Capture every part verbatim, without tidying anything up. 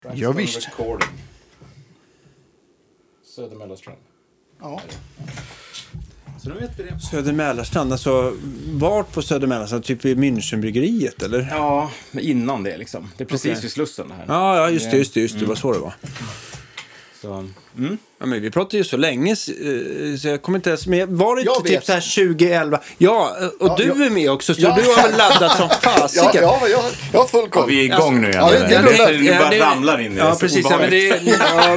Ja, visst. Södermälarstrand. Ja. Så nu vet vi det. Södermälarstrand, alltså vart på Södermälarstrand? Typ i Münchenbryggeriet, eller? Ja, men innan det liksom. Det är precis Okay. vid Slussen det här. Ja, ja just det, just det, just det. Mm. Det var så det var. Så, mm. Ja, men vi pratade ju så länge så jag kommer inte ens med. Var det inte typ vet. så här tjugoelva? Ja, och ja, du jag... är med också, så ja. du har väl laddat som fasiken. Ja, ja, jag, jag har full koll. Ja, vi är igång alltså, nu igen. Ja, det, det, det, det, det, det bara det, ramlar in i det. Ja, precis. Ja, men det ja.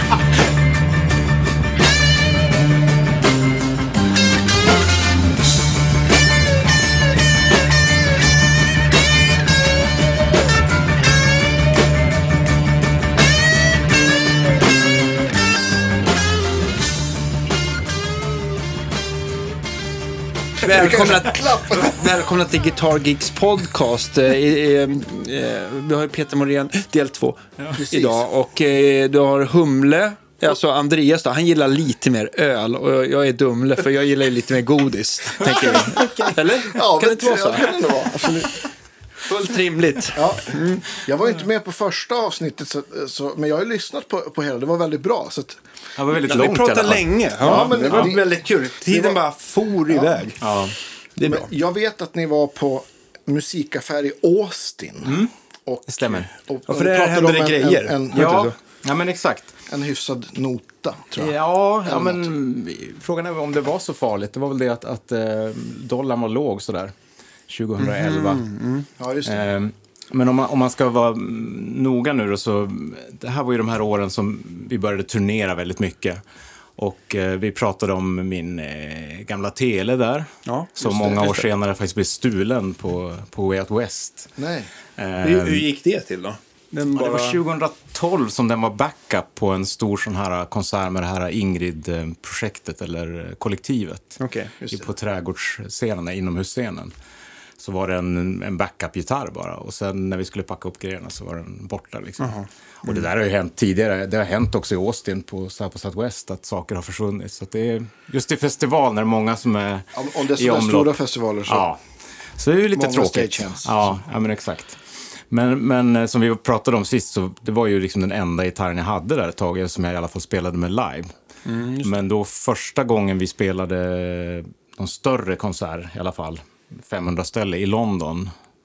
Välkomna, välkomna till Guitar Geeks podcast. Eh, eh, eh, vi har Peter Morén, del två ja, idag. Och eh, du har Humle, alltså Andreas då, han gillar lite mer öl. Och jag är Dumle, för jag gillar lite mer godis, tänker vi. Eller? Ja, kan det inte vara så? Ja, det kan det vara. Absolut. Fullt rimligt. Ja. Mm. Jag var inte med på första avsnittet, så, så, men jag har ju lyssnat på, på hela. Det var väldigt bra. Så att... Det var väldigt ja, långt. Vi pratade länge. Ja, ja, men det var det, väldigt kul. Tiden var... bara for ja. iväg. Ja. Det är bra. Men jag vet att ni var på musikaffär i Austin. Mm. Och, det stämmer. Och, och för det händer en, grejer. En, en, ja. ja, men exakt. En hyfsad nota, tror jag. Ja, ja men frågan är om det var så farligt. Det var väl det att, att eh, dollarn var låg sådär tjugoelva. Mm, mm. Ja, just det. Eh, men om man, om man ska vara noga nu då, så det här var ju de här åren som vi började turnera väldigt mycket. Och eh, vi pratade om min eh, gamla tele där. Ja, som det, många år det. senare faktiskt blev stulen på, på Way Out West. Nej. Eh, hur, hur gick det till då? Den bara... ja, det var tjugotolv som den var backup på en stor sån här konsert med det här Ingrid-projektet eller kollektivet. Okay, på trädgårdsscenen, inomhusscenen. Så var det en, en backup-gitarr bara. Och sen när vi skulle packa upp grejerna så var den borta liksom. Mm. Och det där har ju hänt tidigare. Det har hänt också i Austin på South på Southwest att saker har försvunnit. Så att det är just i festival när det är många som är ja, om det är sådana stora festivaler så... Ja. Så det är ju lite tråkigt. Ja, ja, men exakt. Men, men som vi pratade om sist, så det var ju liksom den enda gitarren jag hade där ett tag, som jag i alla fall spelade med live. Mm, men då första gången vi spelade någon större konsert i alla fall, femhundra ställe i London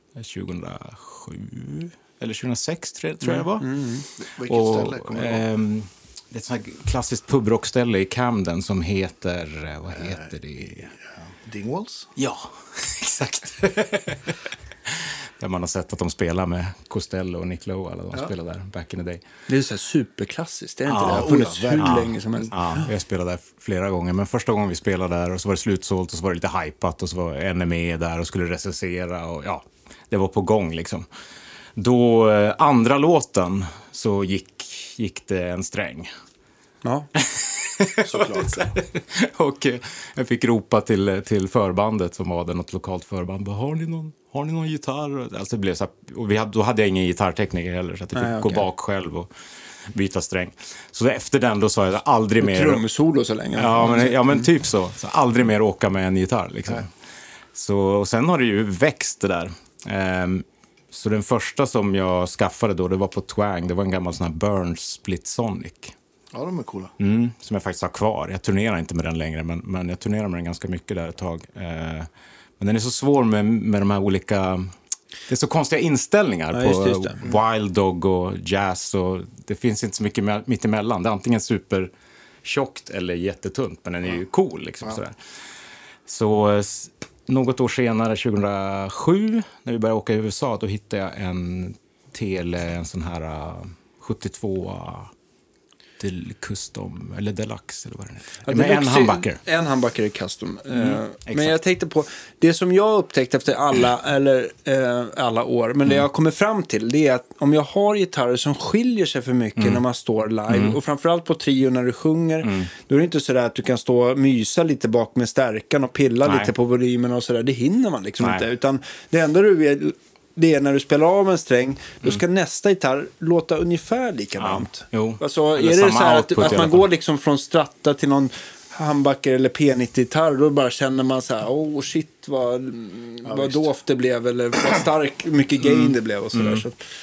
tjugohundrasju eller tjugohundrasex tror jag mm, det var. Mm. Vilket och, ställe kommer det eh, det är ett sånt här klassiskt pubrockställe i Camden som heter, vad heter det? Dingwalls? Ja, exakt. Där man har sett att de spelar med Costello och Nick Lowe, alla de ja. spelar där back in the day. Det är så här superklassiskt, det är inte ja, det? Det har funnits hur ja. länge som helst. Ja, jag spelade där flera gånger, men första gången vi spelade där och så var det slutsålt och så var det lite hypat och så var N M E där och skulle recensera och ja, det var på gång liksom. Då, eh, andra låten så gick, gick det en sträng. Ja, såklart. Och eh, jag fick ropa till, till förbandet som var det, något lokalt förband. Har ni någon, har ni någon gitarr? Alltså det blev så här, och vi hade, då hade jag ingen gitarrtekniker heller så att jag fick Nej, okay. gå bak själv och byta sträng. Så efter den då sa jag aldrig mer... Trumsolo så länge. Ja men, ja, men typ så. så. Aldrig mer åka med en gitarr liksom. Så, och sen har det ju växt det där. Um, så den första som jag skaffade då, det var på Twang. Det var en gammal sån här Burns Split Sonic. Ja, de är coola. Mm, som jag faktiskt har kvar. Jag turnerar inte med den längre, men, men jag turnerar med den ganska mycket där ett tag. Eh, men den är så svår med, med de här olika... Det är så konstiga inställningar ja, på just det, just det. Wild Dog och jazz. Och det finns inte så mycket mitt emellan. Det är antingen super tjockt eller jättetunt, men den är ju cool. Liksom, ja. sådär. Så något år senare, tjugohundrasju, när vi började åka i U S A, då hittade jag en tele, en sån här sjuttiotvå... till custom eller deluxe eller vad det heter. Ja, med en humbucker. En humbucker är custom. Mm, uh, men jag tänkte på det som jag upptäckt efter alla eller uh, alla år, men mm. det jag kommer fram till det är att om jag har gitarrer som skiljer sig för mycket mm. när man står live mm. och framförallt på trio när du sjunger, mm. då är det inte så där att du kan stå och mysa lite bak med stärkan och pilla Nej. lite på volymen och sådär. Det hinner man liksom Nej. inte, utan det enda du vill det är när du spelar av en sträng, då ska mm. nästa gitarr låta ungefär likadant. Ja, jo. Alltså, är det så här att, att man går liksom från stratta till någon humbucker eller P nittio-gitarr, då bara känner man så här, oh shit, vad, ja, vad dovt det blev, eller vad stark, mycket gain mm. det blev och sådär. Mm. Så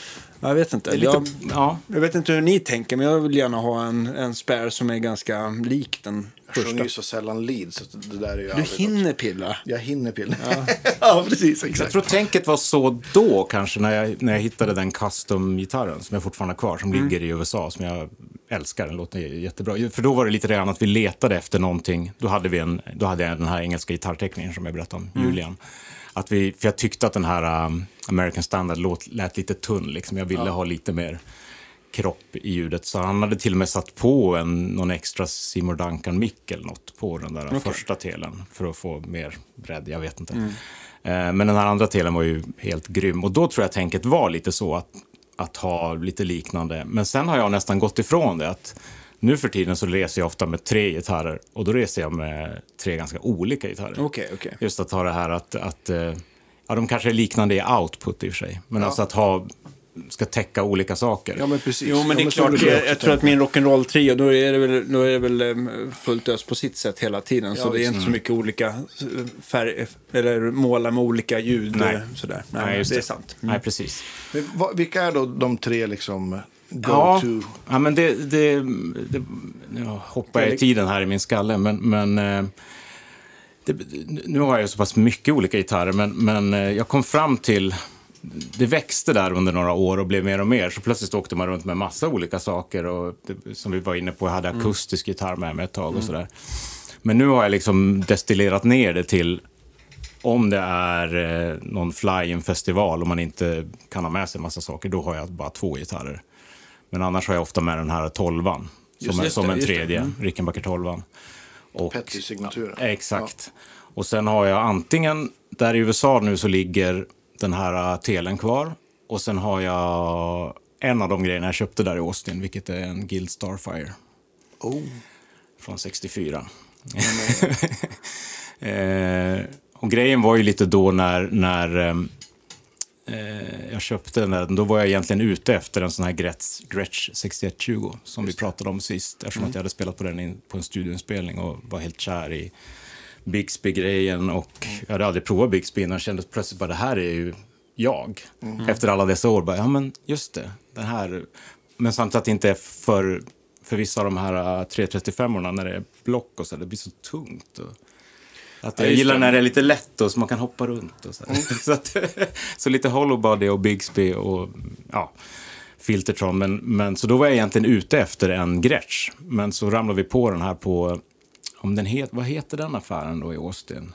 Jag vet inte. lite, jag, ja. jag vet inte hur ni tänker, men jag vill gärna ha en, en spärr som är ganska lik den Jag första. ju så sällan lead, så det där är ju Du aldrig hinner något. pilla. Jag hinner pilla. Ja, ja precis. Exakt. Jag tror tänket var så då kanske när jag, när jag hittade den custom-gitarren som jag fortfarande har kvar, som mm. ligger i U S A, som jag älskar. Den låter jättebra. För då var det lite redan att vi letade efter någonting. Då hade, vi en, då hade jag den här engelska gitarrteckningen som jag berättade om, mm. Julian. Att vi, för jag tyckte att den här um, American Standard låt, lät lite tunn. Liksom. Jag ville ja. ha lite mer kropp i ljudet. Så han hade till och med satt på en, någon extra Seymour Duncan-mick eller något på den där okay. första telen. För att få mer bredd, jag vet inte. Mm. Eh, men den här andra telen var ju helt grym. Och då tror jag tänket var lite så att, att ha lite liknande. Men sen har jag nästan gått ifrån det. Att nu för tiden så reser jag ofta med tre gitarrer. Och då reser jag med tre ganska olika gitarrer. Okay, okay. Just att ha det här att... att ja, de kanske är liknande i output i och för sig. Men ja. alltså att ha... ska täcka olika saker. Ja, men precis. Jo, men det är klart. Jag, jag tror att min rock'n'roll-trio, då är det väl, då är det väl fullt ös på sitt sätt hela tiden. Så ja, det är inte mm. så mycket olika färg, eller måla med olika ljud. Nej, sådär. Nej, Nej just det det är sant. Mm. Nej, precis. Men, vad, vilka är då de tre liksom go ja, to? Ja, men det... det, det nu hoppar jag i tiden här i min skalle, men... men det, nu har jag så pass mycket olika gitarrer, men, men jag kom fram till... Det växte där under några år och blev mer och mer. Så plötsligt åkte man runt med massa olika saker. Och det, som vi var inne på, jag hade akustisk mm. gitarr med mig ett tag och mm. sådär. Men nu har jag liksom destillerat ner det till... Om det är eh, någon fly-in-festival och man inte kan ha med sig massa saker, då har jag bara två gitarrer. Men annars har jag ofta med den här tolvan. Som, en, som en tredje, mm. Rickenbacker tolvan. Petty-signaturen. Exakt. Ja. Och sen har jag antingen, där i U S A nu så ligger... den här telen kvar. Och sen har jag en av de grejerna jag köpte där i Austin, vilket är en Guild Starfire. Oh. Från sextiofyra. eh, och grejen var ju lite då när, när eh, jag köpte den där. Då var jag egentligen ute efter en sån här Gretsch, Gretsch sextioett tjugo som Just vi pratade om sist. Eftersom mm. att jag hade spelat på den in, på en studioinspelning och var helt kär i Bixby-grejen, och jag hade aldrig provat Bixby och kände plötsligt bara det här är ju jag. Mm. Efter alla dessa år bara, ja men just det, den här. Men samtidigt att det inte är för, för vissa av de här tre trettiofem-orna när det är block och så, det blir så tungt. Och, att jag ja, gillar det. När det är lite lätt och så man kan hoppa runt och så. Mm. så, att, så lite hollow body och Bixby och ja, Filtertron. Men, men så då var jag egentligen ute efter en Gretsch. Men så ramlade vi på den här på... Om den het, vad heter den affären då i Austin?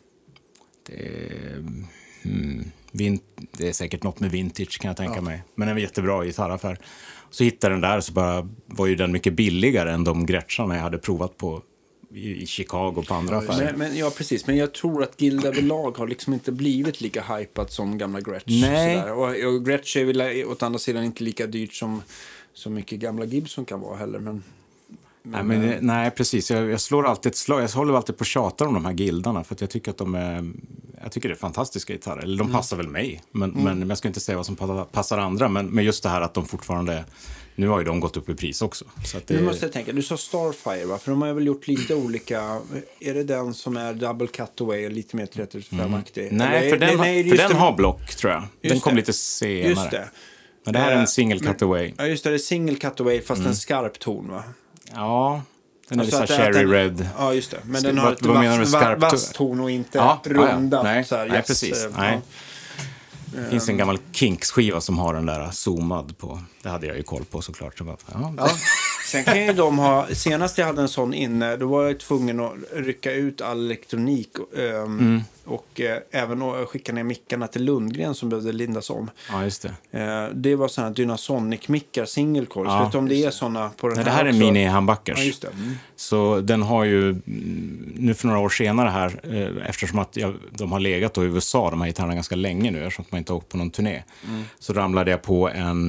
Det är, hmm, vin, det är säkert något med vintage kan jag tänka ja. mig. Men en jättebra gitarraffär. Så hittade den där, så bara var ju den mycket billigare än de Gretscharna jag hade provat på i, i Chicago på andra ja, affärer. Men, men, ja, precis. Men jag tror att Guild överlag har liksom inte blivit lika hypat som gamla Gretsch. Nej. Och, och Gretsch är väl åt andra sidan inte lika dyrt som så mycket gamla Gibson kan vara heller, men... Men, nej, men, nej, precis. Jag, jag slår alltid ett slag. Jag håller alltid på att tjata om de här gildarna. För att jag tycker att de är... Jag tycker det är fantastiska gitarrer. Eller de mm. passar väl mig. Men, mm. men jag ska inte säga vad som passar andra. Men, men just det här att de fortfarande... Nu har ju de gått upp i pris också. Så att det... Nu måste jag tänka. Du sa Starfire, va? För de har väl gjort lite olika... Är det den som är double cutaway och lite mer tre trettiofem-aktig? Mm. Nej, för den, nej, för den det... har block, tror jag. Den kom lite senare. Just det. Men det här är en single cutaway. Ja, just det. Det är single cutaway fast mm. en skarp ton, va? Ja, den är alltså lite cherry den, red. Ja, just det. Men den har vad, vad menar du med skarp vass ton och inte ja, runda. Ja, nej, så här, nej yes, precis. Uh, nej. Ja. Det finns en gammal Kinks-skiva som har den där zoomad på. Det hade jag ju koll på såklart. Så bara, ja. Ja. Sen kan ju de ha... Senast jag hade en sån inne, då var jag tvungen att rycka ut all elektronik um, mm. och uh, även att skicka ner mickarna till Lundgren som behövde lindas om. Ja, just det. Uh, det var såna Dynasonic-mickar, single coils. Ja, vet du om det är såna på den? Nej, här det här också? är mini-handbackers. Ja, just det. Mm. Så den har ju, nu för några år senare här, eh, eftersom att jag, de har legat då i U S A, de här gitarrerna ganska länge nu, eftersom man inte har åkt på någon turné, mm. så ramlade jag på en,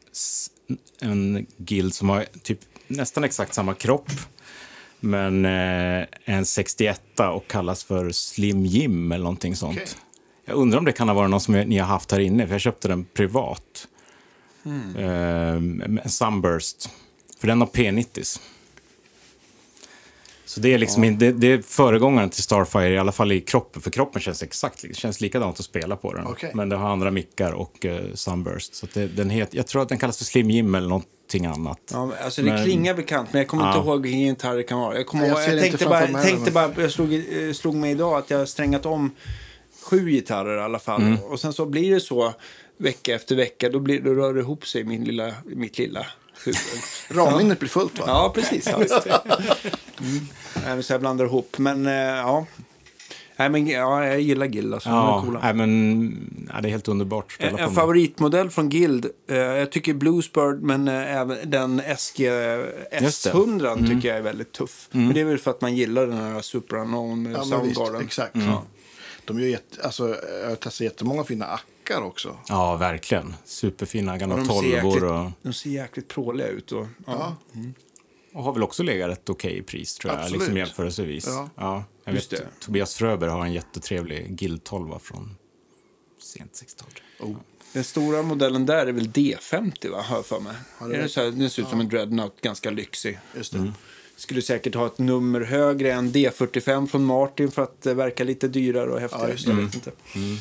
en Guild som har typ nästan exakt samma kropp, men eh, en sextioett och kallas för Slim Jim eller någonting sånt. Okay. Jag undrar om det kan ha varit någon som ni har haft här inne, för jag köpte den privat. Mm. Eh, en Sunburst, för den har P nittio. Så det är liksom Ja. det, det är föregångaren till Starfire, i alla fall i kroppen. För kroppen känns exakt, det känns likadant att spela på den. Okay. Men det har andra mickar och uh, Sunburst. Så att det, den het, jag tror att den kallas för Slim Jim eller någonting annat. Ja, men, alltså det men, klingar bekant, men jag kommer ja. inte ihåg vilken gitarr det kan vara. Jag, kommer Nej, jag ihåg, ser jag inte tänkte, bara, framför mig tänkte bara, jag slog, eh, slog mig idag att jag har strängat om sju gitarrer i alla fall. Mm. Och sen så blir det så vecka efter vecka, då, blir, då rör det ihop sig i min lilla, mitt lilla huvud. Ramminnet blir fullt, va? Ja, precis. Ja, just det. Mm. Så jag blandar ihop. Men eh, ja. Nej, men ja, jag gillar Guild. Alltså. Ja, De är coola. nej, men ja, det är helt underbart att spela En, på en dem. favoritmodell från Guild. Eh, jag tycker Bluesbird, men eh, även den S G S hundra mm. tycker jag är väldigt tuff. Mm. Men det är väl för att man gillar den här Super Unknown med Ja, Soundgarden. visst, exakt. Mm. Ja. De gör jätte, alltså, jag har testat jättemånga fina ackar också. Ja, verkligen. Superfina gamla de, ser tolvor. jäkligt, Och... de ser jäkligt pråliga ut. Och, ja. Ja. Mm. och har väl också legat rätt okej i pris, tror jag. Absolut. Liksom jämförelsevis. Ja. Ja, jag Just vet, det. Tobias Fröber har en jättetrevlig Guild tolv från sent sextiotal. Oh. Den stora modellen där är väl D femtio, va? Hör för mig. Ja, det är det så här, den ser ut som en Dreadnought, ganska lyxig. Just det. Mm. Skulle säkert ha ett nummer högre än D fyrtiofem från Martin för att det verkar lite dyrare och häftigare. Ja, just det. Jag vet inte. Mm.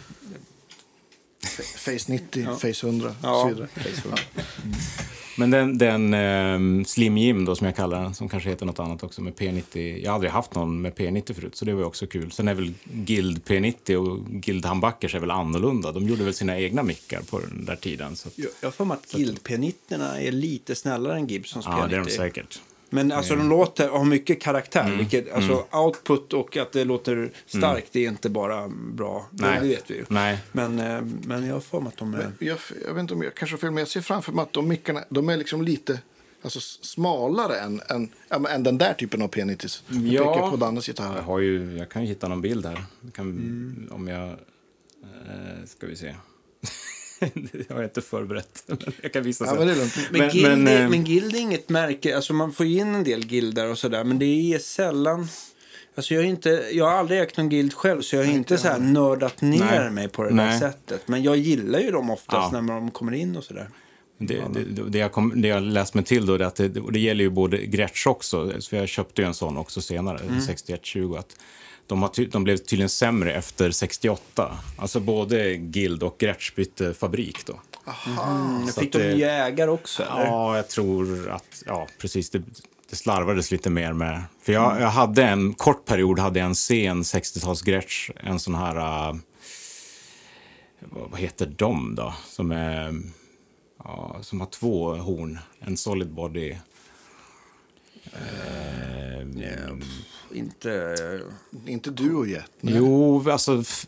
Face nittio, Ja. Face hundra. Ja, så vidare. Face hundra. Men den, den eh, Slim Jim då, som jag kallar den, som kanske heter något annat också, med P nittio. Jag har aldrig haft någon med P nittio förut, så det var också kul. Sen är väl Guild P nittio och Guild Humbuckers är väl annorlunda. De gjorde väl sina egna mickar på den där tiden. Så att, Jag jag får mig att Guild P nittio är lite snällare än Gibsons P ja, nittio. det är de säkert. Men alltså de låter, har mycket karaktär. Mm. Vilket, alltså output och att det låter starkt, det är inte bara bra. Nej. Det, det vet vi ju. Nej. Men, eh, men jag får mig att de är... Jag, jag vet inte om jag kanske har fel, men jag ser framför mig att de mickarna, de är liksom lite alltså, s- smalare än, än, ja, men än den där typen av P nittio. Jag Ja. tänker på Dannes Jag, gitarr. har ju, jag kan ju hitta någon bild här. Jag kan, Om jag... Eh, ska vi se. Det har jag inte förberett. Men jag kan visa Ja, sen. men det är lugnt. Men, Men- Guild, men, är, eh, men Guild är inget märke. Alltså man får ju in en del Guildar och sådär. Men det är sällan... Alltså jag, är inte, jag har aldrig ägt någon Guild själv. Så jag har inte så här nördat ner Nej. mig på det Nej. där sättet. Men jag gillar ju dem oftast Ja. när de kommer in och sådär. Det, det, det, jag kom, det jag läst mig till då, det, är att det, och det gäller ju både Gretsch också, för jag köpte ju en sån också senare, Mm. sextioett tjugo, att de, har ty, de blev tydligen sämre efter sextioåtta. Alltså både Guild och Gretsch bytte fabrik då. Mm, Så fick att de det- nya ägare också? Eller? Ja, jag tror att, ja precis, det, det slarvades lite mer med. För jag, jag hade en kort period, hade jag en sen sextiotals Gretsch, en sån här, uh, vad, vad heter de då, som är... Ja, som har två horn. En solid body. Eh, Ja, inte... Inte du och Jet. nej. jo, alltså... f-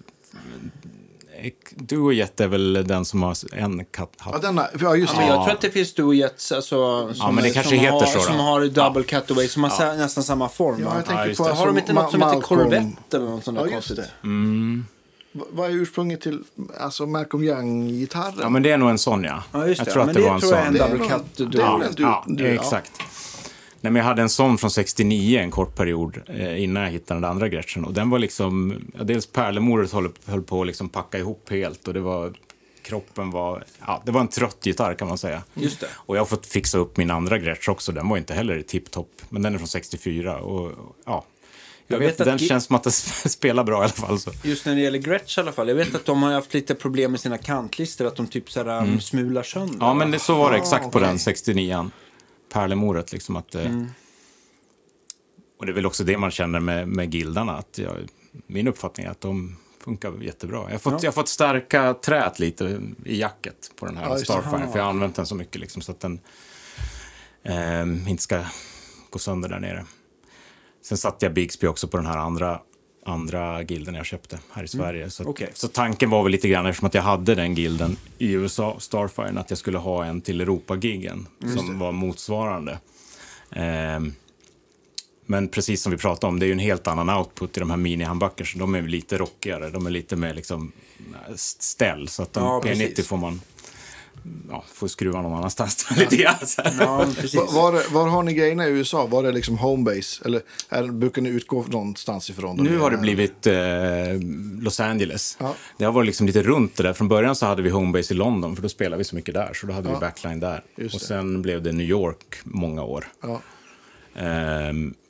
Du och Jet är väl den som har en katt. Ja, denna, ja, just Ja, det. men jag Ja. tror att det finns duojets alltså, som, men det kanske som, heter har, så då. som har double cutaway, som har sa- nästan samma form. Ja, va? jag tänker just på det. alltså, Har de inte något som Ma- heter Malcolm- Corvette eller något sånt där Ja, just konstigt? det. Mm. V- Vad är ursprunget till alltså Malcolm Young-gitarren? Ja, men det är nog en sån, ja. Ja, just jag det. tror men att det, det var en tror jag är sån. en Det är double nog- cut det är duo. väl en du- ja, du- ja. exakt. Nej, men jag hade en sån från sextionio en kort period eh, innan jag hittade den andra Gretchen. Och den var liksom, ja, dels pärlemoret höll, höll på att liksom packa ihop helt. Och det var, kroppen var, ja, det var en trött gitarr kan man säga. Just det. Och jag har fått fixa upp min andra Gretsch också. Den var inte heller i tipptopp. Men den är från sextiofyra. Och ja, jag, Jag vet, vet att den Gi- känns som att det spelar bra i alla fall. Så. Just när det gäller Gretsch i alla fall. Jag vet att de har haft lite problem med sina kantlister. Att de typ sådär, mm. smular sönder. Ja, men det, så var det exakt Ah, på okej. den sextionio. Pärlemoret liksom att... eh, Mm. Och det är väl också det man känner med, med gildarna. Att jag, min uppfattning är att de funkar jättebra. Jag har fått, Ja. jag har fått stärka trät lite i jacket på den här Ja, just det. Starfire. För jag har använt den så mycket liksom, så att den eh, inte ska gå sönder där nere. Sen satte jag Bigsby också på den här andra, andra gilden jag köpte här i Sverige. Så, att, Okej. så tanken var väl lite grann, eftersom att jag hade den gilden i U S A, Starfire, att jag skulle ha en till Europa-giggen som var motsvarande. Ehm, men precis som vi pratade om, det är ju en helt annan output i de här mini-humbuckers. De är lite rockigare, de är lite mer liksom ställ. Så att de Ja, P nittio precis. får man ja, får skruva någon annanstans lite grann. Så här. Ja, precis. Va- Var, var har ni grejerna i U S A? Var det liksom homebase? Eller är, brukar ni utgå någonstans ifrån? Nu har det blivit eh, Los Angeles. Ja. Det har varit liksom lite runt det där. Från början så hade vi homebase i London, för då spelade vi så mycket där. Så då hade Ja. vi backline där. Just Och det. sen blev det New York många år. Ja. Ehm,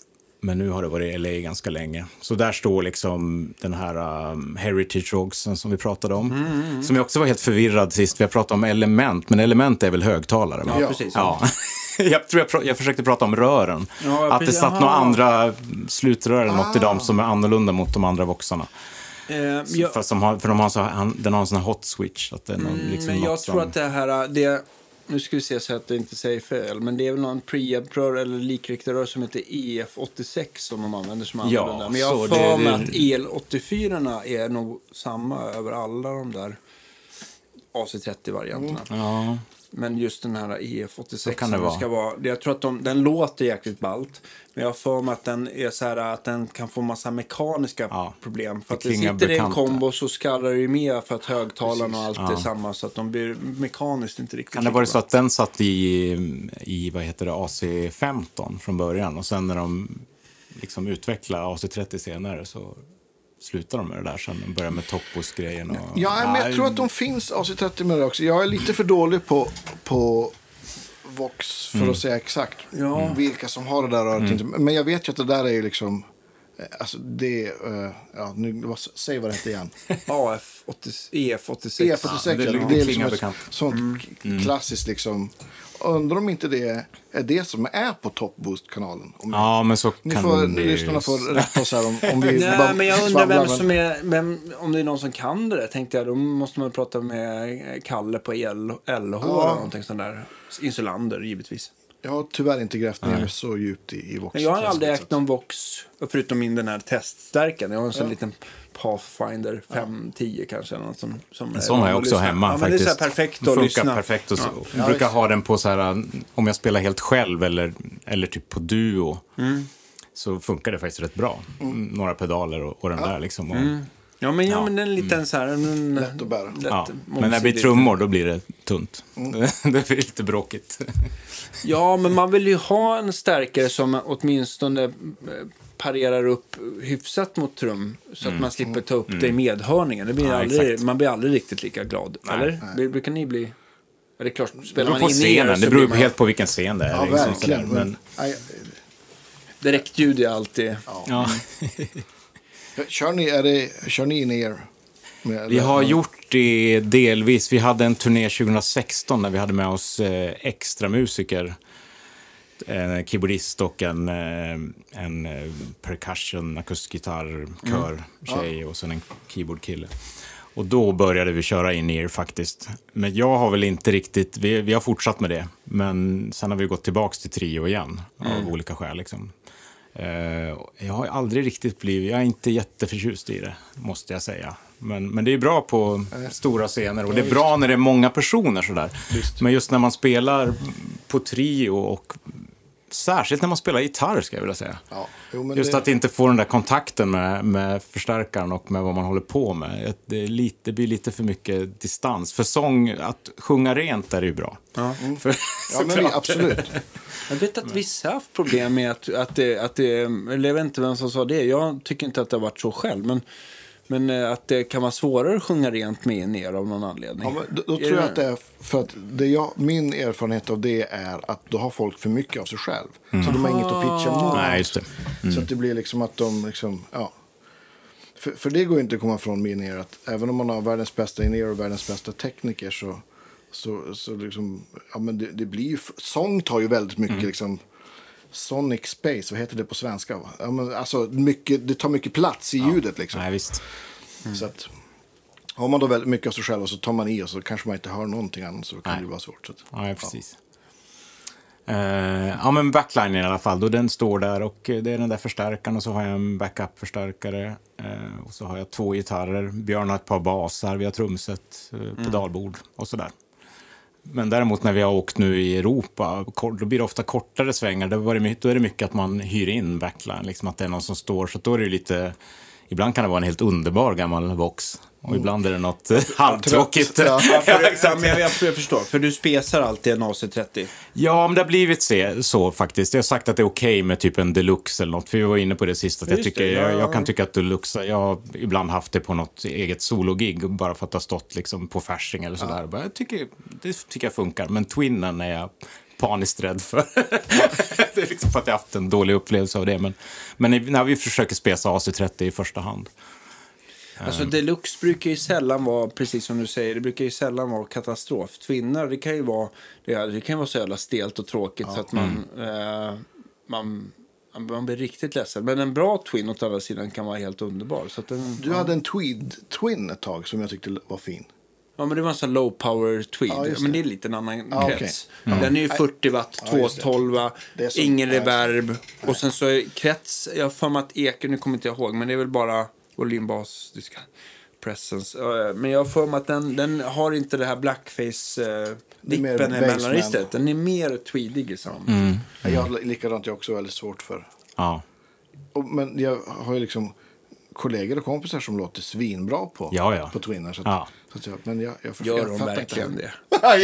Men nu har det varit i L A ganska länge. Så där står liksom den här um, Heritage Rogsen som vi pratade om. Mm, mm. Som jag också var helt förvirrad sist. Vi har pratat om element, men element är väl högtalare? Ja, ja. Precis. Ja. jag tror jag, pr- jag försökte prata om rören. Ja, att det satt några andra slutrör eller ah. något i dem som är annorlunda mot de andra voxarna. Uh, jag, för, som har, för de har så, han, den har en sån här hot switch. Att det är någon, mm, liksom men jag som... tror att det här... Det, nu ska vi se så att det inte säger fel. Men det är väl någon preamp-rör eller likriktarrör som heter E F åttiosex som de använder som annorlunda. Ja, men jag har för mig att E L åttiofyra är nog samma över alla de där A C trettio-varianterna. Mm. Ja. Men just den här E F åttiosex kan det vara. Ska vara, jag tror att de, den låter jäkligt ballt. Men jag har för mig att den är så här att den kan få massa mekaniska ja, problem. För att det sitter i en kombo så skallar det ju med för att högtalarna och allt ja. är samma. Så att de blir mekaniskt inte riktigt. Kan det vara så att den satt i, i vad heter det, A C femton från början. Och sen när de liksom utvecklar A C trettio senare så... slutar de med det där sen de börjar med toppos-grejen. Och... Ja, men jag tror att de finns A C trettio med det också. Jag är lite för dålig på, på Vox för mm. att säga exakt ja. vilka som har det där röret. Mm. Men jag vet ju att det där är ju liksom... Alltså det är... Uh, ja, nu, vad, säg vad det heter igen. A F åttio, E F åttiosex. E F åttiosex, ja, det är, det är liksom ett sånt mm. klassiskt liksom... Undrar om inte det är det som är på Top Boost-kanalen. Om ja, men så ni kan får, det lyssnarna får rätta oss här om, om vi Nej, bara men jag undrar vem som är, vem, om det är någon som kan det, tänkte jag. Då måste man prata med Kalle på L H ja. eller någonting sånt där. Insulander, givetvis. Jag har tyvärr inte grävt ner så djupt i, i Vox. Men jag har aldrig ägt någon Vox, förutom min den här teststärkan. Jag har en sån ja. liten Pathfinder fem tio kanske. Något som, som en sån har jag också hemma ja, faktiskt. Det är så här perfekt att funkar lyssna. Perfekt. Och så, ja. Jag brukar ha den på så här, om jag spelar helt själv eller, eller typ på duo. Mm. Så funkar det faktiskt rätt bra. Mm. Några pedaler och, och den ja. där liksom. Och, mm. Ja, men, ja, ja, men den är lite mm. så här... En, lätt att bära. Lätt, ja. Men när det blir trummor, då blir det tunt. Mm. Det blir lite bråkigt. Ja, men man vill ju ha en stärkare som åtminstone parerar upp hyfsat mot trum. Så mm. att man slipper ta upp mm. det i medhörningen. Det blir ja, aldrig, man blir aldrig riktigt lika glad. Nej. Eller? Nej. Brukar ni bli... Är det klart, spelar man på in scenen. Det beror man... helt på vilken scen det är. Ja, liksom verkligen. Men... Direktljud är alltid... Ja. Ja. Kör ni, är det, kör ni in er? Med, vi har gjort det delvis. Vi hade en turné tjugo sexton när vi hade med oss eh, extra musiker. En keyboardist och en, en percussion, akustikgitarr, kör, mm. tjej ja. och sen en keyboardkille. Och då började vi köra in er faktiskt. Men jag har väl inte riktigt, vi, vi har fortsatt med det. Men sen har vi gått tillbaka till trio igen mm. av olika skäl liksom. Uh, jag har aldrig riktigt blivit, jag är inte jätteförtjust i det, måste jag säga. Men, men det är bra på äh. stora scener och ja, det är visst. bra när det är många personer sådär. Visst. Men just när man spelar på trio och särskilt när man spelar gitarr ska jag vilja säga. Ja. Jo, just det... att inte få den där kontakten med, med förstärkaren och med vad man håller på med. Det, är lite, det blir lite för mycket distans. För sång, att sjunga rent är ju bra. Ja, mm. för, ja men absolut. Jag vet att vissa har haft problem med att, att, det, att det, eller jag vet inte vem som sa det. Jag tycker inte att det har varit så själv, men Men att det kan vara svårare att sjunga rent med ner av någon anledning. Ja, men då, då tror jag att det är för att det jag, min erfarenhet av det är att då har folk för mycket av sig själv. Mm. Så de har inget att pitcha mot. Nej, just det. Mm. Så att det blir liksom att de liksom, ja. För, för det går inte att komma från min er att även om man har världens bästa in och världens bästa tekniker så, så, så liksom, ja men det, det blir ju, sång tar ju väldigt mycket mm. liksom. Sonic Space, vad heter det på svenska? Va? Ja, men alltså, mycket, det tar mycket plats i ja. ljudet. Liksom. Nej, visst. Mm. Så att, har man då väldigt mycket av sig själv och så tar man i och så kanske man inte hör någonting annat så kan Nej. det vara svårt. Så att, ja, precis. Ja. Uh, ja, men backline i alla fall, då den står där och det är den där förstärkaren och så har jag en backup-förstärkare uh, och så har jag två gitarrer, Björn har ett par basar, vi har trumset, uh, mm. pedalbord och sådär. Men däremot när vi har åkt nu i Europa, då blir det ofta kortare svängar. Då är det mycket, då är det mycket att man hyr in backline, liksom att det är någon som står. Så då är det lite, ibland kan det vara en helt underbar gammal Vox. Och mm. ibland är det något halvtråkigt. Ja, för, ja, men jag, jag, jag förstår, för du spesar alltid en A C trettio. Ja, men det har blivit se, så faktiskt. Jag har sagt att det är okej okay med typ en Deluxe eller något. För vi var inne på det sist. Att jag, tycker, det, ja. jag, jag kan tycka att Deluxe, jag har ibland haft det på något eget sologig. Bara för att det har stått liksom på Fasching eller sådär. Ja. Jag tycker, det tycker jag funkar. Men Twinnen är jag paniskt rädd för. Det är liksom för att jag haft en dålig upplevelse av det. Men, men när vi försöker spesa A C trettio i första hand. Alltså Deluxe brukar ju sällan vara, precis som du säger, det brukar ju sällan vara katastrof. Twinnar, det kan ju vara, det, det kan vara så jävla stelt och tråkigt ja. så att man, mm. eh, man, man blir riktigt ledsen. Men en bra Twin åt andra sidan kan vara helt underbar. Så att den, du ja. hade en Tweed Twin ett tag som jag tyckte var fin. Ja, men det var en sån low power Tweed. Ja, men det är lite en annan ah, krets. Okay. Mm. Den är ju fyrtio watt, ja, tvåhundratolv, ingen reverb. Ja, och sen så är krets, jag har för mig att Eker, nu kommer inte jag ihåg, men det är väl bara volymbas, presence. Men jag har för mig att den, den har inte det här blackface-dippen i mellanregistret. Den är mer tweedig i sound. Mm. Mm. Jag har likadant jag också väldigt svårt för. Ja. Och, men jag har ju liksom kollegor och kompisar som låter svinbra på, ja, ja. på Twinnar. Så att, ja. så att jag, men jag, jag förstår, Gör de jag verkligen det?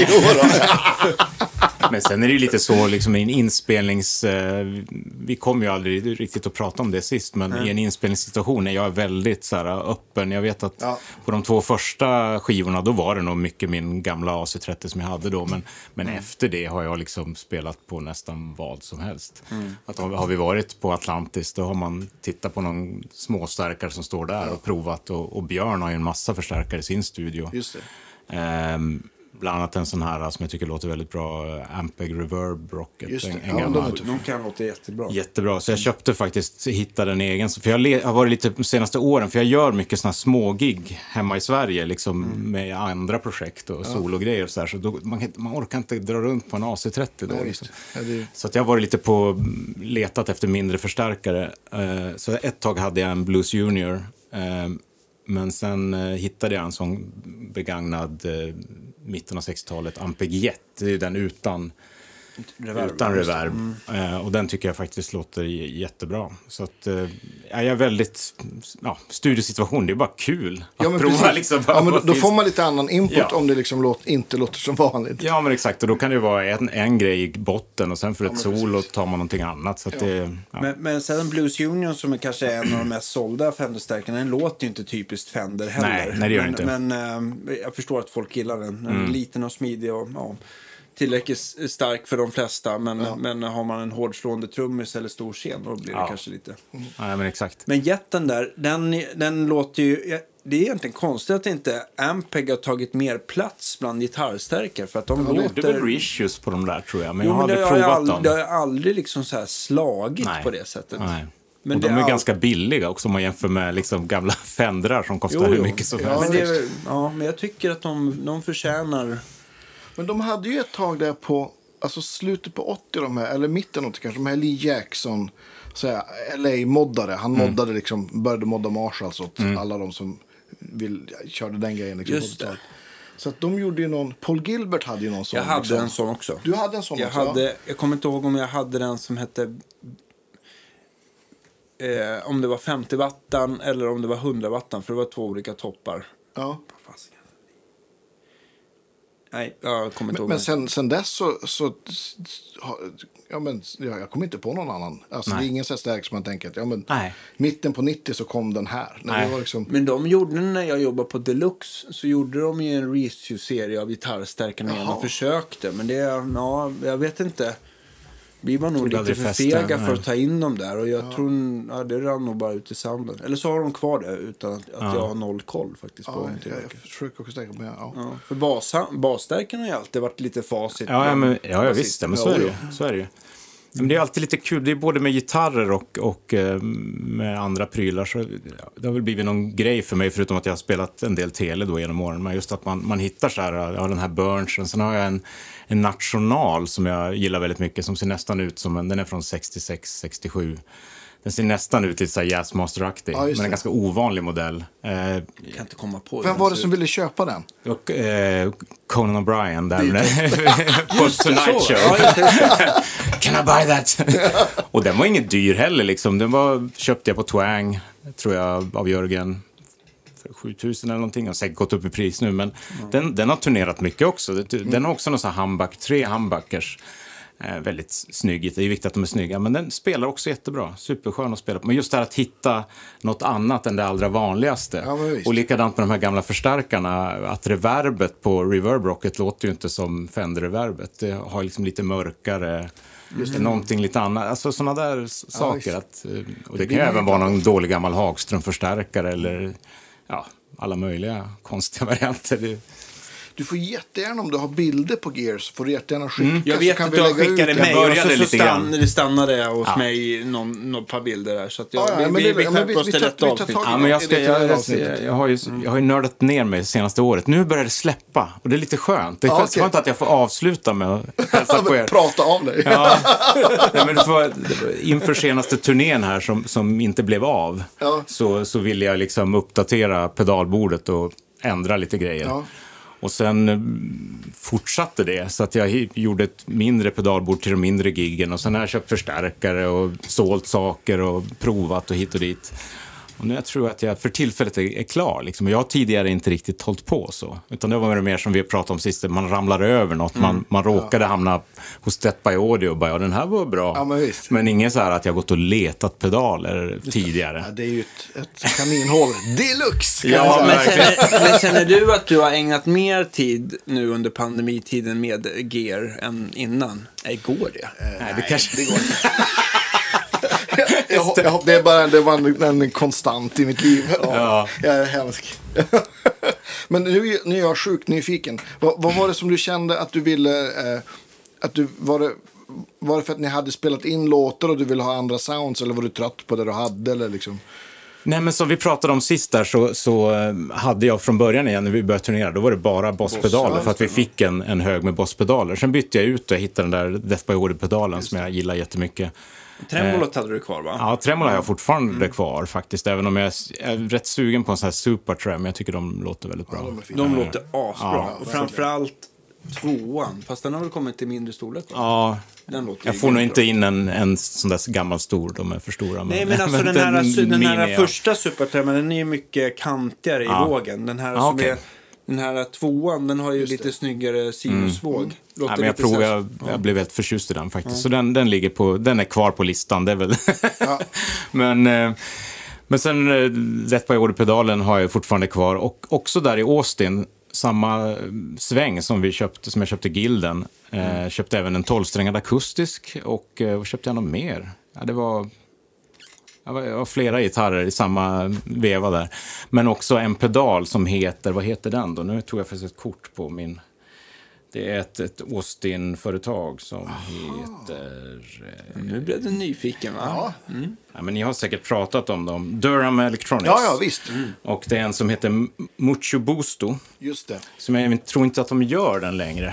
Men sen är det ju lite så liksom i en inspelnings... Eh, vi kom ju aldrig riktigt att prata om det sist, men mm. i en inspelningssituation är jag väldigt så här, öppen. Jag vet att ja. på de två första skivorna då var det nog mycket min gamla A C trettio som jag hade då, men, men mm. efter det har jag liksom spelat på nästan vad som helst. Mm. Att har vi varit på Atlantis, då har man tittat på någon småstärkare som står där ja. och provat, och, och Björn har ju en massa förstärkare i sin studio. Just det. Um, bland annat en sån här som jag tycker låter väldigt bra, Ampeg Reverb Rocket. Just det. En, en ja, gammal. De, de kan låta jättebra. Jättebra, så jag köpte faktiskt, hittade en egen, för jag le, har varit lite de senaste åren, för jag gör mycket såna små gig hemma i Sverige liksom mm. med andra projekt och ja. sologrejer och så här, så då, man, man orkar inte dra runt på en A C trettio då. Nej, liksom. ja, det... Så att jag har varit lite på letat efter mindre förstärkare. Uh, så ett tag hade jag en Blues Junior, uh, men sen uh, hittade jag en sån begagnad uh, mitten av sextiotalet Ampeg Jet. Det är ju den utan reverb. Utan reverb. Mm. Uh, och den tycker jag faktiskt låter j- jättebra. Så att uh, jag är väldigt... Ja, studiosituation, det är bara kul att ja, men prova. Liksom, ja, men då, då får man lite annan input ja. om det liksom låt, inte låter som vanligt. Ja, men exakt. Och då kan det vara en, en grej i botten och sen för ja, ett solo tar man någonting annat. Så att ja. det, ja. men, men sen Blues Union som är kanske en av de mest sålda Fender-stärkarna, den låter ju inte typiskt Fender heller. Nej, nej det gör men, inte. Men äh, jag förstår att folk gillar den. Den är mm. liten och smidig och... Ja. Tillräckligt stark för de flesta, men, ja. men har man en hårdslående trummis eller stor scen, då blir det ja. kanske lite... Mm. Ja, men exakt. Men Jetten där, den, den låter ju... Det är egentligen konstigt att inte Ampeg har tagit mer plats bland gitarrstärkare, för att de ja, låter... Det är väl reissues på de där, tror jag, men jo, jag har men aldrig provat aldrig, dem. Det har aldrig liksom så här slagit Nej. på det sättet. Nej. Men och de är all... ganska billiga också om man jämför med liksom gamla Fendrar som kostar jo, jo. hur mycket som ja, helst. Men det, ja, men jag tycker att de, de förtjänar... Men de hade ju ett tag där på... Alltså slutet på åttio, de här, eller mitten åttio kanske, de här Lee Jackson, så här, L A-moddare. Han mm. moddade liksom, började modda Marshalls åt mm. alla de som vill, körde den grejen. Liksom, Just det. Så att de gjorde ju någon, Paul Gilbert hade ju någon sån. Jag hade liksom. en sån också. Du hade en sån jag också? Hade, jag kommer inte ihåg om jag hade den som hette, eh, om det var femtio wattan eller om det var hundra wattan, för det var två olika toppar. Ja. Nej, jag kommer inte men, ihåg. Men sen, sen dess så, så ja, men, ja, jag kommer inte på någon annan. Alltså, det är ingen så stark som man tänker att ja, men, mitten på nittio så kom den här. När det var liksom... Men de gjorde, när jag jobbade på Deluxe, så gjorde de ju en reissue-serie av gitarrstärkarna igen och försökte. Men det, ja, jag vet inte. Vi var nog lite för fega för att ta in dem där. Och jag ja. tror, ja, det rann nog bara ut i sanden. Eller så har de kvar det utan att, att ja. jag har noll koll faktiskt. Ja, på jag, jag försöker också tänka på det. Ja. Ja, för basa, basstärken har ju alltid varit lite facit. Ja, ja, men, ja, ja visst. Men så är det ju. Så är det ju. Men det är alltid lite kul. Det är både med gitarrer och, och med andra prylar. Så det har väl blivit någon grej för mig, förutom att jag har spelat en del tele då genom åren. Men just att man, man hittar så här, ja, den här Burnsen. Sen har jag en, en National som jag gillar väldigt mycket, som ser nästan ut som en, den är från sextiosex sextiosju. Den ser nästan ut till så här Jazzmaster-aktig, ja, men en ganska ovanlig modell. Eh, jag kan inte komma på. Vem var det som ville köpa den? Och, eh, Conan O'Brien där på Tonight Show. Ja, Can I buy that? Och den var inget dyr heller liksom. Den var, köpte jag på Twang, tror jag, av Jörgen. För sjutusen eller någonting. Jag har säkert gått upp i pris nu, men mm. den, den har turnerat mycket också. Den har också någon sån här humbuck, tre humbuckers. Eh, väldigt snyggt. Det är viktigt att de är snygga. Men den spelar också jättebra. Superskön att spela på. Men just det här att hitta något annat än det allra vanligaste. Ja, och likadant med de här gamla förstärkarna. Att reverbet på Reverb Rocket låter ju inte som Fender-reverbet. Det har liksom lite mörkare... Just det, någonting lite annat. Alltså sådana där s- ja, saker. Att, och det, det kan ju även vara någon dålig gammal Hagström-förstärkare. Eller ja, alla möjliga konstiga varianter. Det... Du får jättegärna, om du har bilder på Gears, får du jättegärna skicka. Mm. Jag vet kan att du har skickat det mig och så, så stann, det stannade hos ja. mig någon, någon par bilder där. Så att jag, Ja, ja, vi, men vi, det- vi ja, men skärper vi- oss vi till tar- ett vi tar avsnitt. tag i- Ja, men jag, ska, Det är det jag, jag, avsnittet. jag, har ju, jag har ju nördat ner mig senaste året. Nu börjar det släppa. Och det är lite skönt. Det är Ja, skönt okej. skönt att jag får avsluta med att hälsa på er. Prata av dig. Ja, nej, men det var, inför senaste turnén här som, som inte blev av Ja. så, så ville jag liksom uppdatera pedalbordet och ändra lite grejer. Ja. Och sen mm, fortsatte det så att jag hi- gjorde ett mindre pedalbord till de mindre giggen och sen har jag köpt förstärkare och sålt saker och provat och hit och dit. Och nu jag tror jag att jag för tillfället är, är klar. Liksom. Jag har tidigare inte riktigt hållit på så. Utan det var mer som vi pratade om sist. Man ramlar över något. Mm. Man, man råkade ja. hamna hos Death by Audio och bara, ja den här var bra. Ja, men, visst. men ingen så här att jag gått och letat pedaler tidigare. Ja, det är ju ett, ett kaninhål deluxe. Ja, Ja, Men verkligen. känner, men känner du att du har ägnat mer tid nu under pandemitiden med gear än innan? Nej, går det? Nej, det kanske det går. jag, jag, det är bara det var en, en konstant i mitt liv. Ja, Ja. Jag är hemsk. Men nu, nu är jag sjukt nyfiken. Vad, vad var det som du kände att du ville... Eh, att du, var, det, var det för att ni hade spelat in låtar och du ville ha andra sounds? Eller var du trött på det du hade? Eller liksom? Nej, men som vi pratade om sist där så, så eh, hade jag från början igen när vi började turnera, då var det bara bosspedaler Boss, för att vi fick en, en hög med bosspedaler. Sen bytte jag ut och jag hittade den där Death by Audio-pedalen som jag gillar jättemycket. Tremolot hade du kvar, va? Ja, tremolo har jag fortfarande mm. kvar faktiskt, även om jag är, jag är rätt sugen på en sån här Supertrem. Jag tycker de låter väldigt bra. Ja, de är fina. De låter asbra. Ja, och framförallt tvåan, fast den har väl kommit till mindre storlek, va? Ja, Den låter jag får nog inte in en, en sån där gammal stor, de är för stora. Nej, men alltså den här, den, den här mini, första Supertremmen, den är ju mycket kantigare Ja. i vågen. Den här, Ja, som okej. är, den här tvåan, den har ju lite snyggare sinusvåg. Mm. Låter Ja, men jag, lite prov, så här- jag, jag blev helt förtjust i den faktiskt. Så den, den, ligger på, den är kvar på listan, det är väl... Ja. men, eh, men sen eh, Death by Audio-pedalen har jag fortfarande kvar. Och också där i Austin, samma sväng som, vi köpte, som jag köpte Gilden. Eh, Mm. köpte även en tolvsträngad akustisk och eh, vad köpte jag något mer? Ja, det var... Jag var, jag var flera gitarrer i samma veva där. Men också en pedal som heter, vad heter den då? Nu tog jag faktiskt ett kort på min... Det är ett, ett Austin-företag som Aha. heter... Eh, Nu blev du nyfiken, va? Ja. Mm. ja, men ni har säkert pratat om dem. Durham Electronics. Ja, ja, visst. Mm. Och det är en som heter Mucho Busto. Just det. Som jag tror inte att de gör den längre.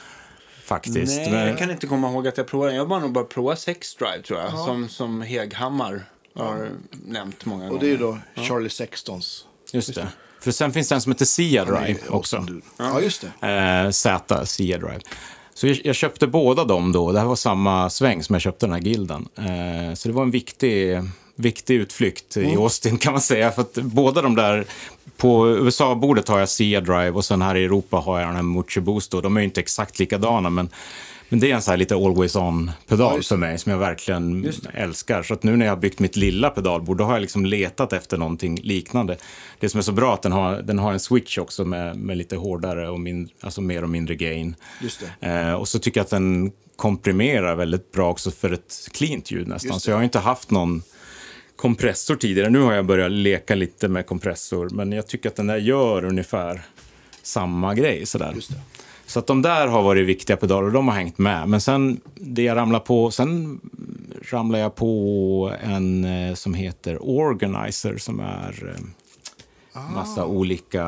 Faktiskt. Nej, men... jag kan inte komma ihåg att jag provade den. Jag har nog bara provat Sex Drive, tror jag. Ja. Som, som Heghammar har nämnt många gånger. Och det är ju då Charlie Sextons. Just det. För sen finns det en som heter Sia Drive också. Ja, just det. Eh, Z, Sia Drive. Så jag, jag köpte båda dem då. Det här var samma sväng som jag köpte den här Gilden. Eh, så det var en viktig, viktig utflykt mm. i Austin kan man säga. För att båda de där, på U S A-bordet har jag Sia Drive och sen här i Europa har jag den här Mucho Busto. De är ju inte exakt likadana, men Men det är en så här lite always on-pedal ja, för mig som jag verkligen älskar. Så att nu när jag har byggt mitt lilla pedalbord, då har jag liksom letat efter någonting liknande. Det som är så bra att den har, den har en switch också med, med lite hårdare och min, alltså mer och mindre gain. Just det. Eh, och så tycker jag att den komprimerar väldigt bra också för ett cleant ljud nästan. Så jag har inte haft någon kompressor tidigare. Nu har jag börjat leka lite med kompressor, men jag tycker att den där gör ungefär samma grej sådär. Just det. Så att de där har varit viktiga pedaler och de har hängt med. Men sen det jag ramlar på, sen ramlar jag på en eh, som heter Organizer som är eh, massa ah. olika,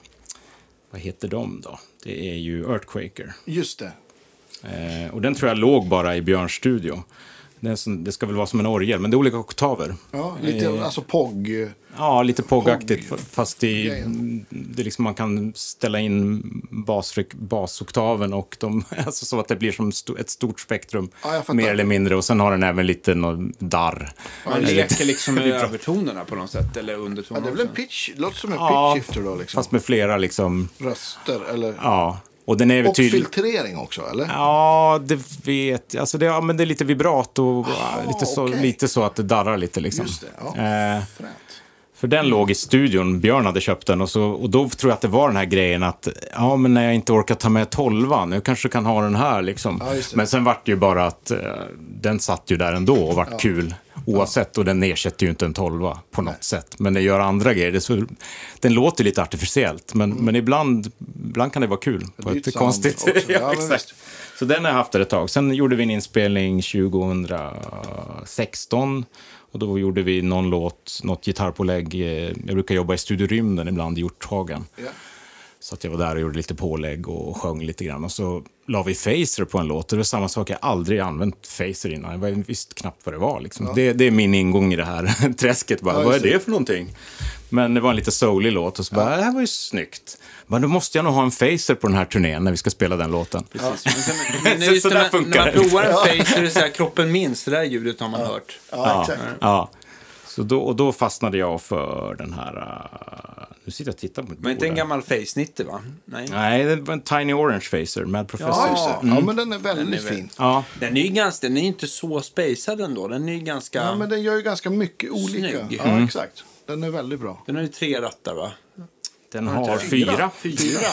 vad heter de då? Det är ju Earthquaker. Just det. Eh, och den tror jag låg bara i Björns studio. Det, som, det ska väl vara som en orgel, men det är olika oktaver. Ja, lite, eh, alltså P O G. Ja, lite P O G-aktigt, P O G. Fast i, det liksom man kan ställa in basfrik, basoktaven och de, alltså så att det blir som st- ett stort spektrum, ja, mer eller mindre. Och sen har den även lite någon darr. Man leker liksom med övertonerna på något sätt, eller undertonerna. Ja, det är väl en pitch, det låter som en ja, pitch shifter då liksom. Fast med flera liksom... Röster, eller? Ja. Och, den är och tydlig... filtrering också, eller? Ja, det vet jag. Alltså det, ja, men det är lite vibrato. Oh, lite, så, okay. lite så att det darrar lite. Liksom. Just det, ja. Eh, Fränt. för den låg i studion. Björn hade köpt den. Och, så, och då tror jag att det var den här grejen att ja, men när jag inte orkar ta med tolvan, nu kanske kan ha den här. Liksom. Ja, men sen var det ju bara att uh, den satt ju där ändå och var ja. kul. Oavsett, ja. och den ersätter ju inte en tolva på något Nej. sätt. Men det gör andra grejer. Det så, den låter lite artificiellt, men, mm. men ibland, ibland kan det vara kul. På ett konstigt. ja, ja, exakt. Så den har jag haft ett tag. Sen gjorde vi en inspelning tjugohundrasexton. Och då gjorde vi någon låt, något gitarrpålägg. Jag brukar jobba i Studio Rymden ibland i Hjorthagen. Ja. Så att jag var där och gjorde lite pålägg och sjöng lite grann. Och så la vi phaser på en låt. Det var samma sak, jag har aldrig använt phaser innan. Jag visste knappt vad det var. Liksom. Ja. Det, det är min ingång i det här träsket. Bara, ja, vad är det för någonting? Men det var en lite soulig låt. Och så bara, ja. det här var ju snyggt. Men då måste jag nog ha en phaser på den här turnén när vi ska spela den låten. Precis. Ja. Men, men, så, så där funkar när man provar en phaser, så här, kroppen minns. Det där ljudet har man ja. hört. Ja, ja, exakt. Ja. Så då, och då fastnade jag för den här... Uh, nu sitter jag och tittar på mitt Men inte en gammal face nittio, va? Nej. Nej, det var en Tiny Orange Phaser med Professor. Ja, just det. Mm. Ja, men den är väldigt den är fin. Ja. Den är ju ganska, den är inte så spacad ändå. Den är ju ganska... Ja, men den gör ju ganska mycket olika. Snygg. Ja, mm. exakt. Den är väldigt bra. Den har ju tre rattar, va? Den har, har fyra. Fyra. fyra.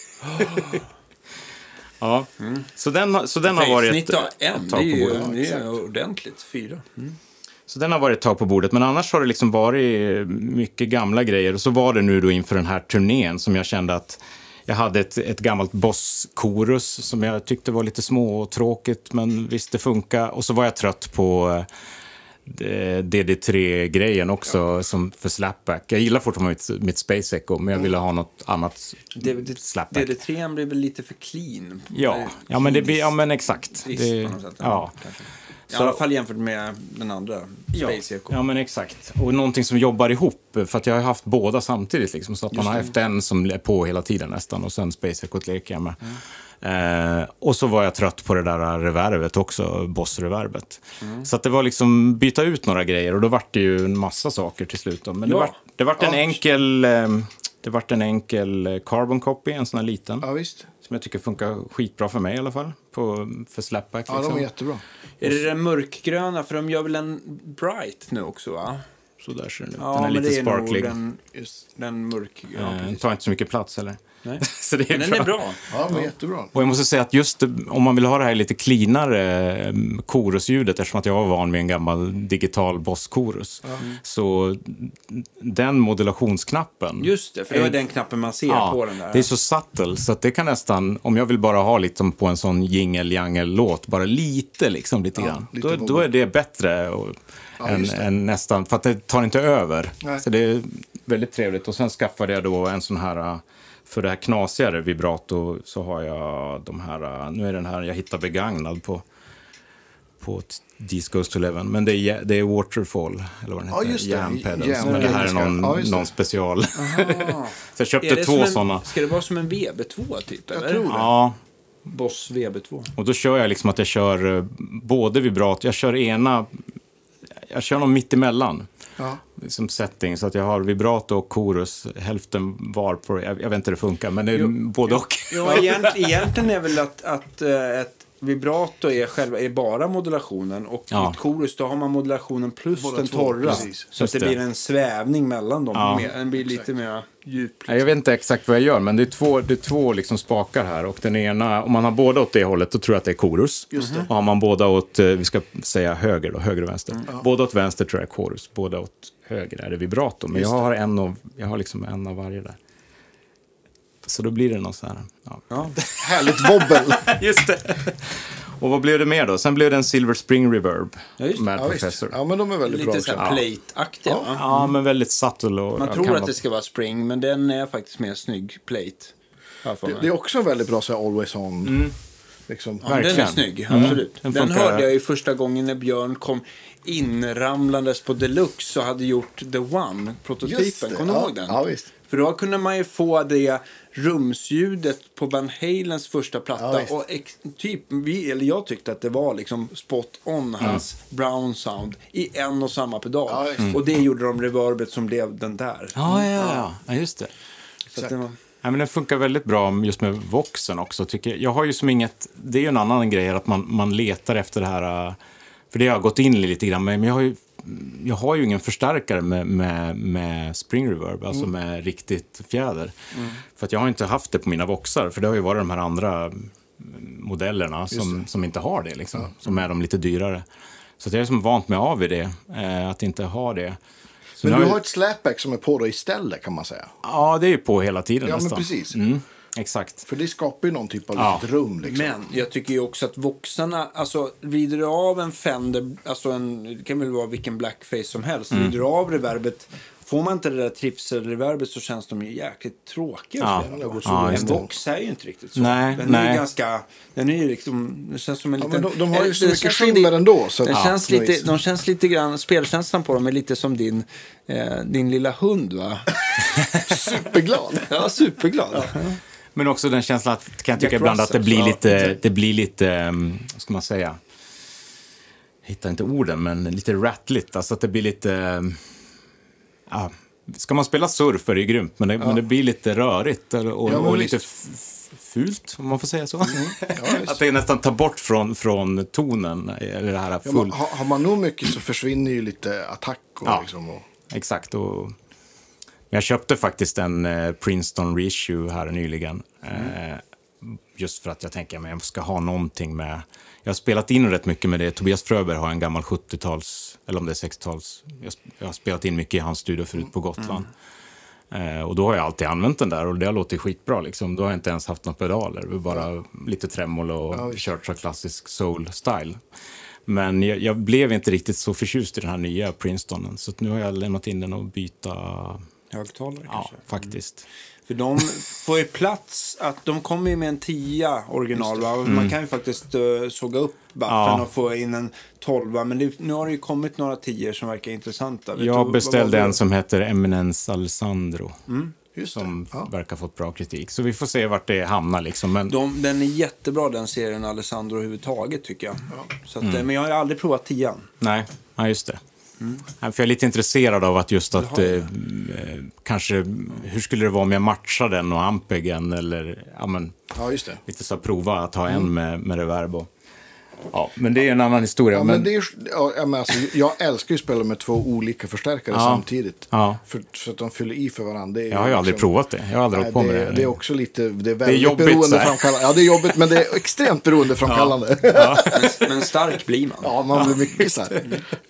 Ja, mm. så den, så den har varit ett, ett, ett tag på bordet. Det är ju ordentligt, fyra. Mm. Så den har varit ett tag på bordet, men annars har det liksom varit mycket gamla grejer. Och så var det nu då inför den här turnén som jag kände att jag hade ett, ett gammalt Boss-chorus som jag tyckte var lite små och tråkigt, men visst det funkar. Och så var jag trött på D D tre-grejen också, ja. som för slapback. Jag gillar fortfarande mitt, mitt Space Echo, men jag ville ha något annat det, det, slapback. D D tre blir väl lite för clean? Ja, ja men, det blir, ja, men exakt. Det, sätt, ja. I alla fall jämfört med den andra, Space Echo. Ja, ja, men exakt. Och någonting som jobbar ihop, för att jag har haft båda samtidigt. Liksom, så att man har haft en som är på hela tiden nästan, och sen Space Echo leker jag med. Mm. Eh, och så var jag trött på det där revervet också, Boss-reverbet. Mm. Så att det var liksom byta ut några grejer, och då var det ju en massa saker till slut. Då. Men ja. det var, det var en ja. enkel... Eh, det var en enkel carbon copy, en sån här liten. Ja, visst. Som jag tycker funkar skitbra för mig i alla fall. På, för slapback. Ja, liksom. de är jättebra. Är det den mörkgröna? För de gör väl en bright nu också, va? Så där ser den ut. Ja, den är lite det är sparklig. Den, den mörk... Ja, den tar inte så mycket plats, eller? Nej. Så det är men den bra. är bra. Ja, men jättebra. Och jag måste säga att just om man vill ha det här lite cleanare korusljudet, eftersom att jag var van med en gammal digital Boss-korus, mm. så den modulationsknappen... Just det, för det är den knappen man ser ja, på den där. Det är så subtle, så att det kan nästan, om jag vill bara ha liksom på en sån jingle-jangle-låt, bara lite liksom, lite ja, grann, lite då, då är det bättre och, ja, än, än nästan, för att det tar inte över. Nej. Så det är väldigt trevligt. Och sen skaffade jag då en sån här... För det här knasigare vibrato så har jag de här... Nu är den här jag hittar begagnad på, på These Goes to Eleven. Men det är, det är Waterfall, eller vad den heter. Ja, just det. Jam Pedals. Jam. Men det här är någon, ja, någon special. Så jag köpte är två en, sådana. Ska det vara som en V B två typ? Eller? Jag tror det. Ja. Boss V B två. Och då kör jag liksom att jag kör både vibrato. Jag kör ena... Jag kör någon mitt emellan. Ja. Som setting, så att jag har vibrato och chorus hälften var på, jag, jag vet inte hur det funkar, men det är jo, både och. Ja, egentligen, egentligen är väl att, att uh, ett vibrato är, själva, är bara modulationen, och ja. ett chorus då har man modulationen plus Båda den torra, så att det, det blir en svävning mellan dem, ja. med, den blir lite exakt. mer djup. Liksom. Jag vet inte exakt vad jag gör, men det är två, det är två liksom spakar här, och den ena, om man har båda åt det hållet, då tror jag att det är chorus. Just det. Och har man båda åt, vi ska säga höger då, höger och vänster. Mm. Båda åt vänster tror jag är chorus, båda åt höger är det vibrato, men jag har en av, jag har liksom en av varje där. Så då blir det något så här. Ja. Ja. Härligt wobbel. Just det. Och vad blev det mer då? Sen blev det en Silver Spring Reverb ja, just. med ja, Professor. Ja, men de är väldigt lite bra. Lite så här plate-aktiga. Ja. Ja, men väldigt subtle. Och man tror att det ska vara Spring, men den är faktiskt mer snygg plate. Det, det är också väldigt bra så här Always On. Mm. Liksom. Ja, den är snygg, absolut. Mm. Den, den hörde jag ju första gången när Björn kom inramlandes på Deluxe och hade gjort The One, prototypen. Kommer du ja. ihåg den? Ja, visst. För då kunde man ju få det rumsljudet på Van Halens första platta. Ja, och ex- typ, vi, eller jag tyckte att det var liksom spot on hans mm. brown sound i en och samma pedal. Ja, mm. Och det gjorde de reverbet som blev den där. Ja, ja, ja. ja just det. Så att det var... Ja, men den funkar väldigt bra just med Voxen också, tycker jag. Jag har ju som inget... Det är ju en annan grej att man, man letar efter det här... För det har jag gått in i lite grann, men jag har ju, jag har ju ingen förstärkare med, med, med spring reverb, alltså mm. med riktigt fjäder. Mm. För att jag har inte haft det på mina Voxar, för det har ju varit de här andra modellerna som, som inte har det, liksom, ja. Som är de lite dyrare. Så jag är som vant mig av i det, eh, att inte ha det. Så men du har jag... ett slapback som är på dig istället, kan man säga. Ja, det är ju på hela tiden ja, nästan. Ja, men precis. Mm, exakt. För det skapar ju någon typ av ja. rum. Liksom. Men jag tycker ju också att Voxarna, alltså vrider du av en Fender, alltså en, det kan väl vara vilken blackface som helst, mm. vrider du av reverbet, får man inte det där trivselreverbet så känns de ju jäkligt tråkiga. Ja. Ja, ja, en Vox är ju inte riktigt så. Nej, den nej. är ju ganska, den är ju liksom, det känns som en ja, liten... men de, de har ju så det mycket skimmer ändå. Så den ja, känns lite, de känns lite grann, spelkänslan på dem är lite som din, eh, din lilla hund, va? Superglad. Ja, superglad. Ja. Men också den känslan att, kan jag tycka ibland att det blir lite, det blir lite, vad ska man säga, jag hittar inte orden, men lite rattligt, alltså att det blir lite, ja, ska man spela surf är det ju grymt, men det, ja. men det blir lite rörigt och, och, ja, och lite f- fult, om man får säga så. Mm. Ja, att det nästan tar bort från, från tonen, eller det här full... Ja, har, har man nog mycket så försvinner ju lite attack och ja, liksom och... exakt, och jag köpte faktiskt en eh, Princeton reissue här nyligen. Mm. Eh, just för att jag tänker att jag ska ha någonting med... Jag har spelat in rätt mycket med det. Tobias Fröberg har en gammal sjuttio-tals, eller om det är sextio-tals. Jag, jag har spelat in mycket i hans studio förut på Gotland. Mm. Eh, och då har jag alltid använt den där och det har låtit skitbra. Liksom. Då har jag inte ens haft några pedaler. Det var bara ja. lite tremolo och ja, kört så klassisk soul-style. Men jag, jag blev inte riktigt så förtjust i den här nya Princetonen. Så nu har jag lämnat in den och byta... högtalare ja, kanske. faktiskt. För de får ju plats att de kommer ju med en tia original, va? Mm. Man kan ju faktiskt uh, såga upp buffen ja. och få in en tolva, men det, nu har det ju kommit några tior som verkar intressanta. Vet jag du, beställde en som heter Eminence Alessandro. Mm. Just som ja. verkar ha fått bra kritik. Så vi får se vart det hamnar liksom. Men... De, den är jättebra, den serien Alessandro överhuvudtaget, tycker jag. Ja. Så att, mm. Men jag har aldrig provat tian. Nej, ja, just det. Mm. För jag är lite intresserad av att just att eh, kanske, hur skulle det vara om jag matchar den och Ampegen eller ja, men, ja, just det. Lite så att prova att ha mm. en med, med reverb och, ja, men det är en annan historia. Ja, men... men det är, ja, men alltså, jag älskar ju att spela med två olika förstärkare ja. samtidigt. Ja. För, för att de fyller i för varandra. Jag har ju aldrig liksom, provat det. Jag har aldrig hållit på med det. Det är också lite, det är väldigt det är jobbigt, beroendeframkallande. Ja, det är jobbigt, men det är extremt beroendeframkallande. Ja. Ja. men, men stark blir man. Ja, man blir mycket stark.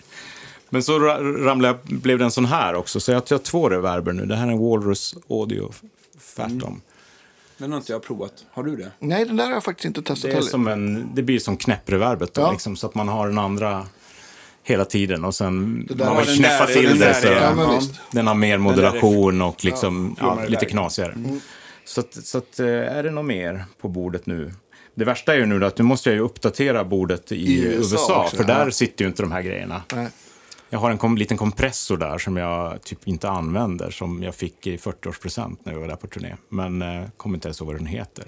Men så ramlade jag, blev det en sån här också. Så jag har två reverber nu. Det här är en Walrus Audio Phantom. Mm. Den har inte jag provat. Har du det? Nej, den där har jag faktiskt inte testat det är som en, det blir som knäppreverbet då, ja. liksom, så att man har den andra hela tiden och sen det man vill knäppa där, till det så ja, ja. den har mer moderation och liksom ja, ja, lite knasigare. Mm. Så, att, så att, är det något mer på bordet nu? Det värsta är ju nu att nu måste jag ju uppdatera bordet i, I U S A, U S A också, för där ja. sitter ju inte de här grejerna. Nej. Jag har en kom, liten kompressor där som jag typ inte använder, som jag fick i fyrtioårspresent när jag var där på turné. Men eh, kommer inte ens ihåg vad den heter.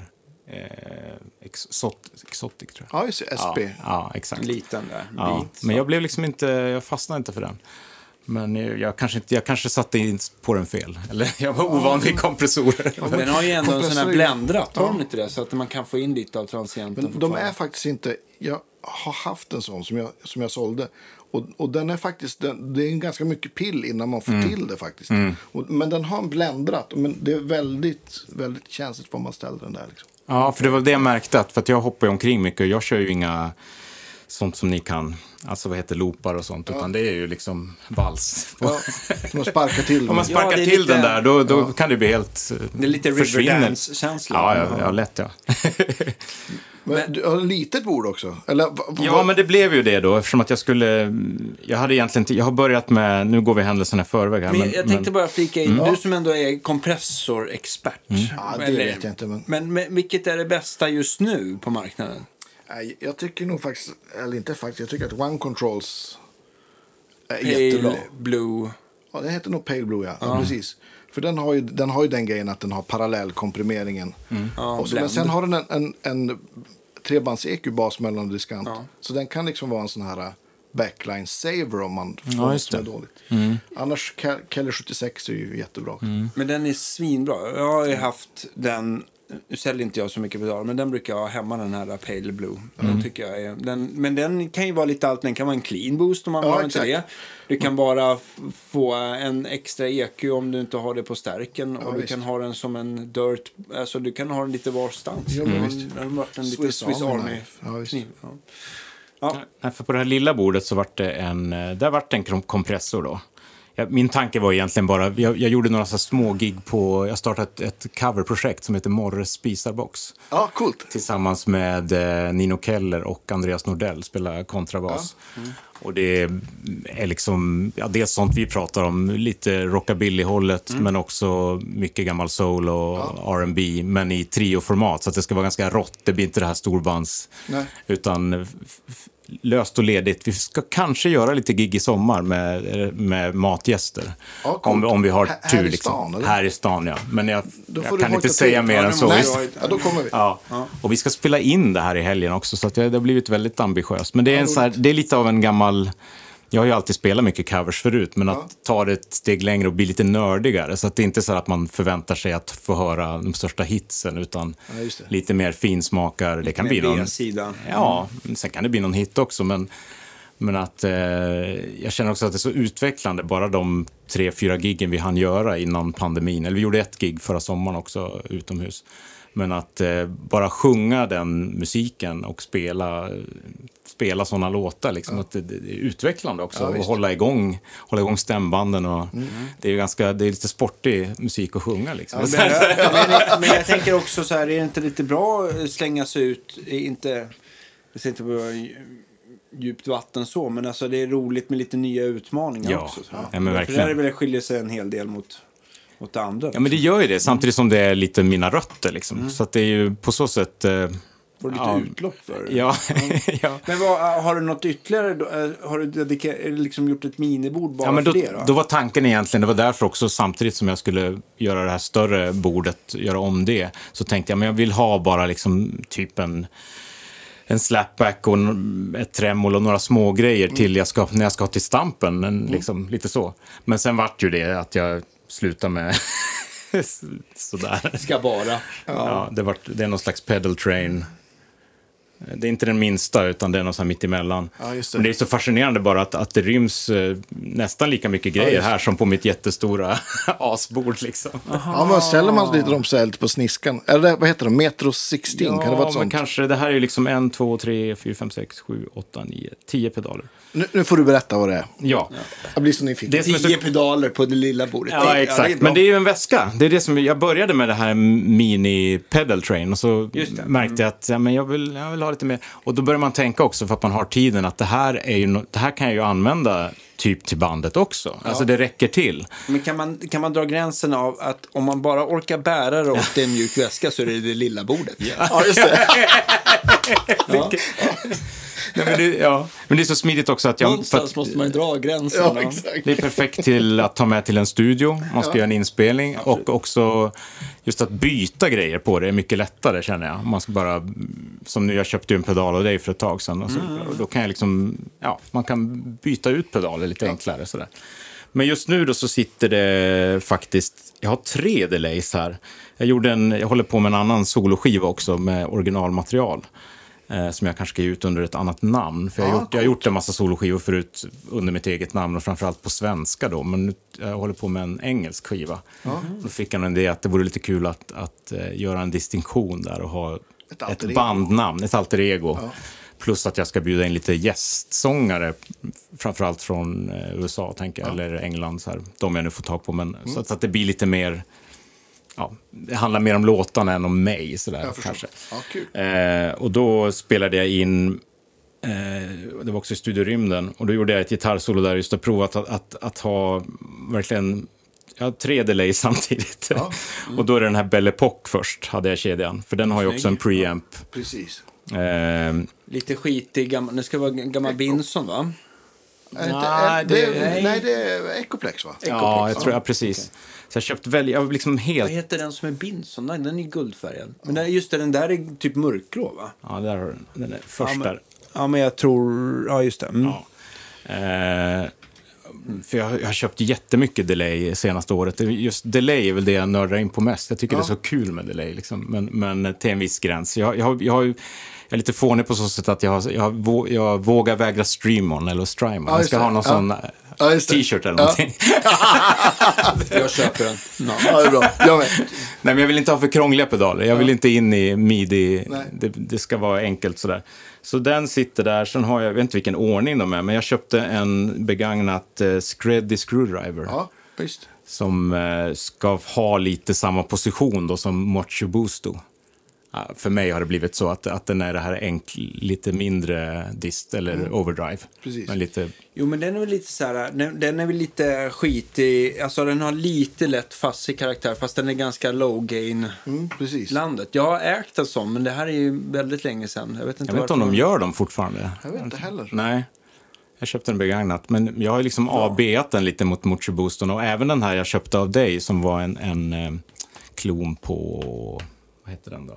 Eh, Exot, Exotic tror jag. Ja, just det, S P. Ja, ja, exakt. Liten där. Ja, bit, men jag blev liksom inte, jag fastnade inte för den. Men jag, jag, kanske, inte, jag kanske satte in på den fel. Eller jag var ovan vid kompressorer. Ja, den har ju ändå en sån här bländrat, har den inte det? Så att man kan få in lite av transienten. Men de är faktiskt inte, jag har haft en sån som jag, som jag sålde. Och, och den är faktiskt, den, det är ganska mycket pill innan man får mm. till det faktiskt. Mm. Och, men den har en bländrat, men det är väldigt, väldigt känsligt vad man ställer den där. Liksom. Ja, för det var det jag märkte, att, för att jag hoppar ju omkring mycket och jag kör ju inga sånt som ni kan, alltså vad heter loopar och sånt, ja. utan det är ju liksom vals. Ja, man sparkar till Om man sparkar ja, till lite, den där, då, då ja. kan det bli helt det är lite Riverdance-känsla. Ja, ja, ja, lätt ja. Men du har ett litet bord också? Eller, v- v- ja, men det blev ju det då, eftersom att jag skulle, jag hade egentligen, jag har börjat med, nu går vi händelserna i förväg här. Men, men jag tänkte men, bara flika in, mm. du som ändå är kompressorexpert. Mm. Ja, det eller, vet jag inte. Men... Men, men vilket är det bästa just nu på marknaden? Jag tycker nog faktiskt, eller inte faktiskt, jag tycker att One Controls är Pale jättebra. Blue. Ja, det heter nog Pale Blue, ja. ja. ja precis. För den har, ju, den har ju den grejen att den har parallellkomprimeringen. Mm. Ja, och så, men sen har den en, en, en trebands E Q-bas mellan diskant. Ja. Så den kan liksom vara en sån här backline saver om man får Ja, något just som är det. dåligt. Mm. Annars, Ke- Keller sjuttiosex är ju jättebra. Mm. Men den är svinbra. Jag har ju haft den, nu säljer inte jag så mycket pedaler, men den brukar jag ha hemma, den här Pale Blue. Mm. Den tycker jag är, den, men den kan ju vara lite allt, den kan vara en clean boost om man Ja, har inte exakt. det. Du kan bara f- få en extra E Q om du inte har det på stärken. Ja, och du visst. kan ha den som en dirt, alltså du kan ha den lite varstans. Ja, Mm. visst. Den har varit en lite Swiss Swiss, Army Army. knife. Ja, visst. kniv. Ja. Ja. Nej, för på det här lilla bordet så vart det en, eh, där vart det en kom- kompressor då. Jag, min tanke var egentligen bara, jag, jag gjorde några så här små gig på, jag startade ett, ett coverprojekt som heter Morres spisarbox. Ja, coolt. Tillsammans med eh, Nino Keller och Andreas Nordell spelar kontrabas. Ja. Mm. Och det är liksom, ja, det är sånt vi pratar om, lite rockabilly-hållet, Mm. men också mycket gammal soul och ja. R and B, men i trio-format, så att det ska vara ganska rått, det blir inte det här storbands, Nej. utan f- f- löst och ledigt. Vi ska kanske göra lite gig i sommar med, med matgäster. Ja, coolt. om, om vi har Här- tur. här i liksom. stan, eller? Här i stan, ja. Men jag, Då får jag du kan hojta inte säga till. mer Ja, än det så. måste Nej, jag- ja, då kommer vi. Ja. och vi ska spela in det här i helgen också, så att det, det har blivit väldigt ambitiöst. Men det är, en så här, det är lite av en gammal... Jag har ju alltid spelat mycket covers förut, men Ja. att ta det ett steg längre och bli lite nördigare. Så att det är inte så att man förväntar sig att få höra de största hitsen, utan Ja, just det. lite mer finsmakare. Det kan bli Med någon... B-sidan. Ja, sen kan det bli någon hit också, men, men att eh, jag känner också att det är så utvecklande, bara de tre, fyra giggen vi hann göra innan pandemin. Eller vi gjorde ett gig förra sommaren också utomhus. Men att eh, bara sjunga den musiken och spela, spela sådana låtar, liksom, att det, det är utvecklande också. Ja, och visst. hålla igång, hålla igång stämbanden. Och, det är ju ganska, det är lite sportig musik att sjunga. Liksom. Men, men, men jag tänker också så här, är det inte lite bra att slänga sig ut, inte, jag säger inte bara djupt vatten så, men alltså det är roligt med lite nya utmaningar Ja, också. Så. ja, men För verkligen. där är väl skiljer sig en hel del mot, mot det andra. Ja, men det gör ju det, samtidigt som det är lite mina rötter. Liksom. Så att det är ju på så sätt... Eh, Får du lite ja. utlopp för det? ja, ja. Men vad, har du något ytterligare då? Eh, Har du dedikerat, liksom gjort ett minibord bara Ja, men då, för det då? då var tanken egentligen, det var därför också, samtidigt som jag skulle göra det här större bordet, göra om det, så tänkte jag, men jag vill ha bara liksom typ en, en slapback och en- ett tremolo och några små grejer till jag ska, när jag ska till stampen, en, liksom, lite så. Men sen vart ju det att jag slutade med sådär. Ska bara. Ja, det, var, det är någon slags pedal train. Det är inte den minsta, utan det är något så här mitt emellan. Ja, just det. Men det är så fascinerande bara att, att det ryms eh, nästan lika mycket grejer just det. här som på mitt jättestora asbord. Liksom. Ja, men ställer man lite de så här lite på sniskan. Eller det- vad heter det? Metro sexton, kan det vara ett men sånt? kanske, det här är ju liksom en, två, tre, fyra, fem, sex, sju, åtta, nio, tio pedaler. Nu, nu får du berätta vad det är. Ja, Jag blir så nyfiken. Det som är så- Tio pedaler på det lilla bordet. ja Det- exakt. det är bra. Men det är ju en väska. Det är det som, jag började med det här mini pedal train och så Just det. märkte jag att ja, men jag, vill, jag vill ha lite mer. Och då börjar man tänka också, för att man har tiden, att det här, är ju, no- det här kan jag ju använda typ till bandet också. Alltså det räcker till. Men kan man, kan man dra gränsen av att om man bara orkar bära det och det är en mjuk väska så är det det lilla bordet? Ja, just det. Nej, men, det, ja. men det är så smidigt också att jag... för Någonstans att, måste man ju dra gränsen. Ja, va? exakt. det är perfekt till att ta med till en studio. Man ska göra en inspelning. Och också just att byta grejer på det är mycket lättare, känner jag. Man ska bara... Som nu, jag köpte ju en pedal av dig för ett tag sedan. Och, så, och då kan jag liksom... Ja, man kan byta ut pedaler lite enklare. Sådär. Men just nu då så sitter det faktiskt... Jag har tre delays här. Jag, gjorde en, jag håller på med en annan soloskiva också med originalmaterial. Eh, som jag kanske ska ge ut under ett annat namn. För jag har, Ah, gjort, jag har gjort en massa soloskivor förut under mitt eget namn och framförallt på svenska då. Men nu, jag håller på med en engelsk skiva. Då fick jag en idé att det vore lite kul att, att uh, göra en distinktion där och ha Ett ett, alter ego. bandnamn, ett alter ego. Plus att jag ska bjuda in lite gästsångare, framförallt från eh, U S A, tänker jag, eller England, så här, de jag nu får tag på. Men, så, att, så att det blir lite mer... Ja, det handlar mer om låtarna än om mig, sådär, Jag förstår. kanske. Ja, kul. Eh, och då spelade jag in, eh, det var också i Studiorymden, och då gjorde jag ett gitarrsolo där, just att prova att, att, att ha verkligen, jag har tre delay samtidigt. Ja. Och då är det den här Belle Epoque först, hade jag kedjan, för den har ju också en preamp. Precis. Eh, Lite skitig, gammal, det ska vara gammal Binson va? Är inte, Nej, är, det, det- är, nej, det är Ecoplex, va? ja, jag tror jag precis. Så jag köpt väl, jag var liksom Vad helt, heter den som är Binson? Nej, den är guldfärgad. Men den, just det, den där är typ mörkgrå va? ja, där har du den, den är först Ja, men- där. Ja, men jag tror, ja just det. Mm. Ja. Eh, för jag, jag har köpt jättemycket delay senaste året. Just delay är väl det jag nördar in på mest. Jag tycker ja. det är så kul med delay. Liksom. Men, men till en viss gräns. Jag, jag, jag, jag är lite fånig på så sätt att jag, har, jag, jag vågar vägra streamon eller streama. Ja, jag ska ha någon ja. sån ja, t-shirt eller någonting. Ja. Jag köper den. No. Ja, det är bra. Jag vet. Nej, men jag vill inte ha för krångliga pedaler. Jag vill ja. inte in i midi. Det, det ska vara enkelt sådär. Så den sitter där. Sen har jag, jag vet inte vilken ordning de är. Men jag köpte en begagnat uh, Screddy Screwdriver. Ja, visst. Som uh, ska ha lite samma position då som Mocho Busto. Ja, för mig har det blivit så att, att den är det här enkl, lite mindre dist eller mm. overdrive. Precis. Men lite... Jo, men den är väl lite så här, den, den är väl lite skitig, alltså den har lite lätt fassig karaktär fast den är ganska low gain mm, precis. landet. Jag har ägt en sån, men det här är ju väldigt länge sedan. Jag vet inte, jag vet inte om de gör dem fortfarande. Jag vet inte heller. Nej. Jag köpte den begagnat, men jag har liksom A B-at den lite mot Mocho Booston och även den här jag köpte av dig som var en, en eh, klon på, vad heter den då?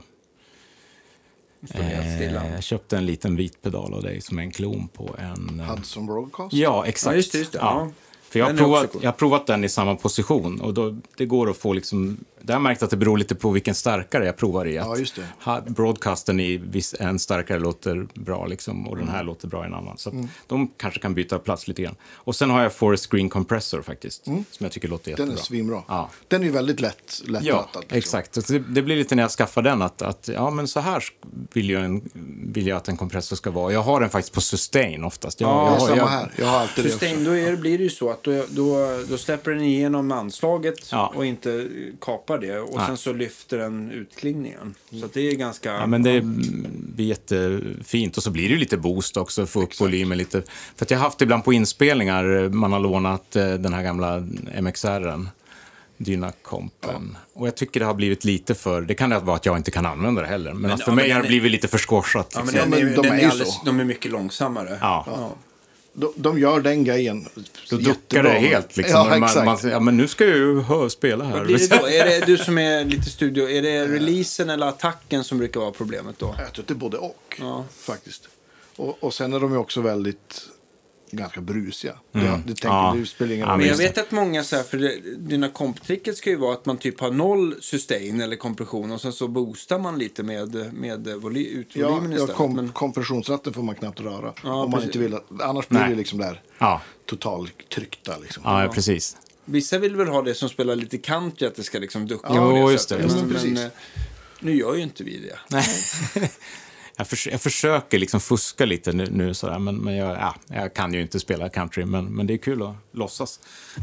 Eh, jag köpte en liten vit pedal av dig som är en klon på en... Eh... Hudson Broadcast? Ja, exakt. Ja, just det, just det. Ja. För jag har, provat, jag har provat den i samma position och då, det går att få liksom... Det har jag märkt att det beror lite på vilken starkare jag provar i. Att ja, just det. Broadcasten i viss, en starkare låter bra liksom, och den här mm. låter bra i en annan. Så att mm. de kanske kan byta plats lite grann. Och sen har jag Forest Green Compressor faktiskt, mm. som jag tycker låter jättebra. Den är svinbra. Ja. Den är ju väldigt lätt, lätt ja, ratad. Liksom. Exakt. Det, det blir lite när jag skaffar den att, att ja, men så här vill jag, en, vill jag att en kompressor ska vara. Jag har den faktiskt på sustain oftast. Jag, ja, jag, samma jag, här. Jag har alltid sustain, det då är det, blir det ju så att då, då, då släpper den igenom anslaget ja. och inte kapar det. Och Nej. sen så lyfter den utklingningen. Så att det är ganska... Ja, men det blir jättefint. Och så blir det ju lite boost också. Få upp volymen lite. För att jag har haft ibland på inspelningar. Man har lånat den här gamla M X R:en. Dynacompen. Ja. Och jag tycker det har blivit lite för... Det kan det vara att jag inte kan använda det heller. Men, men alltså för ja, mig har det blivit lite förskorsat. Ja, liksom. men den är, ja, men de, den är, är alldeles, de är mycket långsammare. Ja. ja. De, de gör den grejen. Då duckar det helt. Liksom. Ja, man, man, ja, men nu ska jag ju hö, spela här. Vad blir det då? Är det du som är lite studio? Är det releasen eller attacken som brukar vara problemet då? Jag tror att det är både och. Ja. Faktiskt. Och, och sen är de ju också väldigt... ganska brusiga. Mm. Det, det tänker ja. du spelar ingen ja, men jag vet att många så här, för det, dina komptricket ska ju vara att man typ har noll sustain eller kompression och sen så boostar man lite med, med voly, utvolymen ja, istället. Ja, kom, men... kompressionsratten får man knappt röra. Ja, om man precis. inte vill. Annars blir Nej. det liksom där ja. totaltryckta. Liksom. Ja, ja, precis. Vissa vill väl ha det som spelar lite country, att det ska liksom ducka. Ja, det, just det. Men, men, precis. men nu gör ju inte vi det. Nej. Jag, förs- jag försöker liksom fuska lite nu, nu sådär, men, men jag, ja, jag kan ju inte spela country, men, men det är kul att låtsas.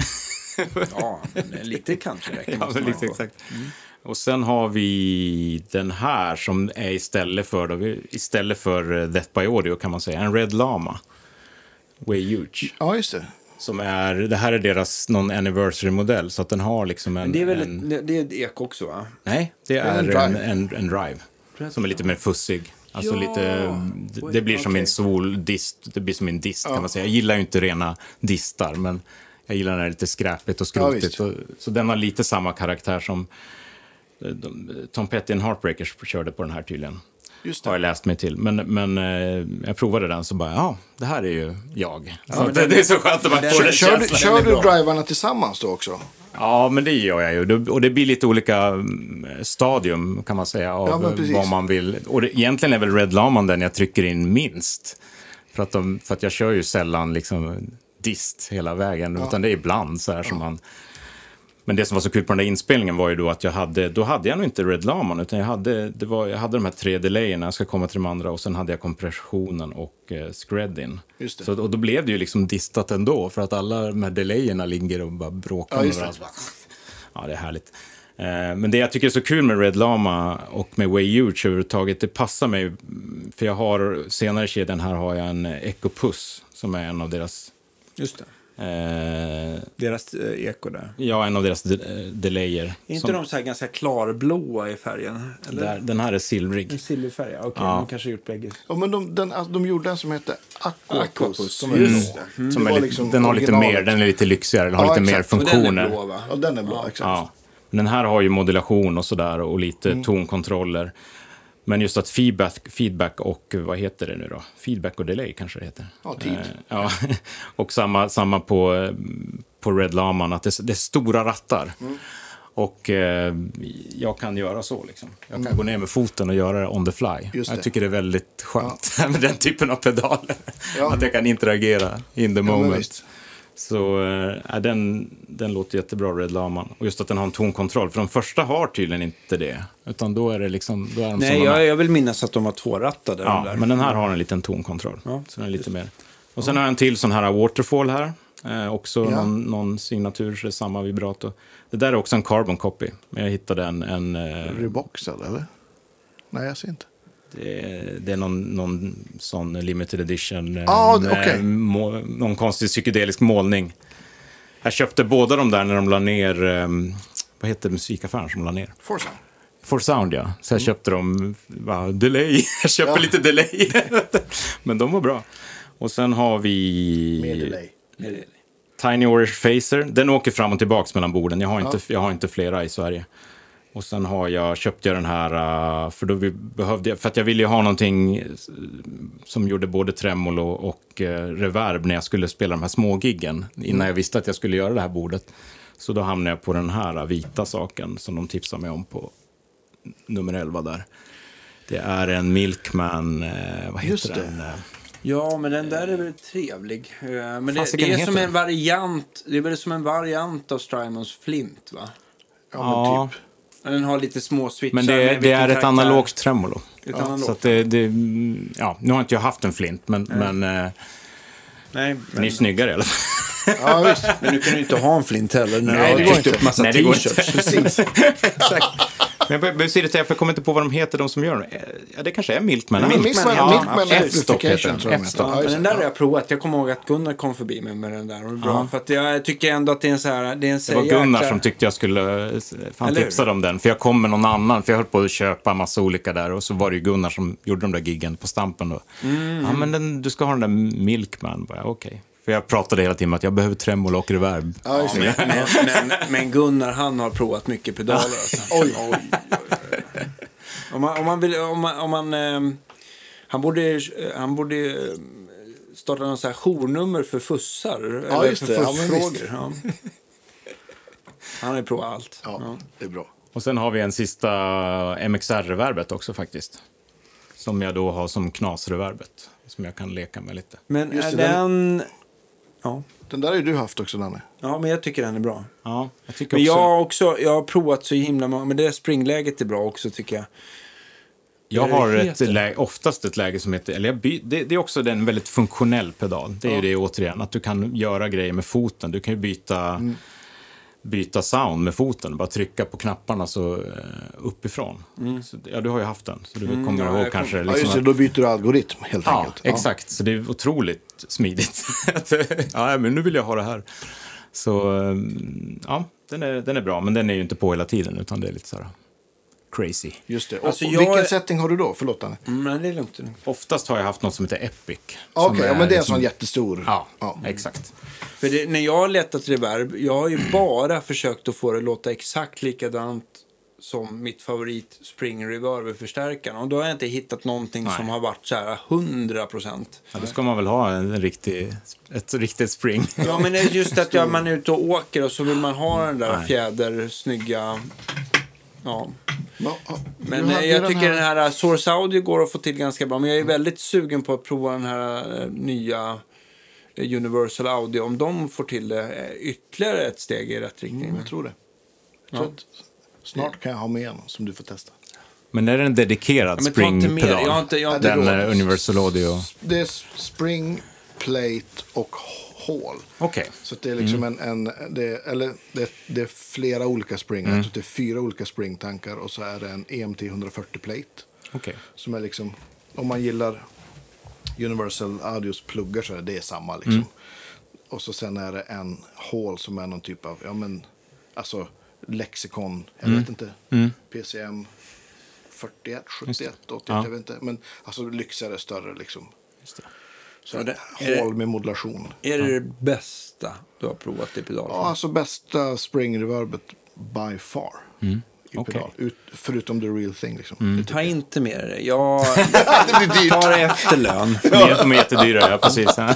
Ja, men lite country räcker ja, men lite exakt. Mm. Och sen har vi den här som är istället för, då, istället för Death by Audio kan man säga, en Red Lama. Way Huge. Ja, just det. Som är, det här är deras någon anniversary-modell, så att den har liksom en... Men det är väl en, ett, det är ett ek också, va? Nej, det är, är en, en, en, en, en drive. Som är lite mer fussig. Alltså ja. lite, det, det blir som okay. en soldist, det blir som en dist ja. kan man säga. Jag gillar ju inte rena distar, men jag gillar när det är lite skräpigt och skrotigt. Ja, så, så den har lite samma karaktär som de, Tom Petty and Heartbreakers körde på den här tydligen. Just det. Har jag läst mig till. Men, men eh, jag provade den så bara, ja, det här är ju jag. Ja, så det, det är så skönt att man får den Kör, känslan. kör du drivarna tillsammans då också? Ja, men det gör jag ju. Och det blir lite olika stadium kan man säga av ja, vad man vill. Och det, egentligen är väl Red Laman den jag trycker in minst. För att, de, för att jag kör ju sällan liksom dist hela vägen. Ja. Utan det är ibland så här ja. som man... Men det som var så kul på den där inspelningen var ju då att jag hade... Då hade jag nog inte Red Laman, utan jag hade, det var, jag hade de här tre delayerna. Jag ska komma till de andra. Och sen hade jag kompressionen och eh, screddin. Just det. Så, och då blev det ju liksom distat ändå. För att alla de här delayerna ligger och bara bråkar ja, med varandra. Ja, det är härligt. Eh, men det jag tycker är så kul med Red Lama och med Way Huge överhuvudtaget, det passar mig. För jag har, senare i kedjan här har jag en Echo Puss som är en av deras... Just det. Eh, deras eh, eko där. Ja, en av deras de- delayer. Är inte som, de så här ganska klarblåa i färgen? Eller? Där, den här är silvrig. En silverfärg, okej. Okay, ja. De kanske har gjort bägge. Ja, men de, den, de gjorde en som heter Aquapus. Aquapus. Som är Just blå. mm. Som är lite, liksom den har lite mer, den är lite lyxigare, den har ja, lite exakt. mer funktioner. Och den är blå, va? Ja, den är blå, ja. exakt. Ja. Men den här har ju modulation och sådär och lite mm. tonkontroller. Men just att feedback, feedback och vad heter det nu då? Feedback och delay kanske det heter. Ja, tid. Eh, ja. Och samma, samma på, på Red Laman, att det, det är stora rattar. Mm. Och eh, jag kan göra så liksom. Jag kan mm. gå ner med foten och göra det on the fly. Jag tycker det är väldigt skönt ja. med den typen av pedaler. Ja. Att jag kan interagera in the moment. Ja, så äh, den, den låter jättebra, Red Laman. Och just att den har en tonkontroll. För de första har tydligen inte det. Utan då är det liksom... Då är de Nej, jag, jag vill minnas att de har två rattar där. Ja, där. men den här har en liten tonkontroll. Ja, så den är lite mer. Och sen ja. har jag en till sån här waterfall här. Eh, också ja. någon, någon signatur, så det är samma vibrato. Det där är också en carbon copy. Men jag hittade en... en eh, Reboxad, eller? Nej, jag ser inte. Det, det är någon, någon sån limited edition. Ah, med, okay. må, någon konstig psykedelisk målning. Jag köpte båda de där när de la ner... Um, vad heter musikaffären som la ner? For Sound. For Sound, ja. Så jag mm. köpte dem... Va, delay. Jag köpte ja. lite delay. Men de var bra. Och sen har vi... Med delay. Med delay. Tiny Orange Phaser. Den åker fram och tillbaka mellan borden. Jag har, inte, ja. jag har inte flera i Sverige. Och sen har jag, köpte jag den här, för då vi behövde jag, för att jag ville ju ha någonting som gjorde både tremolo och reverb när jag skulle spela de här små giggen, innan jag visste att jag skulle göra det här bordet. Så då hamnade jag på den här vita saken som de tipsade mig om på nummer elva där. Det är en Milkman, vad heter Just det. den? Ja, men den där är väl trevlig. Men det, det är som en variant, det är väl som en variant av Strymons Flint, va? Ja, men ja. typ. Den har lite små switchar. Men det, det är ett analogt tremolo. Ett ja, analogt. Så att det, det, ja, nu har inte jag haft en Flint, men, men, Nej, men den är ju snyggare i alla fall. Ja, visst. Men du kan ju inte ha en Flint heller när Nej, du har tryckt upp massa Nej, det går t-shirts. Precis. Exakt. Men jag börjar se det till, för jag kommer inte på vad de heter, de som gör det. Ja, det kanske är Milkman. Milkman, Milkman, ja, Milkman Amplification, tror jag. Ja, men den där har jag provat. Jag kommer ihåg att Gunnar kom förbi mig med den där. Och bra, ja. För att jag tycker ändå att det är en så här... Det, är en det var Gunnar jäkla... som tyckte jag skulle... Han tipsade om den. För jag kom med någon annan. För jag höll på att köpa massa olika där. Och så var det ju Gunnar som gjorde de där giggen på Stampen då. Mm. Ja, men den, du ska ha den där Milkman. Okej. Okay. För jag pratade hela tiden om att jag behöver tremolo och reverb. Ja, men, men, men, men Gunnar, han har provat mycket pedaler. Alltså. oj, oj, oj. Om man, om man vill... Om man, om man, eh, han borde, han borde eh, starta någon så här journummer för fussar. Ja, eller just för det. fussfrågor. Ja. Han har ju provat allt. Ja, ja, det är bra. Och sen har vi en sista M X R-reverbet också faktiskt. Som jag då har som knasreverbet. Som jag kan leka med lite. Men just är det, den... den... Ja. Den där har ju du haft också, Danne. Ja, men jag tycker den är bra. Ja, jag tycker men också... jag har också... Jag har provat så himla många... Men det där springläget är bra också, tycker jag. Jag har ett läge, oftast ett läge som heter... Eller jag by, det, det är också en väldigt funktionell pedal. Det är ja. ju det återigen. Att du kan göra grejer med foten. Du kan ju byta... Mm. byta sound med foten, bara trycka på knapparna så uh, uppifrån. Mm. Så, ja, du har ju haft den, så du mm, kommer ja, ihåg kanske. Kom... Liksom ja, just det, då byter du algoritm helt ja, enkelt. Ja, exakt. Så det är otroligt smidigt. Ja, men nu vill jag ha det här. Så, um, ja, den är, den är bra, men den är ju inte på hela tiden, utan det är lite så här crazy. Just det. Och, alltså, och jag... vilken setting har du då? Förlåt, Danne. Mm, men det är lugnt. Oftast har jag haft något som heter Epic. Okej, okay, ja, men det är en liksom... sån jättestor. Ja, ja. Exakt. För det, när jag har letat reverb, jag har ju bara försökt att få det att låta exakt likadant som mitt favorit Spring Reverb-förstärkaren. Och då har jag inte hittat någonting Nej. som har varit så här hundra procent. Ja, då ska man väl ha en, en riktig, ett riktigt Spring. Ja, men det är just att ja, man är ute och åker och så vill man ha den där Nej. fjäder, snygga... Ja. Men jag, jag tycker den här... den här Source Audio går att få till ganska bra. Men jag är väldigt sugen på att prova den här nya Universal Audio. Om de får till det ytterligare ett steg i rätt riktning. Mm, jag tror det. Jag tror ja. Snart kan jag ha med en som du får testa. Men är det en dedikerad ja, Spring-pedal? Jag har inte, jag har den inte Universal Audio? Det är Spring, Plate och Hall. Okej. Okay. Så det är liksom mm. en, en det, eller det, det är flera olika spring. Mm. Alltså det är fyra olika springtankar och så är det en E M T hundrafyrtio Plate. Okay. Som är liksom, om man gillar Universal Audios pluggar så är det samma liksom. Mm. Och så sen är det en Hall som är någon typ av, ja men, alltså lexikon, jag mm. vet inte, mm. P C M fyrtioett, sjuttioett, åttioett, ja. jag vet inte. Men alltså lyxigare, större liksom. Just det. Så är det Hall med modulation. Är det det bästa du har provat i pedalen? Ja, alltså bästa spring reverbet by far. Mm. i Okay. pedal. Ut, förutom the real thing liksom. Mm. Ta inte med det. Jag det blir dyrt. tar efter lön. De är, de är jättedyra, ja, precis. Ja.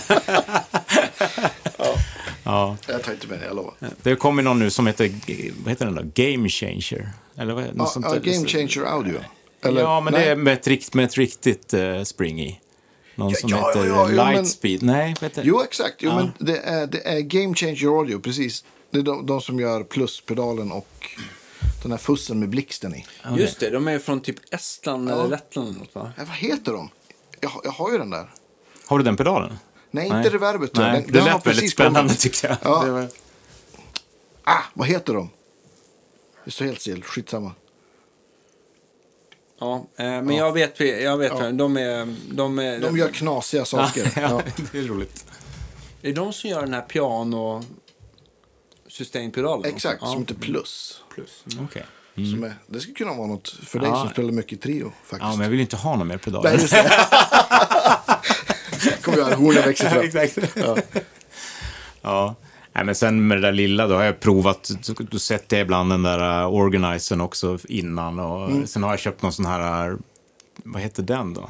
Ja. Jag tar inte med det, jag lovar. Det kommer någon nu som heter, vad heter den då? Game Changer. Eller vad, något Ja, sånt ja, där. Game Changer Audio. Eller, ja, men nej. det är med ett, rikt, med ett riktigt uh, spring i. Någon Ja, som ja, heter ja, ja, Lightspeed. men... Nej, vad heter det? Jo, exakt. Jo, Ja. men det är, det är Game Changer Audio, precis. Det är de, de som gör pluspedalen och den här fussen med blixten i. Okay. Just det, de är från typ Estland Ja. eller Lettland eller något, va? Ja, vad heter de? Jag, jag har ju den där. Har du den pedalen? Nej, Nej. inte reverbet. Nej, den, det den har lät väldigt precis spännande kommit. tyckte jag. Ja. Det var... Ah, vad heter de? Det står helt still, skitsamma. Ja, eh, men jag vet, jag vet Ja. de är... De, är, De gör knasiga saker. ja, Ja. det är roligt. är de som gör den här piano sustain-pedalen? Exakt, ja. som heter plus. Plus. Okej. Som är, det skulle kunna vara något för dig Ja. som spelar mycket trio faktiskt. Ja, men jag vill inte ha någon mer pedaler. Nej, just det. Kommer jag hornen växer fram. Exakt. Ja. Ja. Nej, men sen med det där lilla då har jag provat, du sett det ibland den där uh, organizern också innan och Mm. sen har jag köpt någon sån här, uh, vad heter den då?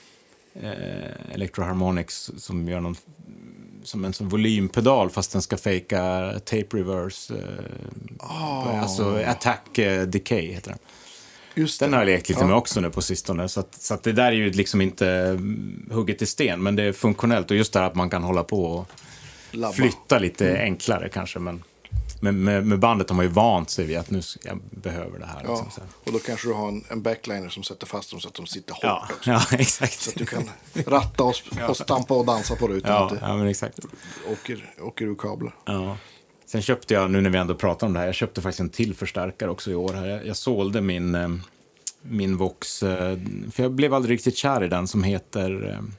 Eh, Electro Harmonix som gör någon som en sån volympedal fast den ska fejka tape reverse, eh, Oh. alltså attack eh, decay heter den. Just Den det. har jag lekt lite Ja. med också nu på sistone. Så, att, så att det där är ju liksom inte mm, hugget i sten, men det är funktionellt. Och just det här att man kan hålla på och Labba. flytta lite enklare kanske. Men med, med, med bandet har man ju vant sig vid att nu ska jag behöver det här. Ja. Liksom, så här. Och då kanske du har en, en backliner som sätter fast dem så att de sitter hårt Ja, också. ja, exakt. Så att du kan ratta och, och stampa och dansa på det utan Ja, att det ja, men exakt. åker, åker ur kablar. Ja. Sen köpte jag, nu när vi ändå pratar om det här, jag köpte faktiskt en till förstärkare också i år. Här. Jag, jag sålde min, eh, min Vox, eh, för jag blev aldrig riktigt kär i den som heter eh,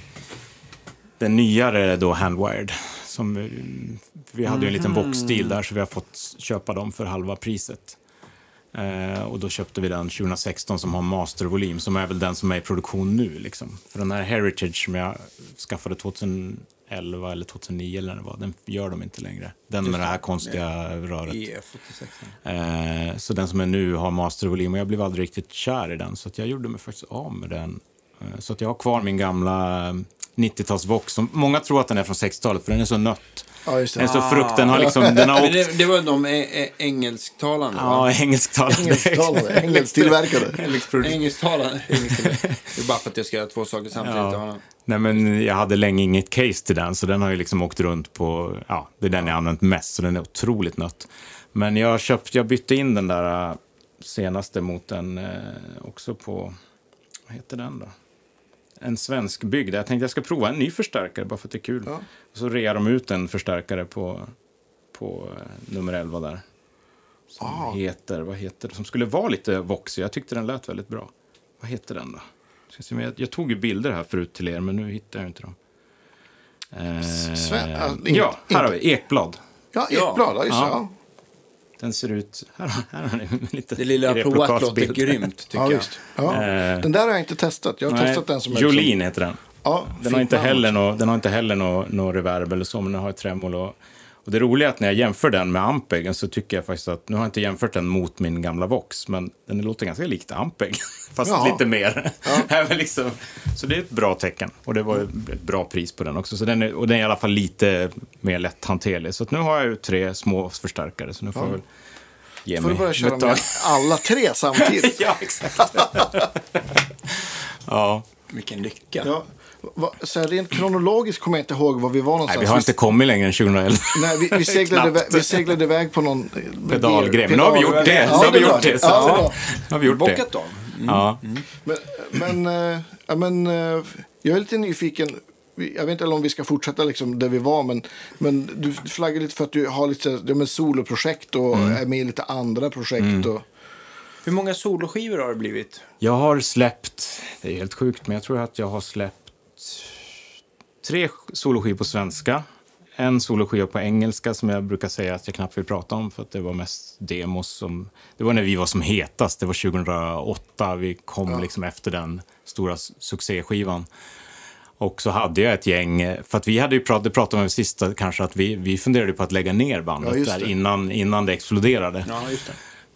den nyare då Handwired. Som, eh, vi hade ju en liten Vox-stil där så vi har fått köpa dem för halva priset. Eh, och då köpte vi den tjugo sexton som har mastervolym som är väl den som är i produktion nu. Liksom. För den här Heritage som jag skaffade tjugoelva eller tjugohundranio eller när det var, den gör de inte längre. Den med det här konstiga röret. E fyrtiosex. Eh, så den som är nu har mastervolym och jag blev aldrig riktigt kär i den så att jag gjorde mig faktiskt av med den. Eh, så att jag har kvar min gamla nittio-tals Vox som många tror att den är från sextiotalet för den är så nött. Ja, just det. Den är så frukt, den har liksom, den har Men åkt... det, det var de e- e- engelsktalande, va? Ja, engelsktalande. Engelsktalande, engelsktillverkade. Engelsktalande. Engelsktalande. Det är bara för att jag ska göra två saker samtidigt. Ja. Ja. Nej, men jag hade länge inget case till den, så den har ju liksom åkt runt på, ja, det är den jag har använt mest, så den är otroligt nött. Men jag köpt, jag bytte in den där äh, senaste mot en, äh, också på, vad heter den då? En svensk byggd. Jag tänkte jag ska prova en ny förstärkare, bara för att det är kul. Ja. Och så rear de ut en förstärkare på, på äh, nummer elva där. Som Ah. heter, vad heter det? Som skulle vara lite voxig. Jag tyckte den lät väldigt bra. Vad heter den då? Ska se, men jag, jag tog ju bilder här förut till er, men nu hittar jag inte dem. Eh, Sven- äh, in- ja, här har inte- vi Ekblad. Ja, Ja. Ekblad, ja, just det. Ja. Ja. Den ser ut... Här, här har ni lite Det lilla provat låter grymt, tycker Ja, jag. visst. Ja. Eh, Den där har jag inte testat. Jag har Nej, testat den som är... Jolene heter den. Ja, Den fint har inte namn heller också. nå, den har inte heller nå, nå reverb eller så, men den har ett tremolo. Och det roliga är att när jag jämför den med Ampeg så tycker jag faktiskt att, nu har jag inte jämfört den mot min gamla Vox, men den låter ganska likt Ampeg, fast Jaha. lite mer. Även liksom, så det är ett bra tecken. Och det var ett bra pris på den också. Så den är, och den är i alla fall lite mer lätthanterlig. Så att nu har jag ju tre små förstärkare, så nu får jag väl ge Får mig du börja köra ett tag. med alla tre samtidigt? Ja, exakt. Ja. Vilken lycka. Ja. Va, så här, rent kronologiskt kommer jag inte ihåg var vi var någonstans. Nej, vi har inte kommit längre än tjugoelva. Nej, vi, vi, seglade, Knappt. iväg, vi seglade iväg på någon... Pedalgrej. Men nu har vi gjort det. Ja, Så har vi det är gjort bra. det. Så Ja, det är bra. har vi gjort det. Bockat av. Mm. Ja. Men, men, eh, ja, men eh, jag är lite nyfiken. Vi- Jag vet inte om vi ska fortsätta liksom där vi var, men, men du flaggar lite för att du har lite ja, men soloprojekt och är med i lite andra projekt. Och, Hur många soloskivor har det blivit? Jag har släppt, det är helt sjukt, men jag tror att jag har släppt tre soloskivor på svenska. En soloskiva på engelska som jag brukar säga att jag knappt vill prata om för att det var mest demos som... Det var när vi var som hetast, det var tjugohundraåtta, vi kom Ja. liksom efter den stora s- succéskivan. Och så hade jag ett gäng, för att vi hade ju pratat, det pratade om det sista kanske, att vi, vi funderade på att lägga ner bandet Ja, just där det. innan, innan det exploderade. Ja, just det.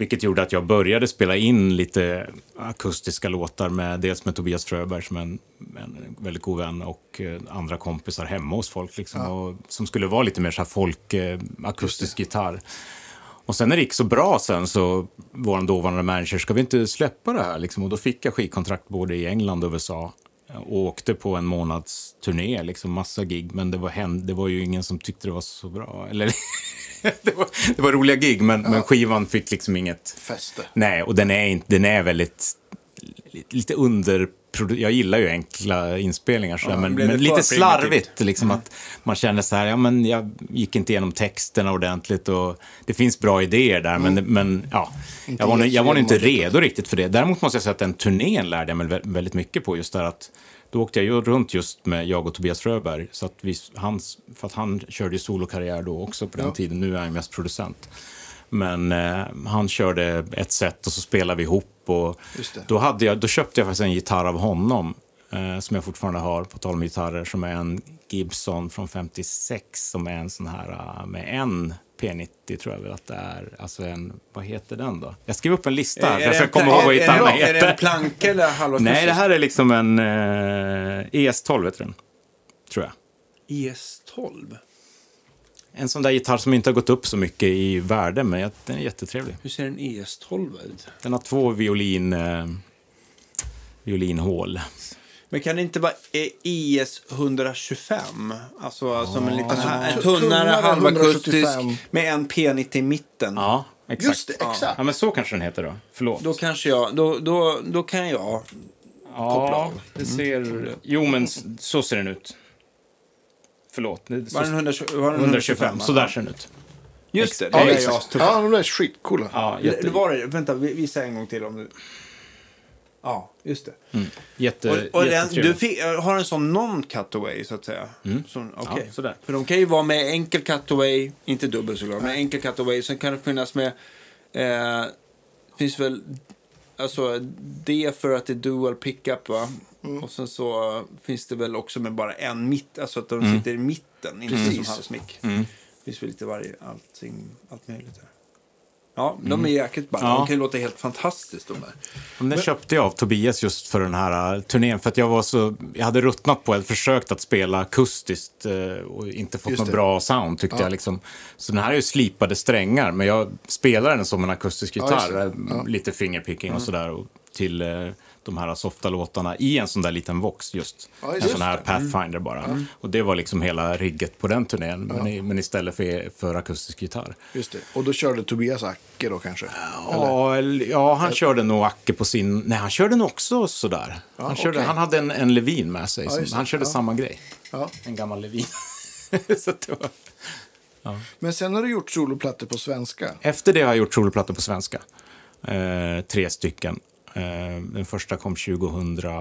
Vilket gjorde att jag började spela in lite akustiska låtar med dels med Tobias Fröberg som en, en väldigt god vän och eh, andra kompisar hemma hos folk liksom, ja. och, som skulle vara lite mer så här folk eh, akustisk gitarr. Och sen när det gick så bra sen så vår dåvarande manager, ska vi inte släppa det här liksom? Och då fick jag skivkontrakt både i England och U S A och åkte på en månads turné, liksom massa gig, men det var, händ, det var ju ingen som tyckte det var så bra. Eller det, var, det var roliga gig, men, ja. men skivan fick liksom inget fäste. Nej, och den är, inte, den är väldigt lite under... Jag gillar ju enkla inspelningar så ja, men, men lite slarvigt liksom, mm. att man känner så här, ja men jag gick inte igenom texterna ordentligt och det finns bra idéer där, mm. men, men ja, jag var, jag var inte redo riktigt för det. Däremot måste jag säga att den turnén lärde jag mig väldigt mycket på, just där att då åkte jag ju runt just med jag och Tobias Fröberg, så att vi, hans, för att han körde ju solokarriär då också på den ja. tiden, nu är han mest producent. Men eh, han körde ett set och så spelade vi ihop. Och då, hade jag, då köpte jag faktiskt en gitarr av honom eh, som jag fortfarande har på tal om gitarrer, som är en Gibson från femtiosex som är en sån här med en P nittio tror jag väl att det är. Alltså en, vad heter den då? Jag skrev upp en lista här, jag ska komma ihåg vad gitarren heter. Är det en planka eller halva? Nej, det här är liksom en eh, E S tolv, vet du den? Tror jag. E S tolv? En sån där gitarr som inte har gått upp så mycket i värde, men den är jättetrevlig. Hur ser en E S tolv ut? Den har två violin, eh, violinhål. Men kan det inte vara E S etthundratjugofem? Alltså oh. som en liten alltså, en tunnare halvakustisk med en P nittio i mitten. Ja, exakt. Just det, exakt. Ja, men så kanske den heter då. Förlåt. Då kanske jag, då, då, då kan jag ja, koppla av. Det ser, mm. jo men så ser den ut. Förlåt. Det var den etthundratjugofem, så där ser den ut. Just det, det ja, är jag. Ja, de är skitcoola. Ja, det, det var det. Vänta, visa en gång till om du... Ja, just det. Mm. Jätte, och och den, du fick, har en sån non-cutaway så att säga. Mm. Som, okay. Ja, sådär. För de kan ju vara med enkel cutaway, inte dubbel såklart, men enkel cutaway. Sen kan det finnas med... Eh, finns väl... Alltså det för att det är dual pickup, va? Mm. Och sen så finns det väl också med bara en mitt, alltså att de mm. sitter i mitten, inte mm. som halsmick. Mm. Det finns väl lite varje, allting, allt möjligt där. Ja, mm. de är jäkligt bara. Ja. De kan ju låta helt fantastiskt de där. Men den köpte jag av Tobias just för den här turnén, för att jag var så, jag hade ruttnat på, jag hade försökt att spela akustiskt och inte fått något bra sound tyckte ja. jag liksom. Så den här är ju slipade strängar, men jag spelar den som en akustisk gitarr, ja, ja. lite fingerpicking mm. och sådär, och till de här softa låtarna i en sån där liten Vox just. Ja, en sån här det. Pathfinder mm. bara. Mm. Och det var liksom hela rigget på den turnén, ja. men, i, men istället för, för akustisk gitarr. Just det. Och då körde Tobias Acke då kanske? Ja, eller? ja han eller? körde nog Acke på sin... Nej, han körde nog också sådär. Ja, han, körde, okay. han hade en, en Levin med sig. Ja, som, han körde ja. samma grej. Ja. En gammal Levin. Så det var... ja. Men sen har du gjort soloplattor på svenska? Efter det har jag gjort soloplattor på svenska. Eh, tre stycken. Den första kom tjugohundratio.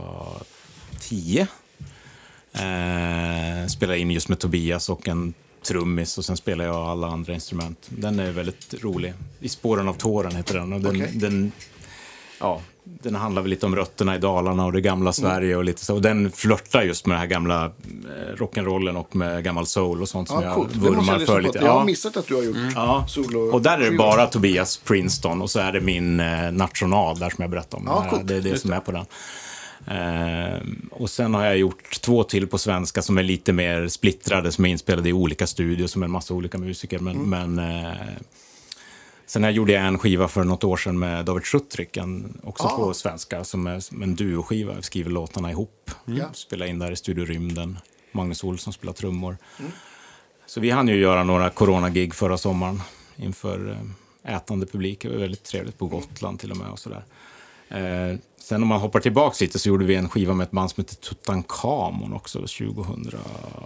Eh, spelade in just med Tobias och en trummis, och sen spelar jag alla andra instrument. Den är väldigt rolig. I spåren av tåren heter den. Och den, okay. den, ja, den handlar väl lite om rötterna i Dalarna och det gamla Sverige och lite så. Och den flörtar just med den här gamla eh, rock'n'rollen och med gammal soul och sånt som ja, jag vurmar för lite. Jag har missat att du har gjort mm. ja. solo. Och där är det bara Tobias Princeton, och så är det min eh, national där som jag berättade om. Ja, det är det som är på den. Eh, och sen har jag gjort två till på svenska som är lite mer splittrade, som är inspelade i olika studios som är en massa olika musiker. Men, mm. men eh, sen jag gjorde jag en skiva för något år sedan med David Schuttrick, en, också ah. på svenska, som är som en duoskiva. Jag skriver låtarna ihop. Mm. Spelar in där i Studio Rymden. Magnus Olsson spelar trummor. Mm. Så vi hann ju göra några coronagig förra sommaren inför eh, ätande publik. Det var väldigt trevligt på Gotland till och med och sådär. Eh, sen om man hoppar tillbaka lite så gjorde vi en skiva med ett band som heter Tutankhamon också tjugohundranio.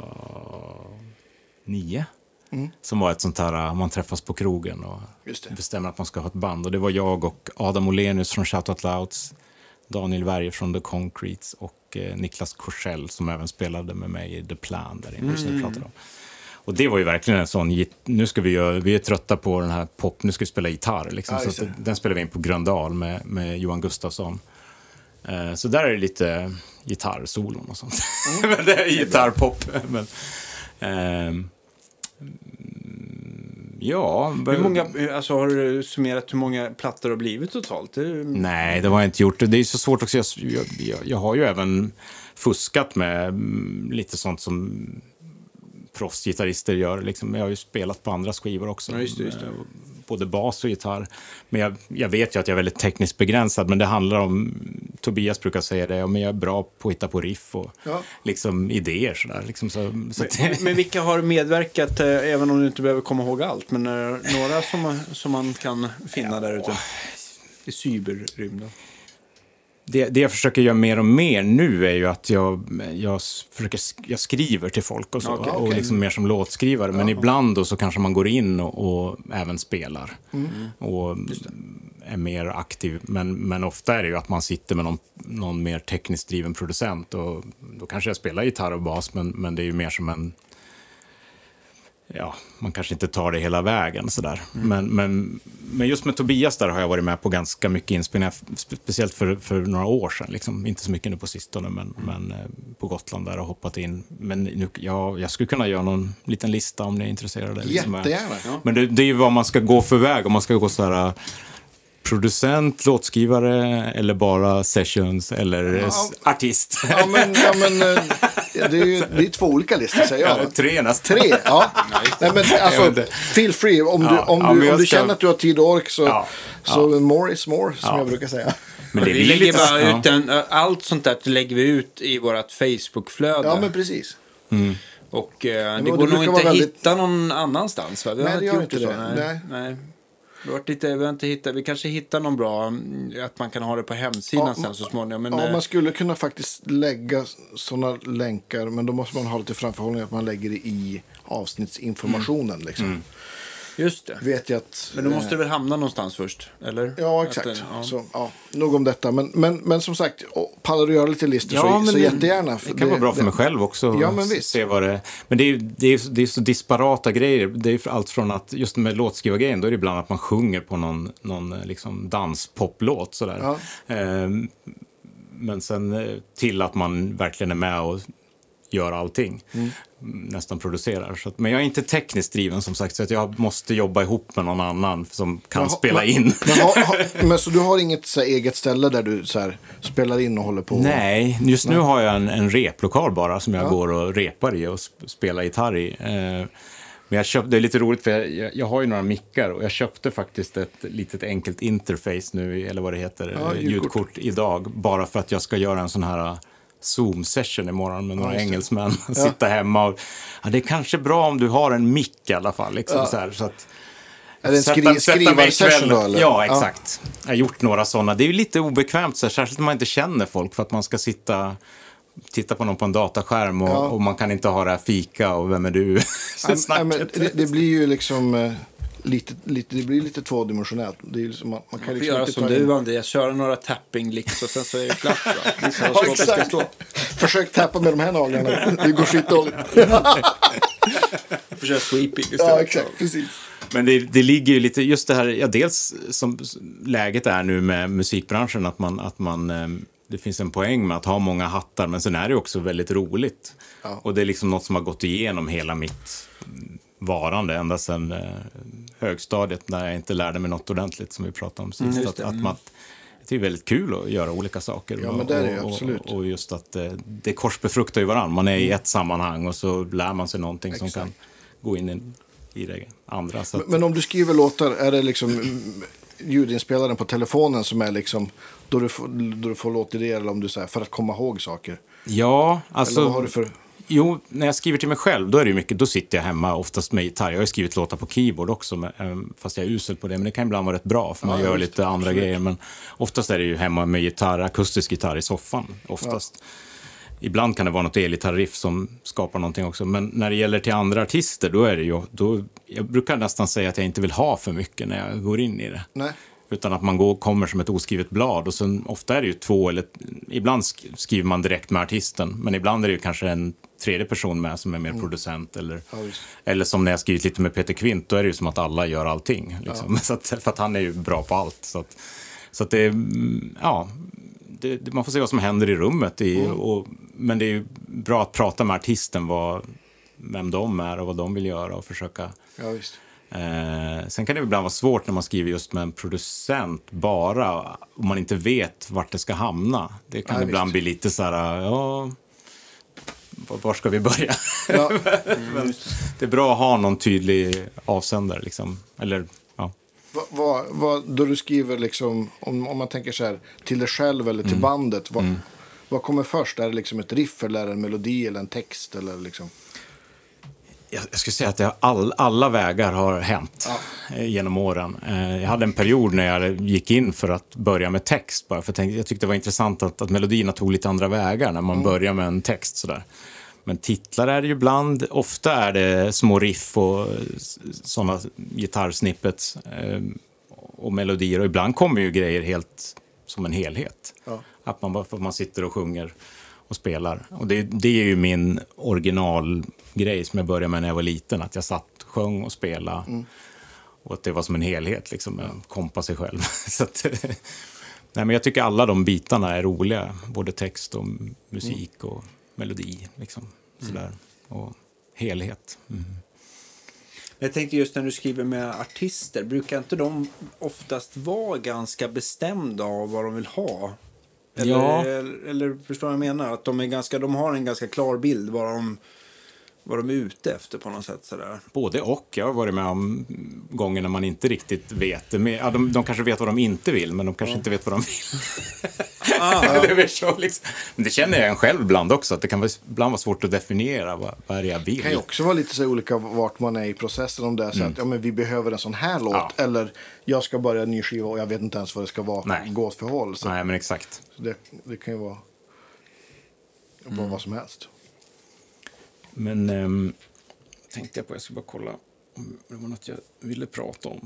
Mm. Som var ett sånt här, man träffas på krogen och bestämmer att man ska ha ett band. Och det var jag och Adam Olenius från Shout Out Louds, Daniel Werje från The Concretes och eh, Niklas Korsell som även spelade med mig i The Plan där inne, mm. som pratade om. Och det var ju verkligen en sån, nu ska vi göra, vi är trötta på den här pop, nu ska vi spela gitarr liksom. Ja, så att, den spelade vi in på Gröndal med, med Johan Gustafsson. Eh, så där är det lite gitarrsolon och sånt. Mm. Men det är gitarrpop. Men, eh, Ja. Hur många, alltså, har du summerat hur många plattor har blivit totalt? Det... Nej, det har jag inte gjort. Det är så svårt också. Jag, jag, jag har ju även fuskat med lite sånt som proffsgitarrister gör. Liksom. Jag har ju spelat på andra skivor också. Ja, just det, just det. Både bas och gitarr. Men jag, jag vet ju att jag är väldigt tekniskt begränsad. Men det handlar om, Tobias brukar säga det, men jag är bra på att hitta på riff och ja. liksom idéer. Sådär, liksom så, så men, att, men vilka har medverkat, eh, även om du inte behöver komma ihåg allt, men eh, några som, som man kan finna ja. där ute i cyberrymden? Det, det jag försöker göra mer och mer nu är ju att jag, jag, försöker, jag skriver till folk och så. Okay, och okay. liksom mer som låtskrivare. Men ja. ibland då så kanske man går in och, och även spelar. Mm. Och är mer aktiv. Men, men ofta är det ju att man sitter med någon, någon mer tekniskt driven producent. Och då kanske jag spelar gitarr och bas. Men, men det är ju mer som en... Ja, man kanske inte tar det hela vägen sådär. Mm. Men, men, men just med Tobias där har jag varit med på ganska mycket inspelningar. Speciellt för, för några år sedan. Liksom. Inte så mycket nu på sistone, men, mm. men på Gotland där har hoppat in. Men nu, ja, jag skulle kunna göra någon liten lista om ni är intresserade. Liksom. Jättegärna. Ja. Men det, det är ju vad man ska gå för väg. Om man ska gå så här... producent, låtskrivare eller bara sessions eller ja, artist. Ja, men, ja, men det är ju det är två olika listor, säger jag. Ja, tre nästan. Tre, ja. Nej, men alltså, feel free. Om du, om ja, du, om du ska... känner att du har tid och ork så, ja, så ja. more is more, som ja. jag brukar säga. Men det vi lägger lite... bara ja. ut en, allt sånt där lägger vi ut i vårt Facebook-flöde. Ja, men precis. Mm. Och eh, det, det går nog inte att väldigt... hitta någon annanstans, va? Vi Nej, har det inte gör gjort inte det så. det. Nej. Nej. Vi, har lite, vi, har inte hittat, vi kanske hittar någon bra, att man kan ha det på hemsidan ja, sen så småningom. Men, ja, äh... man skulle kunna faktiskt lägga sådana länkar, men då måste man ha lite framförhållning att man lägger det i avsnittsinformationen. Mm. Liksom. Mm. Just det. Vet jag att, men då måste det väl hamna någonstans först, eller? Ja, exakt. Det, ja. Så, ja, nog om detta. Men, men, men som sagt, pallar du göra lite listor ja, så, så det, jättegärna. Det kan det, vara bra för det, mig själv också. Ja, men visst. Se vad det, men det är, det, är, det är så disparata grejer. Det är allt från att, just med låtskrivargrejen, då är det ibland att man sjunger på någon, någon liksom danspoplåt. Sådär. Ja. Ehm, men sen till att man verkligen är med och gör allting. Mm. Nästan producerar. Så att, men jag är inte tekniskt driven som sagt, så att jag måste jobba ihop med någon annan som kan men, spela men, in. Men, ha, ha, men så du har inget så här, eget ställe där du så här, spelar in och håller på? Nej, just Nej. nu har jag en, en replokal bara som jag ja. går och repar i och spelar gitarr i. Eh, men jag köpte, det är lite roligt för jag, jag, jag har ju några mickar och jag köpte faktiskt ett litet enkelt interface nu, eller vad det heter, ja, ljudkort. ljudkort idag, bara för att jag ska göra en sån här Zoom-session imorgon med några ja, engelsmän och ja. sitta hemma. Och, ja, det är kanske bra om du har en mick i alla fall. Liksom, ja. så här, så att, är det en skri- skrivarsession då? Eller? Ja, exakt. Ja. Jag har gjort några sådana. Det är ju lite obekvämt, så här, särskilt om man inte känner folk, för att man ska sitta... titta på någon på en dataskärm och, ja. och man kan inte ha det här fika och vem är du? ja, ja, men det, det blir ju liksom... Eh... Lite, lite, det blir lite tvådimensionellt. Det är liksom, man, man kan man liksom göra som du, Andreas. Köra några tapping-licks och sen så är det klart. Ja, exakt. Stå. Försök tappa med de här naglarna. Det går skitdåligt. Försök sweeping istället. Ja, exakt. Precis. Men det, det ligger ju lite, just det här, ja, dels som läget är nu med musikbranschen, att man, att man det finns en poäng med att ha många hattar, men sen är det också väldigt roligt. Ja. Och det är liksom något som har gått igenom hela mitt varande ända sedan eh, högstadiet, när jag inte lärde mig något ordentligt, som vi pratade om sist. Mm, att, att man, det är väldigt kul att göra olika saker. Ja, men det är det och, absolut. Och, och just att eh, det korsbefruktar ju varandra. Man är i ett sammanhang och så lär man sig någonting Exakt. som kan gå in i, i det andra. Så men, att, men om du skriver låtar, är det liksom ljudinspelaren på telefonen som är liksom då du får, då du får låtidéer, eller om du säger för att komma ihåg saker? Ja, alltså... Eller vad har du för... Jo, när jag skriver till mig själv, då är det ju mycket, då sitter jag hemma oftast med gitarr. Jag har ju skrivit låtar på keyboard också, med, fast jag är usel på det. Men det kan ibland vara rätt bra, för man ja, gör lite det, andra absolut. grejer. Men oftast är det ju hemma med gitarr, akustisk gitarr i soffan, oftast. Ja. Ibland kan det vara något elgitarriff som skapar någonting också. Men när det gäller till andra artister, då är det ju, då, jag brukar nästan säga att jag inte vill ha för mycket när jag går in i det. Nej. Utan att man går, kommer som ett oskrivet blad. Och sen ofta är det ju två, eller ibland skriver man direkt med artisten. Men ibland är det ju kanske en tredje person med som är mer mm. producent. Eller, ja, eller som när jag skrivit lite med Peter Kvint, då är det ju som att alla gör allting. Liksom. Ja. Så att, för att han är ju bra på allt. Så att, så att det är, ja, det, det, man får se vad som händer i rummet. I, mm. och, men det är ju bra att prata med artisten, vad, vem de är och vad de vill göra och försöka... Ja, visst. Eh, sen kan det ibland vara svårt när man skriver just med en producent bara, om man inte vet vart det ska hamna. Det kan ja, ibland visst. bli lite så här, ja, var ska vi börja? Ja. Men det är bra att ha någon tydlig avsändare liksom. Eller, ja. Vad, vad, vad, då du skriver liksom, om, om man tänker så här, till dig själv eller till mm. bandet, vad, mm. vad kommer först? Är det liksom ett riff eller en melodi eller en text eller liksom? Jag, jag skulle säga att det all, alla vägar har hänt ja. genom åren. Jag hade en period när jag gick in för att börja med text bara, för jag, tänkte, jag tyckte det var intressant att, att melodierna tog lite andra vägar när man mm. börjar med en text sådär. Men titlar är det ju ibland, ofta är det små riff och sådana gitarrsnippets eh, och melodier, och ibland kommer ju grejer helt som en helhet. Ja. Att man bara för att man sitter och sjunger och spelar. Och det, det är ju min originalgrej som jag började med när jag var liten, att jag satt, sjöng och spelade mm. och att det var som en helhet liksom, ja. kompa sig själv. Så att, nej, men jag tycker alla de bitarna är roliga, både text och musik mm. och melodi liksom, sådär. Mm. Och helhet. Mm. Jag tänkte just när du skriver med artister, brukar inte de oftast vara ganska bestämda av vad de vill ha? Eller, ja. eller, eller förstår jag menar? Att de, är ganska, de har en ganska klar bild vad de, vad de är ute efter på något sätt. Sådär. Både och. Jag har varit med om gånger när man inte riktigt vet. Ja, de, de kanske vet vad de inte vill, men de kanske ja. inte vet vad de vill. Ah, ja. det, är så, liksom. Men det känner jag själv ibland också, att det kan vara, ibland vara svårt att definiera vad, vad är det jag vill. Det kan ju också vara lite så olika vart man är i processen, om det är så mm. att ja, men vi behöver en sån här låt, ja. eller jag ska börja en ny skiva och jag vet inte ens vad det ska vara för gåt förhåll. Så. Nej, men exakt. Så det, det kan ju vara mm. bara vad som helst. Men ähm, tänkte jag på, jag ska bara kolla om det var något jag ville prata om.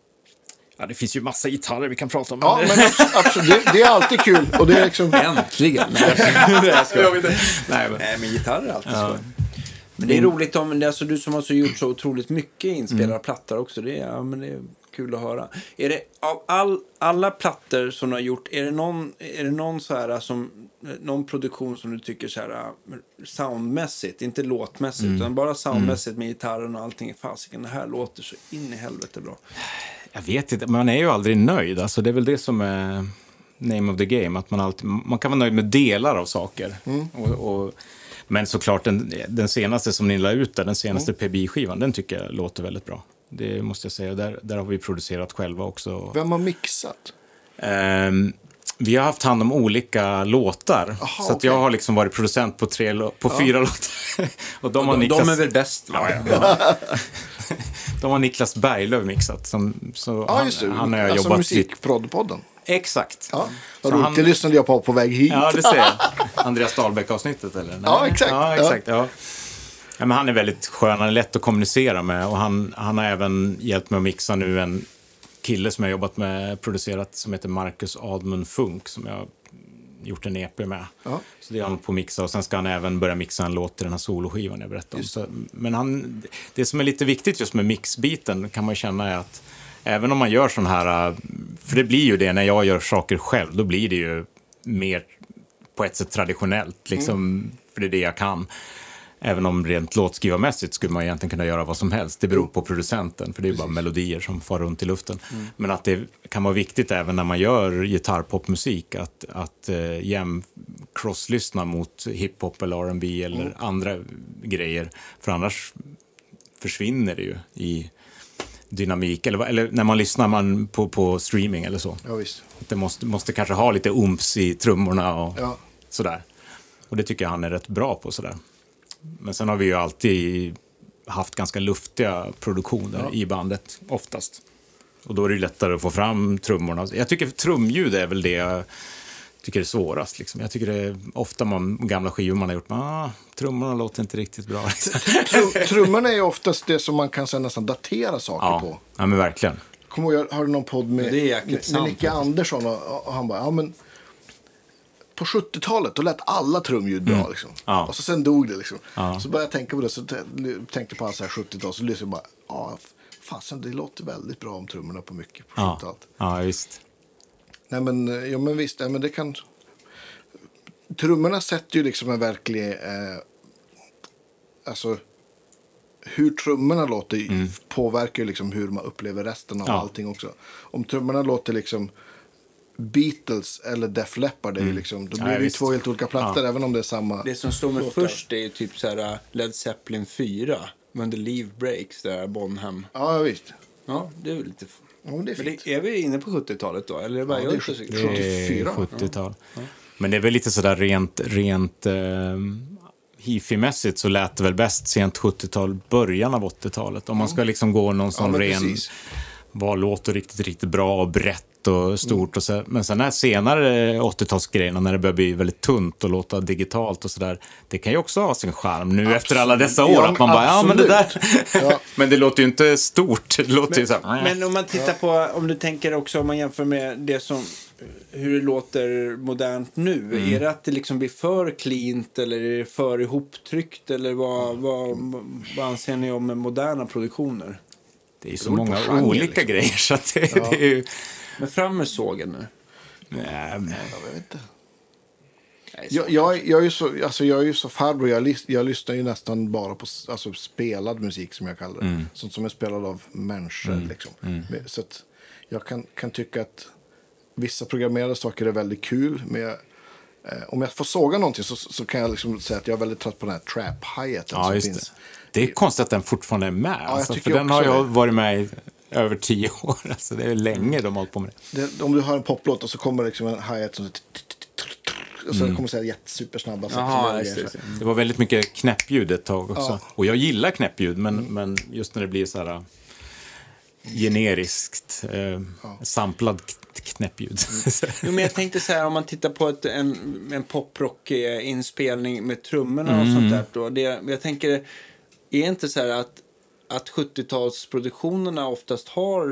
Ja, det finns ju massa gitarrer vi kan prata om. Ja, men absolut, det, det är alltid kul. Och det är liksom... Äntligen! Nej, ska... Nej, men... Nej, men gitarrer är alltid ja. så. Men det är roligt om, alltså, du som har så gjort så otroligt mycket inspelade mm. plattor också. Det är, ja, men det är kul att höra. Är det, av all, alla plattor som du har gjort, är det någon, är det någon så här som, någon produktion som du tycker så här soundmässigt, inte låtmässigt, mm. utan bara soundmässigt med gitarren och allting i fasiken. Det här låter så in i helvete bra. Jag vet inte, man är ju aldrig nöjd. Alltså, det är väl det som är name of the game. Att man, alltid, man kan vara nöjd med delar av saker. Mm. Och, och, men såklart den, den senaste som ni la ut där, den senaste mm. P B I-skivan, den tycker jag låter väldigt bra. Det måste jag säga. Där, där har vi producerat själva också. Vem har mixat? Um, vi har haft hand om olika låtar. Aha, så att okay. jag har liksom varit producent på, tre, på ja. fyra låtar. Och de, och har de, Niklas... de är väl bäst? Ja, ja. De har Niklas Berglöf mixat. Som, så ja, just det. Han, han har jag alltså jobbat musikproddpodden. Exakt. Ja. Så han... Det lyssnade jag på på väg hit. Ja, det ser jag. Andreas Dahlbäck-avsnittet, eller? Nej. Ja, exakt. Ja, exakt. Ja. Ja. Ja, men han är väldigt skön, han är lätt att kommunicera med. Och han, han har även hjälpt mig att mixa nu en kille som jag jobbat med, producerat, som heter Marcus Admund Funk, som jag har gjort en E P med. Ja. Så det är han på att mixa. Och sen ska han även börja mixa en låt till den här soloskivan jag berättade om. Så, men han, det som är lite viktigt just med mixbiten kan man känna är att även om man gör sån här, för det blir ju det när jag gör saker själv, då blir det ju mer på ett sätt traditionellt, liksom, mm. för det är det jag kan. Även om rent låtskrivarmässigt skulle man egentligen kunna göra vad som helst. Det beror på producenten, för det är Precis. bara melodier som far runt i luften. Mm. Men att det kan vara viktigt även när man gör gitarrpopmusik att, att uh, jäm crosslyssna mot hiphop eller R and B eller mm. andra grejer. För annars försvinner det ju i dynamik. Eller, eller när man lyssnar man på, på streaming eller så. Ja, visst. Det måste, måste kanske ha lite umps i trummorna och ja. sådär. Och det tycker jag han är rätt bra på sådär. Men sen har vi ju alltid haft ganska luftiga produktioner ja. i bandet, oftast. Och då är det lättare att få fram trummorna. Jag tycker trumljud är väl det jag tycker är svårast. Liksom. Jag tycker det är ofta man, gamla skivor man har gjort, men ah, trummorna låter inte riktigt bra. Trum, trummorna är ju oftast det som man kan sen nästan datera saker ja. på. Ja, men verkligen. Kommer jag, har du någon podd med, med, med Nicke Andersson och, och han bara, ja men på sjuttiotalet då lät alla trumljud bra mm. liksom. Ja. Och så sen dog det liksom. Ja. Så började jag tänka på det, så t- tänkte på så här sjuttiotal, så lyssnade jag bara, ja fasen det låter väldigt bra om trummorna på mycket på ja. sjuttiotalet. Ja, visst. Nej men, ja men visst, nej, men det kan, trummorna sätter ju liksom en verklig, eh, alltså hur trummorna låter mm. påverkar liksom hur man upplever resten av ja. allting också. Om trummorna låter liksom Beatles eller Def Leppard, det är mm. liksom, då blir ja, det ju två helt olika plattor ja. även om det är samma. Det som står med först är ju typ så här Led Zeppelin fyra, When the Leaf Breaks, där Bonham. Ja, visst. Ja, det är väl lite... Ja, det är, men det, är vi inne på sjuttiotalet då? Eller är det, ja, det är sjuttiofyra. sjuttiotal. Ja. Men det är väl lite sådär rent, rent eh, hifi-mässigt så lät det väl bäst sent sjuttiotal, början av åttiotalet. Om man ska liksom gå någon sån ja, ren... Precis. Vad låter riktigt, riktigt bra och brett och stort. Mm. Och så, men sen här senare åttiotalsgrejerna när det börjar bli väldigt tunt och låta digitalt och sådär, det kan ju också ha sin charm nu absolut. Efter alla dessa år. Ja, att man bara, ja men det där. Ja. Men det låter ju inte stort. Det låter men, ju så här, men om man tittar på, om du tänker också, om man jämför med det som, hur det låter modernt nu. Mm. Är det att det liksom blir för cleant eller är det för ihoptryckt? Eller vad, vad, vad anser ni om moderna produktioner? Det är så många genre, olika liksom. grejer så att det, ja. det är ju... Men fram med sågen nu. Nej, men jag vet inte. Jag, jag, jag, är ju så, alltså jag är ju så farbror. Jag, jag lyssnar ju nästan bara på alltså, spelad musik som jag kallar det. Mm. Sånt som är spelad av människor. Mm. Liksom. Mm. Så att jag kan, kan tycka att vissa programmerade saker är väldigt kul. Men jag, eh, om jag får såga någonting så, så kan jag liksom säga att jag är väldigt trött på den här trap-hi-haten ja, som just finns. Det. det är konstigt att den fortfarande är med. Ja, alltså, för den har jag det. varit med i över tio år. Alltså, det är länge de har hållit på med det. det. Om du har en poplåt och så kommer liksom en hi-hat som och så mm. kommer det säga jättesupersnabba Aha, det, det. det var väldigt mycket knäppljud ett tag också. Ja. Och jag gillar knäppljud, men, mm. men just när det blir så här generiskt eh, ja. samplad knäppljud. Mm. jo, men jag tänkte så här, om man tittar på ett, en, en poprock-inspelning med trummorna mm. och sånt där då. Det, jag tänker, är inte så här att, att sjuttiotalsproduktionerna oftast har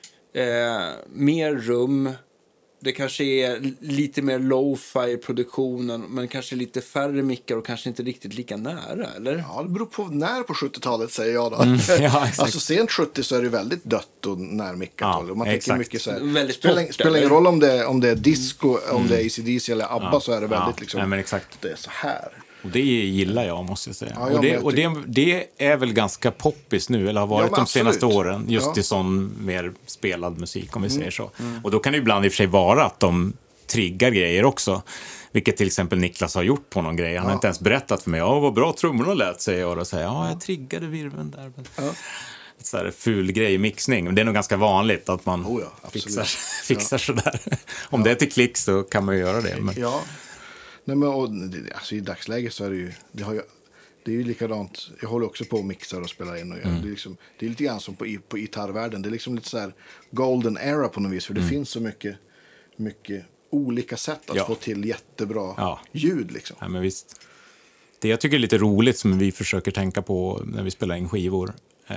eh, mer rum. Det kanske är lite mer lo-fi i produktionen, men kanske lite färre mickar och kanske inte riktigt lika nära, eller? Ja, det beror på när på sjuttiotalet, säger jag då. Mm, ja, alltså sent sjuttio så är det väldigt dött och närmickat. Ja, man tänker mycket så här, väldigt spelar, sport, spelar ingen roll om det, om det är disco, mm. om det är A C D C eller ABBA ja, så är det väldigt ja, liksom, ja, men exakt. det är så här. Och det gillar jag, måste jag säga. Ja, jag och det, och det, det är väl ganska poppis nu, eller har varit ja, de senaste åren, just ja. i sån mer spelad musik, om vi mm. säger så. Mm. Och då kan det ibland i och för sig vara att de triggar grejer också. Vilket till exempel Niklas har gjort på någon grej. Han ja. har inte ens berättat för mig. Ja, vad bra trummorna lät, säger jag. Och säger ja, jag triggade virveln där. Ja. Så här ful grej, mixning. Det är nog ganska vanligt att man oh ja, fixar, fixar ja. sådär. Om ja. det är till klick så kan man ju göra det. Men... Ja, nej, men och, alltså, i dagsläget så är det ju... Det har ju det är ju likadant. Jag håller också på och mixar och spelar in. Och mm. det, är liksom, det är lite grann som på, på gitarrvärlden. Det är liksom lite så här golden era på något vis. För det mm. finns så mycket... mycket olika sätt att ja. få till jättebra ja. ljud liksom. Ja, men visst. Det jag tycker är lite roligt som vi försöker tänka på när vi spelar in skivor eh,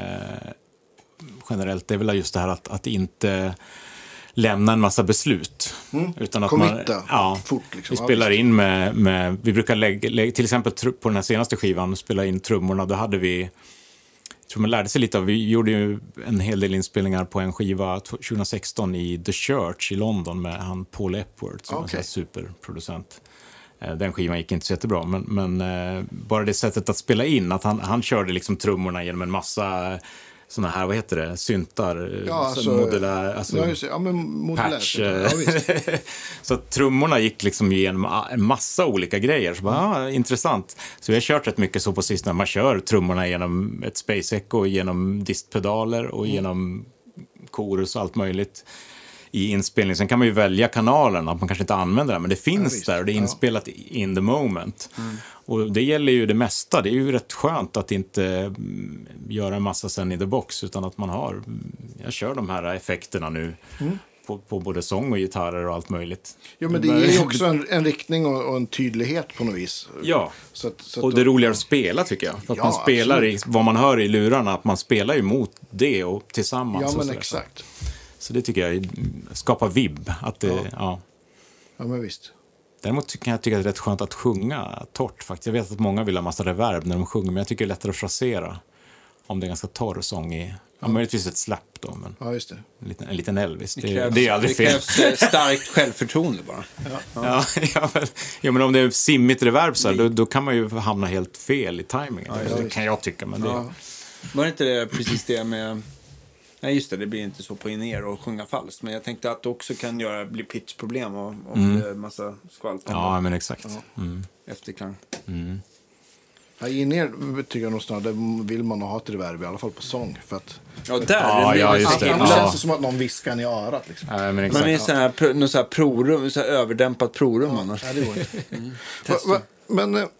generellt, det är väl just det här att, att inte lämna en massa beslut. Mm. Utan att Committa man, ja, fort liksom. Vi spelar in med, med vi brukar lägga, lägga, till exempel på den här senaste skivan, spela in trummorna, då hade vi jag tror man lärde sig lite av, vi gjorde ju en hel del inspelningar på en skiva tjugohundrasexton i The Church i London med han Paul Epworth som okay. är en superproducent. Den skivan gick inte så jättebra, men, men bara det sättet att spela in, att han, han körde liksom trummorna genom en massa såna här, vad heter det, syntar, ja, alltså, modulär, alltså ja, just, ja, men modulär, patch. Ja, så att trummorna gick liksom igenom en massa olika grejer. Så bara, ah, intressant. Så vi har kört rätt mycket så på sistone. Man kör trummorna genom ett Space Echo, genom distpedaler och mm. genom chorus och allt möjligt i inspelning. Sen kan man ju välja kanalen, att man kanske inte använder det, men det finns ja, där och det är inspelat ja. in the moment. Mm. Och det gäller ju det mesta. Det är ju rätt skönt att inte göra en massa sen i the box, utan att man har, jag kör de här effekterna nu mm. på, på både sång och gitarrer och allt möjligt. Jo, men det ger ju också en, en riktning och, och en tydlighet på något vis. Ja, så att, så att och det är roligare att spela tycker jag. För att ja, man spelar i, vad man hör i lurarna, att man spelar ju mot det och tillsammans. Ja, men och exakt. Så det tycker jag skapar vibb. Att det, ja. Ja. ja, men visst. Däremot kan jag tycka att det är rätt skönt att sjunga torrt faktiskt. Jag vet att många vill ha massa reverb när de sjunger, men jag tycker det är lättare att frasera om det är ganska torr sång i, ja, möjligtvis ett slapp då, men ja, just det. En liten, en liten Elvis. Det, det, krävs, det är aldrig fel. Det krävs starkt självförtroende bara. Ja, ja. ja, ja, men, ja men om det är simmigt reverb så här, då, då kan man ju hamna helt fel i timingen. Ja, det kan jag tycka, men det, ja. Var det inte det precis det med... Nej, just det, det blir inte så på in-ear och sjunga falskt. Men jag tänkte att det också kan göra, bli pitchproblem och, och mm. massa skvalpande. Ja, men exakt. Ja. Mm. Efterklang. Mm. Ja, in-ear tycker jag nog snarare, det vill man ha till reverb, i alla fall på sång. För att, ja, där. Ja, ja, just det. Det Ja. känns som att någon viskar i örat. Liksom. Ja, men Men exakt. det är sån här, någon sån här prorum, så här överdämpat prorum Ja, annars. ja, det går inte. Mm. va, va, men... eh,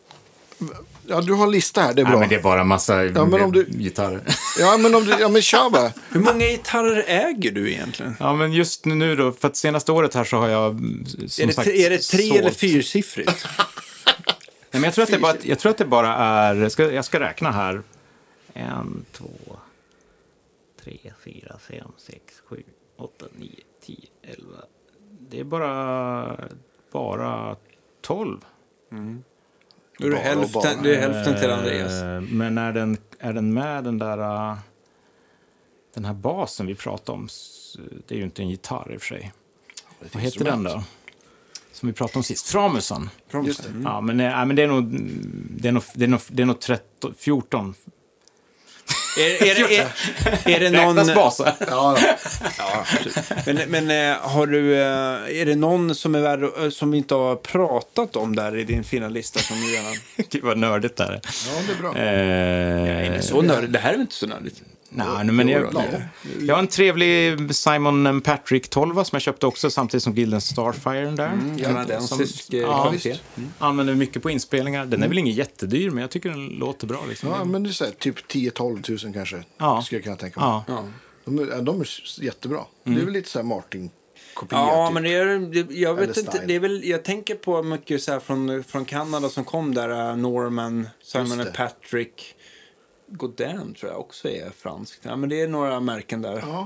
Ja, du har en lista här, det är bra. Nej, men det är bara en massa Ja, men om du- gitarrer. Ja, men om du... Ja, men kör bara. Hur många gitarrer äger du egentligen? Ja, men just nu då, för att senaste året här så har jag mm, som Är det, sagt, tre, är det tre sålt. eller fyrsiffrigt? Nej, men jag tror att det bara, jag tror att det bara är, jag ska, jag ska räkna här. En, två, tre, fyra, fem, sex, sju, åtta, nio, tio, elva. Det är bara, bara tolv. Mm. Då är det, Bara och hälften, bara. det är hälften till Andreas. Eh, Men är den, är den med den där, uh, den här basen vi pratade om? S- Det är ju inte en gitarr i och för sig. Vad heter den då? Som vi pratade om sist. Framusen. Just det. Mm. Ja, men, nej, men det är nog, det är nog, det är nog, det är nog tretton, fjorton. Är, är, det, är, är det någon... Räknas baser? Ja, ja. Ja, men, men eh, har du, eh, är det någon som är värd, eh, som vi inte har pratat om där i din fina lista som du gärna... Gud vad nördigt det här är. Ja, det är bra. Eh, Nej, så nördigt. Det här är väl inte så nördigt? Nej, men jag, jag har en trevlig Simon Patrick tolv som jag köpte också samtidigt som Gilden Starfire där. Mm, kanadensisk ja, kvalitet. Mm. Använder mycket på inspelningar. Den är väl ingen jättedyr, men jag tycker den låter bra. Liksom. Ja, men det är så här, typ tio till tolv tusen kanske. Ja. Skulle jag kunna tänka mig. Ja. Ja. De, är, de är jättebra. Det är väl lite så här Martin-kopia. Ja, typ. men det är, det, jag vet Eller inte, style. det är väl, jag tänker på mycket så här från, från Kanada som kom där, uh, Norman, Simon det. and Patrick, Godin tror jag också är franskt. Ja, men det är några märken där. Ja.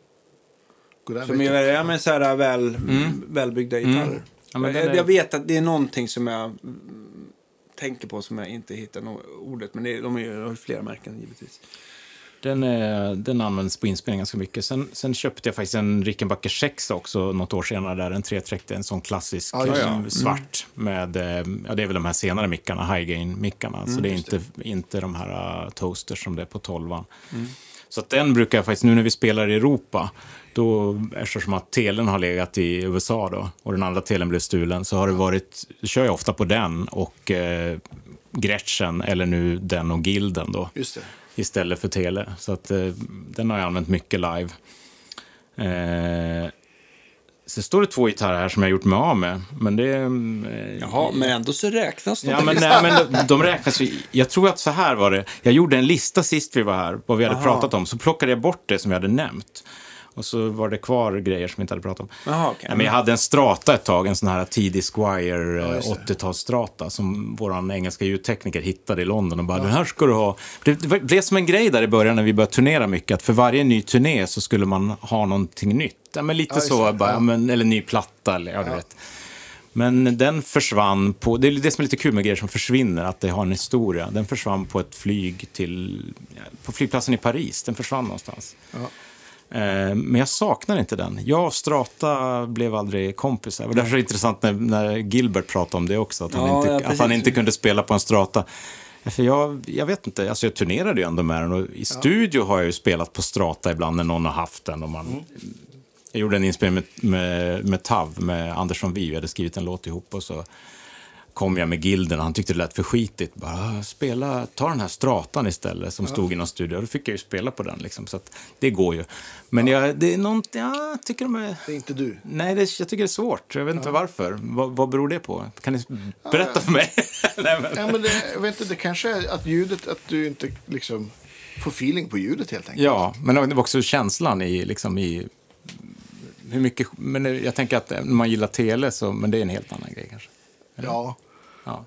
God där Som vet är, jag. ja, men så här väl, mm. välbyggda gitarrer. Mm. Ja, men jag, den är- jag vet att det är någonting som jag mm, tänker på som jag inte hittar no- ordet. Men det är, de är ju flera märken givetvis. Den, är, den används på inspelning ganska mycket. Sen, sen köpte jag faktiskt en Rickenbacker sex också något år senare där. En tre trettio, en sån klassisk Ja, just det. eh, svart med, eh, ja det är väl de här senare mickarna, high gain mickarna. så det är inte, inte de här uh, toasters som det är på tolvan. Så att den brukar jag faktiskt, nu när vi spelar i Europa, då eftersom att telen har legat i U S A då och den andra telen blev stulen, så har det varit, kör jag ofta på den och eh, Gretchen eller nu den och Gilden då. Just det. Istället för tele. Så att eh, den har jag använt mycket live. Eh, så står det två gitarrer här som jag har gjort mig av med. Men det... Eh, Jaha, men ändå så räknas de. Ja, men, nej, men de, de räknas ju. Jag tror att så här var det. Jag gjorde en lista sist vi var här, vad vi hade Aha. pratat om. Så plockade jag bort det som jag hade nämnt. Och så var det kvar grejer som jag inte hade pratat om. Jaha, okay. Nej, men jag hade en strata ett tag, en sån här tidig Squire Ja, eh, just det. åttio-talsstrata som våran engelska ljudtekniker hittade i London och bara, den här ska du ha. Det, det blev som en grej där i början när vi började turnera mycket, att för varje ny turné så skulle man ha någonting nytt. Ja, men lite Ja, just så, det. bara, Ja. ja. men, eller ny platta, eller ja, du vet. Men den försvann på, det är det som är lite kul med grejer som försvinner, att det har en historia. Den försvann på ett flyg till, ja, på flygplatsen i Paris, den försvann någonstans. Ja. Eh, Men jag saknar inte den. Jag och Strata blev aldrig kompisar. Det var därför intressant när, när Gilbert pratade om det också. Att han, Ja, inte, ja, att han precis. inte kunde spela på en Strata. För jag, jag vet inte, alltså jag turnerade ju ändå med den. Och i studio har jag ju spelat på Strata ibland när någon har haft den. Och man, Jag gjorde en inspelning med, med, med Tav, med Andersson Vi. Vi hade skrivit en låt ihop och så kom jag med Gilden och han tyckte det lät för skitigt. Bara, spela, ta den här stratan istället som stod i någon studio. Då fick jag ju spela på den liksom, så att det går ju. Men jag, det är något, ja, jag tycker de är... Det är inte du. Nej, det, jag tycker det är svårt. Jag vet inte varför. Vad, vad beror det på? Kan ni berätta för mig? Nej, men... Ja, men det, jag vet inte, det kanske är att ljudet, att du inte liksom får feeling på ljudet helt enkelt. Ja, men det var också känslan i, liksom, i hur mycket... Men jag tänker att när man gillar tele så... Men det är en helt annan grej kanske. Ja. Ja.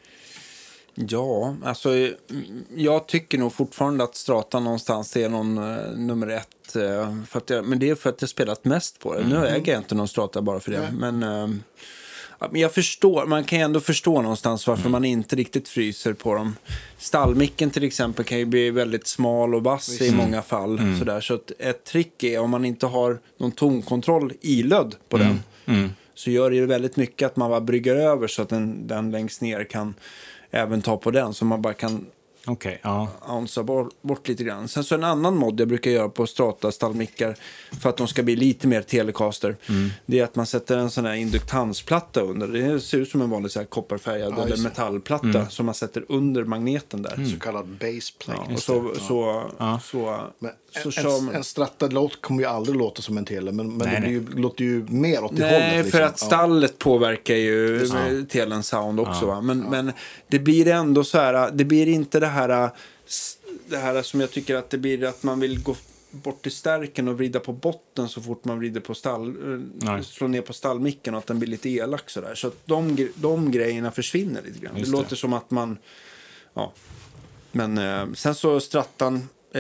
Ja, alltså jag tycker nog fortfarande att Strata någonstans är någon uh, nummer ett. Uh, för att jag, men det är för att jag spelat mest på det. Mm. Nu äger jag inte någon Strata bara för det. Mm. Men, uh, ja, men jag förstår, man kan ju ändå förstå någonstans varför mm. man inte riktigt fryser på dem. Stallmicken till exempel kan ju bli väldigt smal och vass mm. i många fall. Mm. Sådär. Så att ett trick är om man inte har någon tonkontroll ilödd på Mm. den. Mm. Så gör det ju väldigt mycket att man bara brygger över så att den, den längst ner kan även ta på den. Så man bara kan Okej, ja. Ouncear bort, bort lite grann. Sen så en annan mod jag brukar göra på Strata stallmickar för att de ska bli lite mer Telecaster. Mm. Det är att man sätter en sån här induktansplatta under. Det ser ut som en vanlig så här kopparfärgad ja, eller metallplatta mm. som man sätter under magneten där. Mm. Så kallad baseplate. Ja, och så, ja. så, ja. så, men så en, som... en strattad låt kommer ju aldrig låta som en tele, men, men nej, det blir ju, låter ju mer åt det nej, hållet. Nej, liksom. för att stallet ja. påverkar ju ja. telens sound också. Ja. Va? Men, ja. men det blir ändå så här, det blir inte det här det här som jag tycker att det blir att man vill gå bort till stärken och vrida på botten så fort man vrider på stall Nej. slå ner på stallmicken och att den blir lite elak så där. Så att de, de grejerna försvinner lite grann. Det, det låter som att man ja. Men eh, sen så Strattan eh,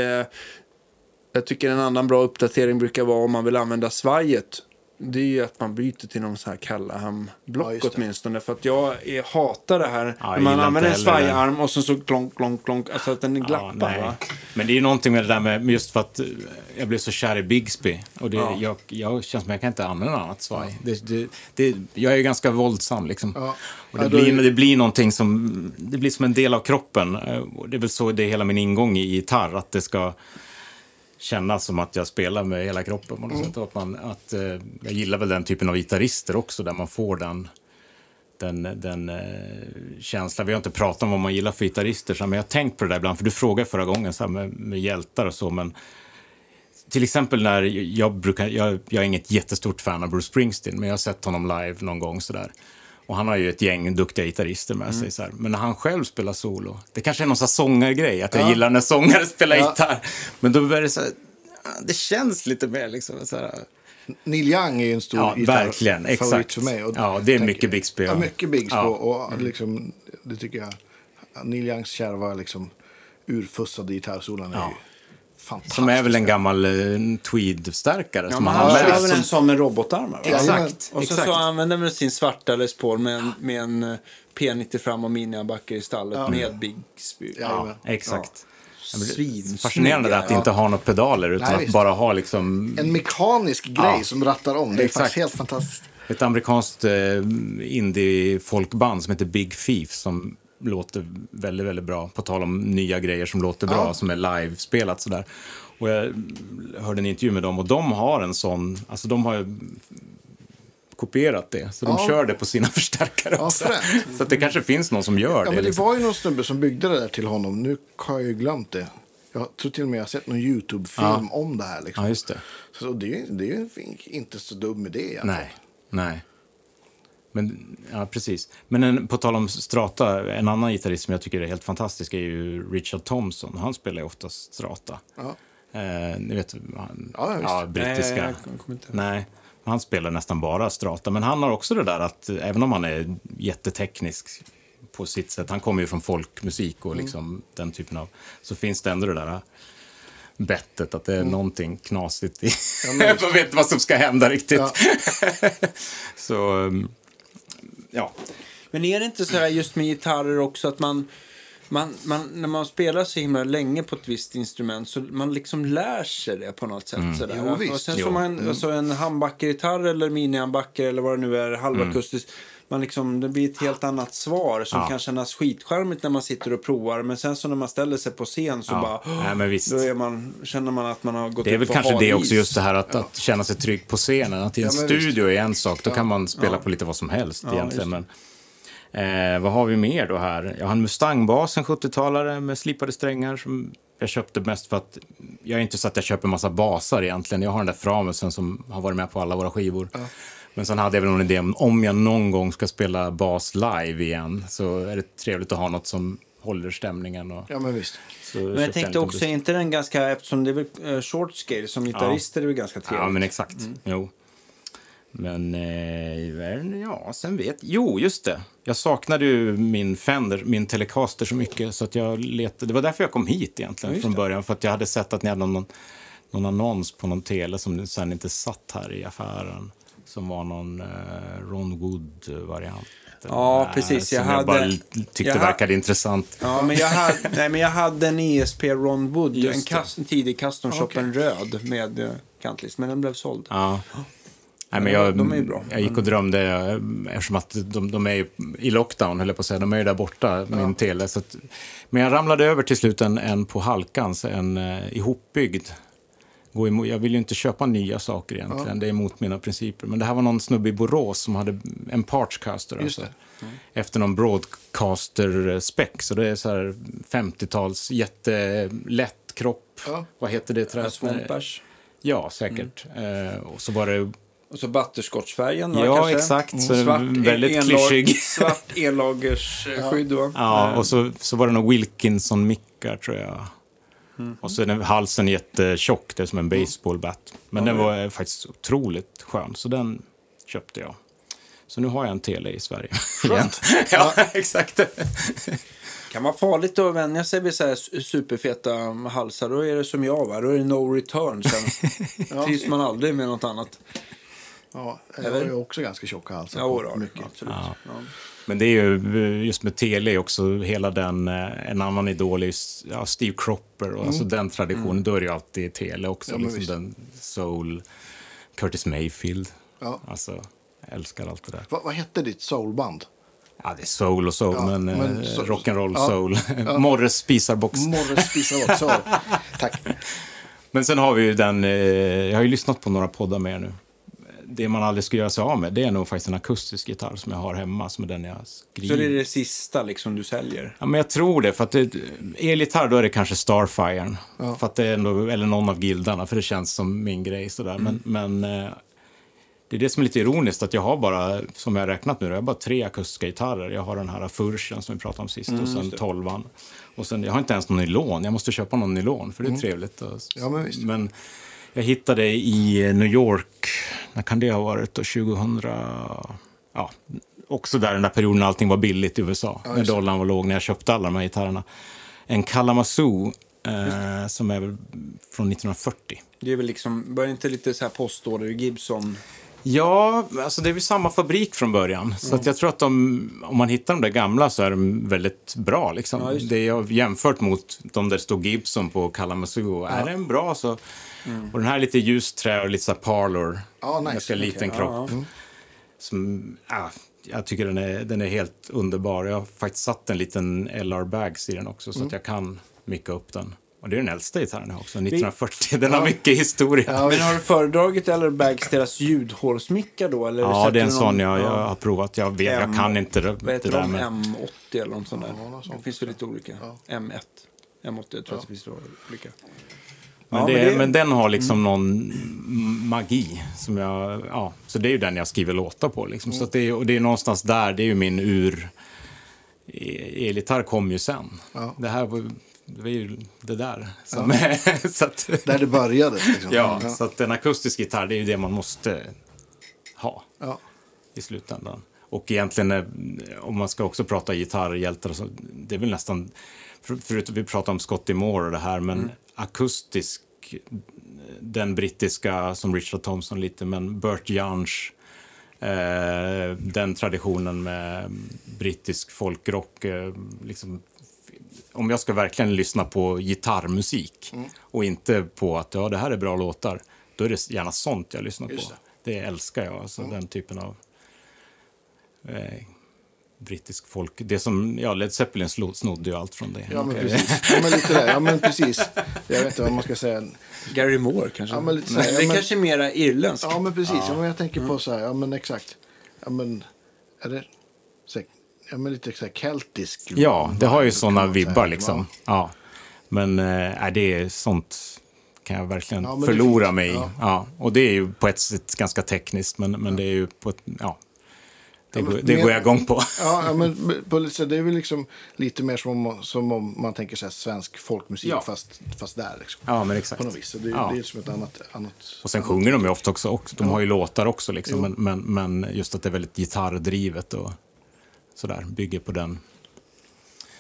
jag tycker en annan bra uppdatering brukar vara om man vill använda svajet. Det är ju att man byter till någon så här Callahan-block ja, åtminstone. För att jag är, hatar det här. Ja, när man använder en svajarm och så, så klonk, klonk, klonk. Alltså att den glappar. Ja, va? Men det är ju någonting med det där med just för att jag blev så kär i Bigsby. Och det, ja. jag, jag känns som att jag kan inte använda något annat svaj. Det, det, det, jag är ju ganska våldsam liksom. Ja. Och det, ja, blir, är... det blir någonting som, det blir som en del av kroppen. Och det är väl så det är hela min ingång i gitarr. Att det ska kännas som att jag spelar med hela kroppen på något mm. sätt. Och att man, att, eh, jag gillar väl den typen av gitarrister också där man får den, den, den eh, känslan. Vi har inte pratat om vad man gillar för gitarrister, så, men jag har tänkt på det där ibland. För du frågade förra gången så här, med, med hjältar och så. Men till exempel när jag brukar, jag, jag är inget jättestort fan av Bruce Springsteen, men jag har sett honom live någon gång sådär. Och han har ju ett gäng duktiga gitarrister med mm. sig. Så här. Men när han själv spelar solo, det kanske är någon sån sångargrej, att jag ja. gillar när sångare spelar ja. gitarr. Men då blir det så här, det känns lite mer liksom så här. Neil Young är ju en stor ja, verkligen, exakt. För mig. Och ja, det är mycket Bigsby. Ja, mycket Bigsby. Ja. Och liksom, det tycker jag, Neil Youngs kärva liksom, urfussade gitarrsolan ja. är ju fantastisk. Som är väl en gammal uh, tweed-stärkare. Ja, som man han har även en sån med robotarmar. Exakt. Och så, exakt. så använder man sin svarta Les Paul med en, med en uh, P nittio fram och miniabacker i stallet ja. med Bigsby. Ja, ja, exakt. Ja. Svin, fascinerande snygga, att ja. inte ha några pedaler utan Nej, att bara ha liksom en mekanisk grej ja. som rattar om. Det är exakt. faktiskt helt fantastiskt. Ett amerikanskt eh, indie-folkband som heter Big Thief som låter väldigt, väldigt bra. På tal om nya grejer som låter bra, ja. som är live-spelat sådär. Och jag hörde en intervju med dem och de har en sån, alltså de har ju kopierat det. Så de ja. kör det på sina förstärkare ja, också. Så att det kanske finns någon som gör ja, det. Men det liksom. var ju någon snubbe som byggde det där till honom. Nu har jag ju glömt det. Jag tror till och med jag har sett någon YouTube-film ja. om det här. Liksom. Ja, just det. Så det, det är inte så dum idé egentligen. Nej, nej. Men, ja, precis. Men en, på tal om Strata, en annan gitarrist som jag tycker är helt fantastisk är ju Richard Thompson. Han spelar ju ofta Strata. Ja. Eh, ni vet, han, ja, ja, brittiska. Nej, jag inte. Nej, han spelar nästan bara Strata. Men han har också det där att, även om han är jätteteknisk på sitt sätt, han kommer ju från folkmusik och liksom mm. den typen av, så finns det ändå det där bettet att det är mm. någonting knasigt i. Ja, jag vet vad som ska hända riktigt. Ja. Så, ja. Men är det inte så här just med gitarrer också att man, man, man när man spelar så himla länge på ett visst instrument så man liksom lär sig det på något sätt. Mm. Sådär. Jo, visst. Och sen jo. så man, mm. alltså en handbackergitarr eller mini-handbacker eller vad det nu är, halvakustiskt. Mm. Man liksom, det blir ett helt annat svar som ja. kan kännas skitskärmigt när man sitter och provar. Men sen så när man ställer sig på scen så ja. bara, Nej, men visst. då är man, känner man att man har gått det är upp väl på kanske det is. också, just det här att, ja. att känna sig trygg på scenen. Att i en ja, studio visst. är en sak, då ja. kan man spela ja. på lite vad som helst ja, egentligen. Men, eh, vad har vi mer då här? Jag har en Mustang-bas, en sjuttiotalare med slipade strängar som jag köpte mest för att jag är inte så att jag köper massa basar egentligen. Jag har den där Framusen som har varit med på alla våra skivor. Ja. Men sen hade jag väl någon idé om, om jag någon gång ska spela bas live igen så är det trevligt att ha något som håller stämningen. Och, ja, men visst. Så, men jag tänkte också, är inte den ganska, eftersom det är väl uh, short scale som gitarrister ja. är det ganska trevligt. Ja, men exakt. Mm. Jo. Men, eh, ja, sen vet jo, just det. Jag saknade ju min Fender, min Telecaster så mycket så att jag letade, det var därför jag kom hit egentligen ja, från början. För att jag hade sett att ni hade någon, någon annons på någon tele som sen inte satt här i affären. Som var någon eh, Ron Wood-variant. Ja, precis. Jag, jag hade, bara tyckte jag det verkade ha, intressant. Ja, men jag hade, nej, men jag hade en E S P Ron Wood, en, kast, en tidig custom shop, okay. en röd med uh, kantlist, men den blev såld. Ja. Nej, men jag, de är ju bra. Jag gick och drömde, eftersom att de, de är i lockdown, höll jag på att säga. De är ju där borta, min ja. tele. Så att, men jag ramlade över till slut en, en på Halkans, en uh, ihopbyggd. Gå emot, jag vill ju inte köpa nya saker egentligen, ja. det är emot mina principer. Men det här var någon snubbe i Borås som hade en Parchcaster. Alltså, mm. efter någon broadcaster-spec. Så det är så här femtio-tals jättelätt kropp. Ja. Vad heter det? Swampers. Ja, säkert. Mm. Uh, och så var det... Och så butterscotchfärgen. Ja, kanske. exakt. Så svart, väldigt enlag, klyschig. Svart enlagersskydd. Ja, ja och så, så var det någon Wilkinson-mickar, tror jag. Mm. Och så är den halsen jättetjock, det är som en baseballbat. Men mm. den var faktiskt otroligt skön, så den köpte jag. Så nu har jag en tele i Sverige. Skönt. Ja, exakt. Kan vara farligt att vänja sig vid så här superfeta halsar. Då är det som jag, va? Då är det no return. Sen ja. trivs man aldrig med något annat. Ja, jag har ju också ganska tjocka halsar. Ja, då, mycket. Absolut. Ja. Ja. Men det är ju just med tele också, hela den, en annan idol är ja, Steve Cropper och mm. alltså den traditionen, mm. då är det ju alltid tele också. Ja, liksom den soul, Curtis Mayfield. Ja. Alltså, jag älskar allt det där. Va, vad hette ditt soulband? Ja, det är soul och soul, ja, men, men so- rock'n'roll ja, soul. Ja. Morres spisarbox. Morres spisarbox, så. Tack. Men sen har vi ju den, jag har ju lyssnat på några poddar med nu. Det man aldrig ska göra sig av med, det är nog faktiskt en akustisk gitarr som jag har hemma, som är den jag skriver. Så det är det sista liksom du säljer? Ja, men jag tror det, för att det, elgitarr då är det kanske Starfire, ja. för att det är ändå, eller någon av gildarna, för det känns som min grej sådär. Mm. Men, men det är det som är lite ironiskt, att jag har bara, som jag har räknat nu, jag har bara tre akustiska gitarrer. Jag har den här Furchen som vi pratade om sist, mm, och sen tolvan. Och sen, jag har inte ens någon nylon, jag måste köpa någon nylon, för det är mm. trevligt. Och, ja, men visst. Men jag hittade i New York, när kan det ha varit då, tjugohundra, ja, också där den där perioden när allting var billigt i U S A, ja, när dollarn var låg, när jag köpte alla de här gitarrerna. En Kalamazoo, eh, som är väl från nittonhundrafyrtio. Det är väl liksom, börjar inte lite så här postorder Gibson? Ja, alltså det är väl samma fabrik från början. Mm. Så att jag tror att de, om man hittar de där gamla så är de väldigt bra. Liksom. Ja, det. det är jämfört mot de där stod Gibson på Kalamazoo. Ja. Är den bra så... Mm. Och den här är lite ljusträ och lite så parlor. Ja, nice. Ganska liten okay. kropp. Ja, ja. Som, ja, jag tycker den är, den är helt underbar. Jag har faktiskt satt en liten L R-bags i den också, så mm. att jag kan micka upp den. Och det är den äldsta gitarren också, nittonhundrafyrtio. Den ja. har mycket historia. Ja, men har du föredragit L R-bags deras ljudhålsmickar då? Eller ja, det är en sån jag, jag har provat. Jag vet, M, jag kan inte det, vad heter det där de? med... M åttio eller något sånt där. Ja, något sånt. Det finns väl lite olika. Ja. M ett, M åttio, jag tror ja. att det finns olika. Men, ja, det, men, det... men den har liksom mm. någon magi som jag, ja, så det är ju den jag skriver låtar på liksom. Mm. Så att det är, och det är någonstans där, det är ju min ur, elgitarr kom ju sen. Ja. Det här var, det var ju det där som ja. är, så att, där det började liksom. ja, ja, så att en akustisk gitarr, det är ju det man måste ha ja. i slutändan. Och egentligen, om man ska också prata gitarrhjältar, så det är väl nästan, för, förutom vi pratar om Scotty Moore och det här, men mm. akustisk, den brittiska som Richard Thompson lite, men Burt Jansch, eh, den traditionen med brittisk folkrock, eh, liksom, om jag ska verkligen lyssna på gitarrmusik mm. och inte på att ja, det här är bra låtar, då är det gärna sånt jag lyssnar Just på. det. Det älskar jag, alltså mm. den typen av eh, brittisk folk. Det som, ja, Led Zeppelin snodde ju allt från det. Ja, men precis. Ja, men lite där. Ja, men precis. Jag vet inte vad man ska säga. Gary Moore kanske. Ja, men lite så här, det är ja, men... kanske mera irländskt. Ja, men precis. Ja. Ja, men jag tänker mm. på så här, ja men exakt. Ja, men är det så här, ja, men lite så här keltisk. Ja, det har ju sådana vibbar liksom. Ja. Men äh, det är sånt kan jag verkligen ja, förlora mig i. Ja. Ja. Och det är ju på ett sätt ganska tekniskt, men, men ja. det är ju på ett, ja. Det, ja, men, går, det går jag igång på. Ja, ja men på, det är väl liksom lite mer som om, som om man tänker sig svensk folkmusik, ja. fast, fast där liksom. Ja, men exakt. På något vis. Så det, ja. det är som ett annat... annat och sen sjunger de ju ofta också, också. De ja. har ju låtar också liksom, men, men, men just att det är väldigt gitarrdrivet och sådär, bygger på den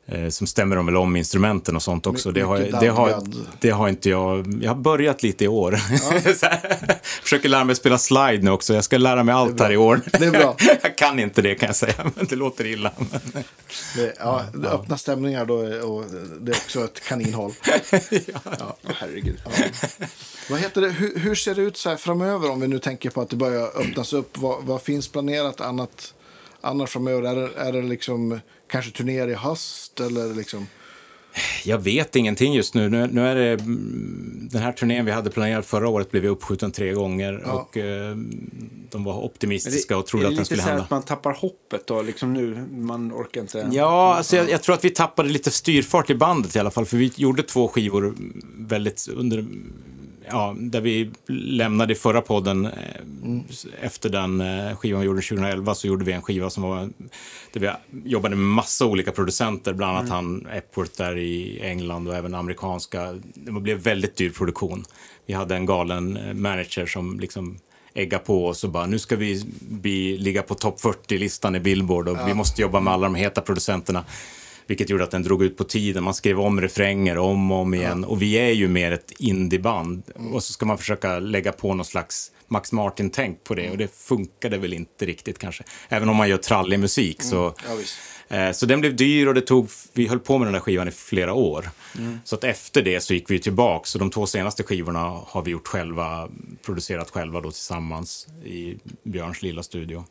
eh, som stämmer de väl om instrumenten och sånt också. My, det, har, det, har, det har inte jag... Jag har börjat lite i år. Ja. Så här, försöker lära mig spela slide nu också. Jag ska lära mig allt här i år. Det är bra. Jag kan inte det kan jag säga, men det låter illa. Men... Det, ja, det öppna stämningar då, och det är också ett kaninhåll. ja. Ja, herregud. Ja. Vad heter det? Hur, hur ser det ut så här framöver om vi nu tänker på att det börjar öppnas upp? Vad, vad finns planerat annat, annat framöver? Är det, är det liksom kanske turnéer i höst eller liksom? Jag vet ingenting just nu. Nu, nu är det den här turnén vi hade planerat förra året blev uppskjuten tre gånger ja. och eh, de var optimistiska det, och trodde att den skulle hända. Är det lite så att man tappar hoppet då? Liksom nu, man orkar inte... Ja, alltså jag, jag tror att vi tappade lite styrfart i bandet i alla fall. För vi gjorde två skivor väldigt under... Ja, där vi lämnade i förra podden mm. efter den skivan vi gjorde tjugoelva så gjorde vi en skiva som var där vi jobbade med massa olika producenter, bland annat mm. han Epworth där i England och även amerikanska. Det blev väldigt dyr produktion. Vi hade en galen manager som liksom ägga på oss och bara nu ska vi bli, ligga på topp fyrtio-listan i Billboard och ja. vi måste jobba med alla de heta producenterna. Vilket gjorde att den drog ut på tiden. Man skrev om refränger om och om igen. Ja. Och vi är ju mer ett indieband. Mm. Och så ska man försöka lägga på någon slags Max Martin-tänk på det. Mm. Och det funkade väl inte riktigt kanske. Även om man gör trallig musik. Mm. Så, ja, eh, så den blev dyr och det tog, vi höll på med den där skivan i flera år. Mm. Så att efter det så gick vi tillbaka. Så de två senaste skivorna har vi gjort själva, producerat själva då tillsammans i Björns lilla studio.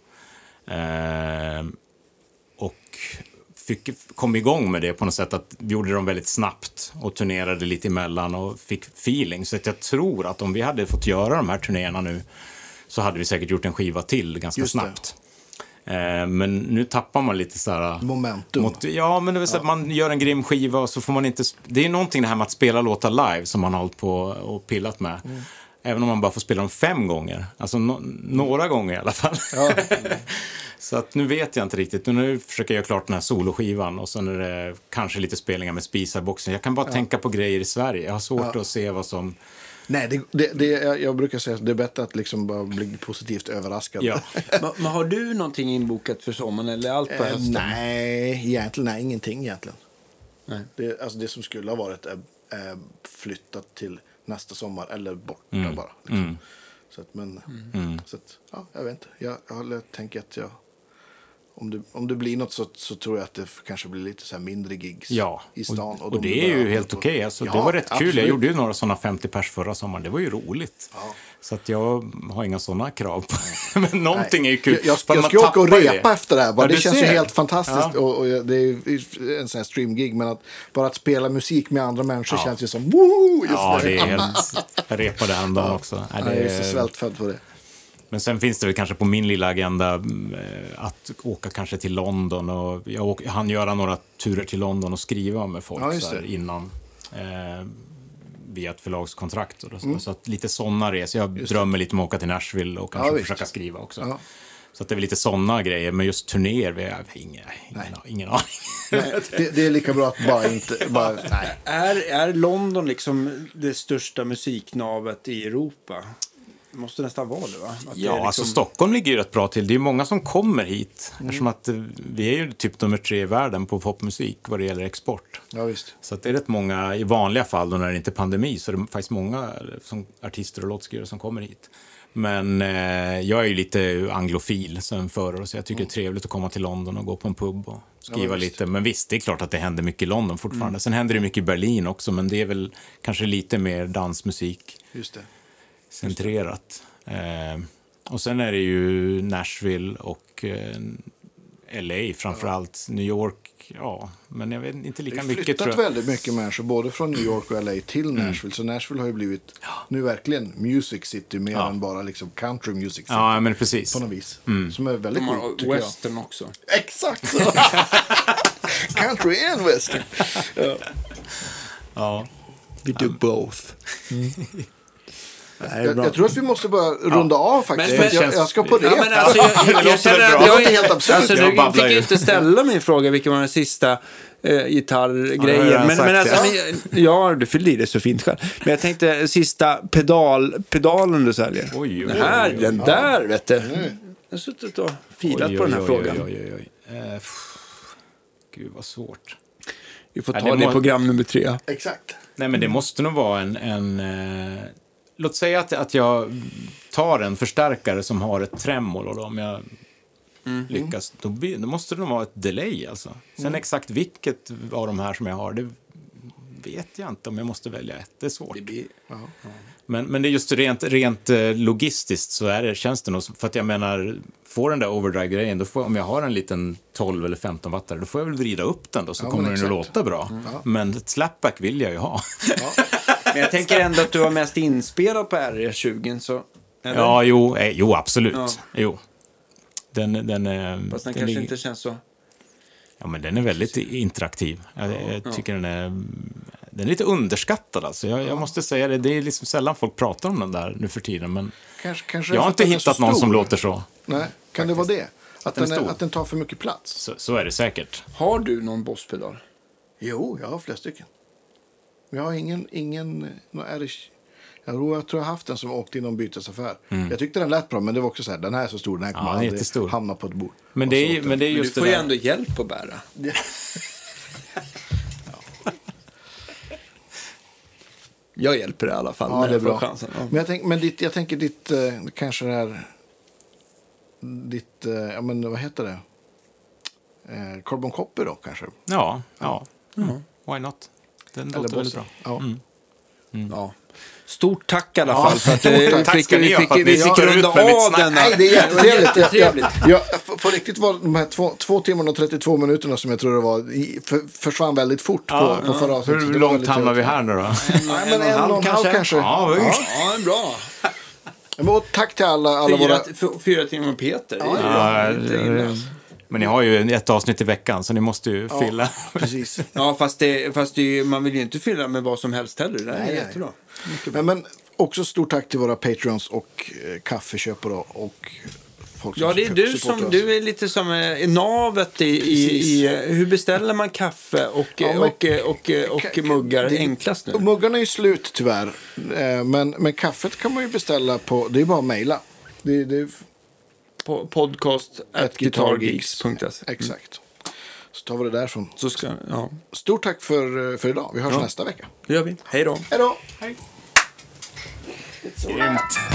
Eh, och... Fick, kom igång med det på något sätt att vi gjorde dem väldigt snabbt och turnerade lite emellan och fick feeling. Så att jag tror att om vi hade fått göra de här turnéerna nu så hade vi säkert gjort en skiva till ganska Just snabbt. Eh, men nu tappar man lite så här... Momentum. Mot, ja, men det vill säga ja. att man gör en grym skiva och så får man inte... Det är någonting det här med att spela låtar live som man har hållit på och pillat med. Mm. Även om man bara får spela dem fem gånger. Alltså no- några gånger i alla fall. Ja. Så att nu vet jag inte riktigt. Nu försöker jag göra klart den här soloskivan. Och sen är det kanske lite spelningar med spisarboxen. Jag kan bara ja. tänka på grejer i Sverige. Jag har svårt ja. att se vad som... Nej, det, det, det, jag brukar säga att det är bättre att liksom bara bli positivt överraskad. Ja. men, men har du någonting inbokat för sommaren eller allt på hösten? Eh, nej, egentligen nej, ingenting egentligen. Nej. Det, alltså det som skulle ha varit är, är flyttat till nästa sommar eller borta mm. bara. Liksom. Mm. Så att, men, mm. så att, ja, jag vet inte. Jag, jag tänker att jag, om, det, om det blir något så, så tror jag att det kanske blir lite så här mindre gigs ja. i stan. Och, och, och det är ju helt okej. Okay. Alltså, ja, det var rätt absolut. Kul. Jag gjorde ju några sådana femtio pers förra sommaren. Det var ju roligt. Ja. Så att jag har inga sådana krav på men någonting Nej. är ju kul. Jag, jag, jag ska åka och repa det. efter det här. Bara, ja, det känns ser. ju helt fantastiskt. Ja. Och, och det är ju en sån här streamgig. Men att bara att spela musik med andra människor ja. känns ju som woo! Ja, det är helt... Jag repade häromdagen ja. också. Nej, det är... Jag är så svältfödd på det. Men sen finns det väl kanske på min lilla agenda att åka kanske till London. Och jag, åker, jag hann göra några turer till London och skriva med folk ja, så här, innan... Eh, via ett förlagskontrakt. Och mm. Så att lite sådana resor. Jag just drömmer det. lite om att åka till Nashville och kanske ja, försöka skriva också. Ja. Så att det är lite sådana grejer. Men just turnéer, vi har ingen, ingen, ingen aning. Nej, det, det är lika bra att bara inte... Bara, nej. Är, är London liksom det största musiknavet i Europa? Det måste nästan vara det, va? Att ja, det liksom... alltså Stockholm ligger ju rätt bra till. Det är många som kommer hit. Mm. Eftersom att vi är ju typ nummer tre i världen på popmusik vad det gäller export. Ja, visst. Så att det är rätt många, i vanliga fall då när det inte är pandemi, så är det faktiskt många som, artister och låtskrivare som kommer hit. Men eh, jag är ju lite anglofil sen förr, så jag tycker mm. det är trevligt att komma till London och gå på en pub och skriva ja, lite. Men visst, det är klart att det händer mycket i London fortfarande. Mm. Sen händer det mycket i Berlin också, men det är väl kanske lite mer dansmusik. Just det. Centrerat. Eh, och sen är det ju Nashville och eh, L A framförallt. Ja. New York, ja, men jag vet inte lika mycket. Det har flyttat väldigt mycket människor både från New York och L A till Nashville. Mm. Så Nashville har ju blivit ja. nu verkligen music city mer ja. än bara liksom country music city. Ja, men precis. På något vis. Mm. Som är väldigt coolt, tycker western jag. också. Exakt så. Country and western. Ja. ja. We do both. Mm. Jag, jag tror att vi måste börja runda ja. av faktiskt. Men, men, jag, jag ska på det. Ja, men alltså, jag, jag, jag känner att jag är helt absurd. Alltså, du fick ju inte ställa min fråga vilken var den sista eh, gitarrgrejen. Ja, men, men alltså, men, ja, du fyllde i det så fint själv. Men jag tänkte sista pedal, pedalen du säljer. Oj, oj, oj, den här, oj, oj. den där, ja. vet du. Mm. Jag har suttit och filat oj, oj, på den här oj, frågan. Oj, oj, oj, oj. Uh, gud, vad svårt. Vi får ta Ja, det det, må... program nummer tre. Exakt. Nej, men det måste nog vara en... en eh... Låt säga att, att jag tar en förstärkare som har ett tremolo då, om jag mm. lyckas. Då, blir, då måste det nog vara ett delay alltså. Sen mm. exakt vilket av de här som jag har, det vet jag inte om jag måste välja ett. Det är svårt. Det blir... ja. Men, men det är just rent, rent logistiskt så är det, känns det nog. För att jag menar, får den där overdrive-grejen, då får, om jag har en liten tolv eller femton wattare, då får jag väl vrida upp den då, så ja, kommer den att låta bra. Mm. Ja. Men ett slapback vill jag ju ha. Ja. Men jag tänker ändå att du var mest inspelad på R E tjugo, så... Eller? Ja, jo, eh, jo absolut. Ja. Jo. Den, den, den Fast den, den kanske är, inte känns så... Ja, men den är väldigt interaktiv. Jag, jag tycker ja. den är... Den är lite underskattad alltså. Jag, jag måste säga det. Det är liksom sällan folk pratar om den där nu för tiden. Men kanske, kanske jag har inte hittat någon som låter så. Nej, kan faktiskt. Det vara det? Att, att, den, den är, att den tar för mycket plats? Så, så är det säkert. Har du någon Boss-pedal? Jo, jag har flera stycken. Jag har ingen... ingen någon R S, jag tror jag har haft en som åkte i någon bytesaffär. Mm. Jag tyckte den lät bra, men det var också så här, den här är så stor, den här kommer ja, aldrig jättestor. Hamna på ett bord. Men det är, men det är just men du får det ju ändå hjälp att bära. Jag hjälper det i alla fall. Ja, det är bra. Chansen. Ja. Men jag, tänk, men ditt, jag tänker ditt, eh, kanske det här, ditt, eh, ja men vad heter det? Eh, Carbon Copy då kanske? Ja, ja. ja. Mm. Why not? Den Eller låter väldigt bra. Ja. Mm. Mm. Ja. Stort tack i alla fall. Ja, för att vi tack fick, ska ni vi fick, vi fick runda av denna. Nej, det är jättetrevligt. jättetrevligt. Jag, jag, på riktigt var de här två, två timmar och trettiotvå minuterna som jag tror det var i, för, försvann väldigt fort ja, på, på förra avsnittet. Hur långt hamnar vi här nu då? En, en, Nej, men en, en och en halv kanske. kanske. Ja, ja. ja bra. Och tack till alla, alla fyra, våra... Fyra timmar med Peter. Ja, ja, ja, men ni har ju ett avsnitt i veckan, så ni måste ju ja, fylla. Precis. Ja, fast, det, fast det, man vill ju inte fylla med vad som helst heller. Det är nej, jättebra. Men, men också stort tack till våra Patreons och eh, kaffeköpare och folk som ja, det är du som, du är lite som eh, navet i, i, i hur beställer man kaffe och, ja, men, och, och, och, och muggar det, enklast nu? Muggarna är ju slut tyvärr, eh, men, men kaffet kan man ju beställa på, det är bara att mejla. Det, det är på podcast at guitargeeks punkt se. Exakt. Så tar vi det därifrån. Så ska, ja. Stort tack för, för idag. Vi hörs ja. nästa vecka. Det gör vi. Hej då. Hej då. Hej. Grymt.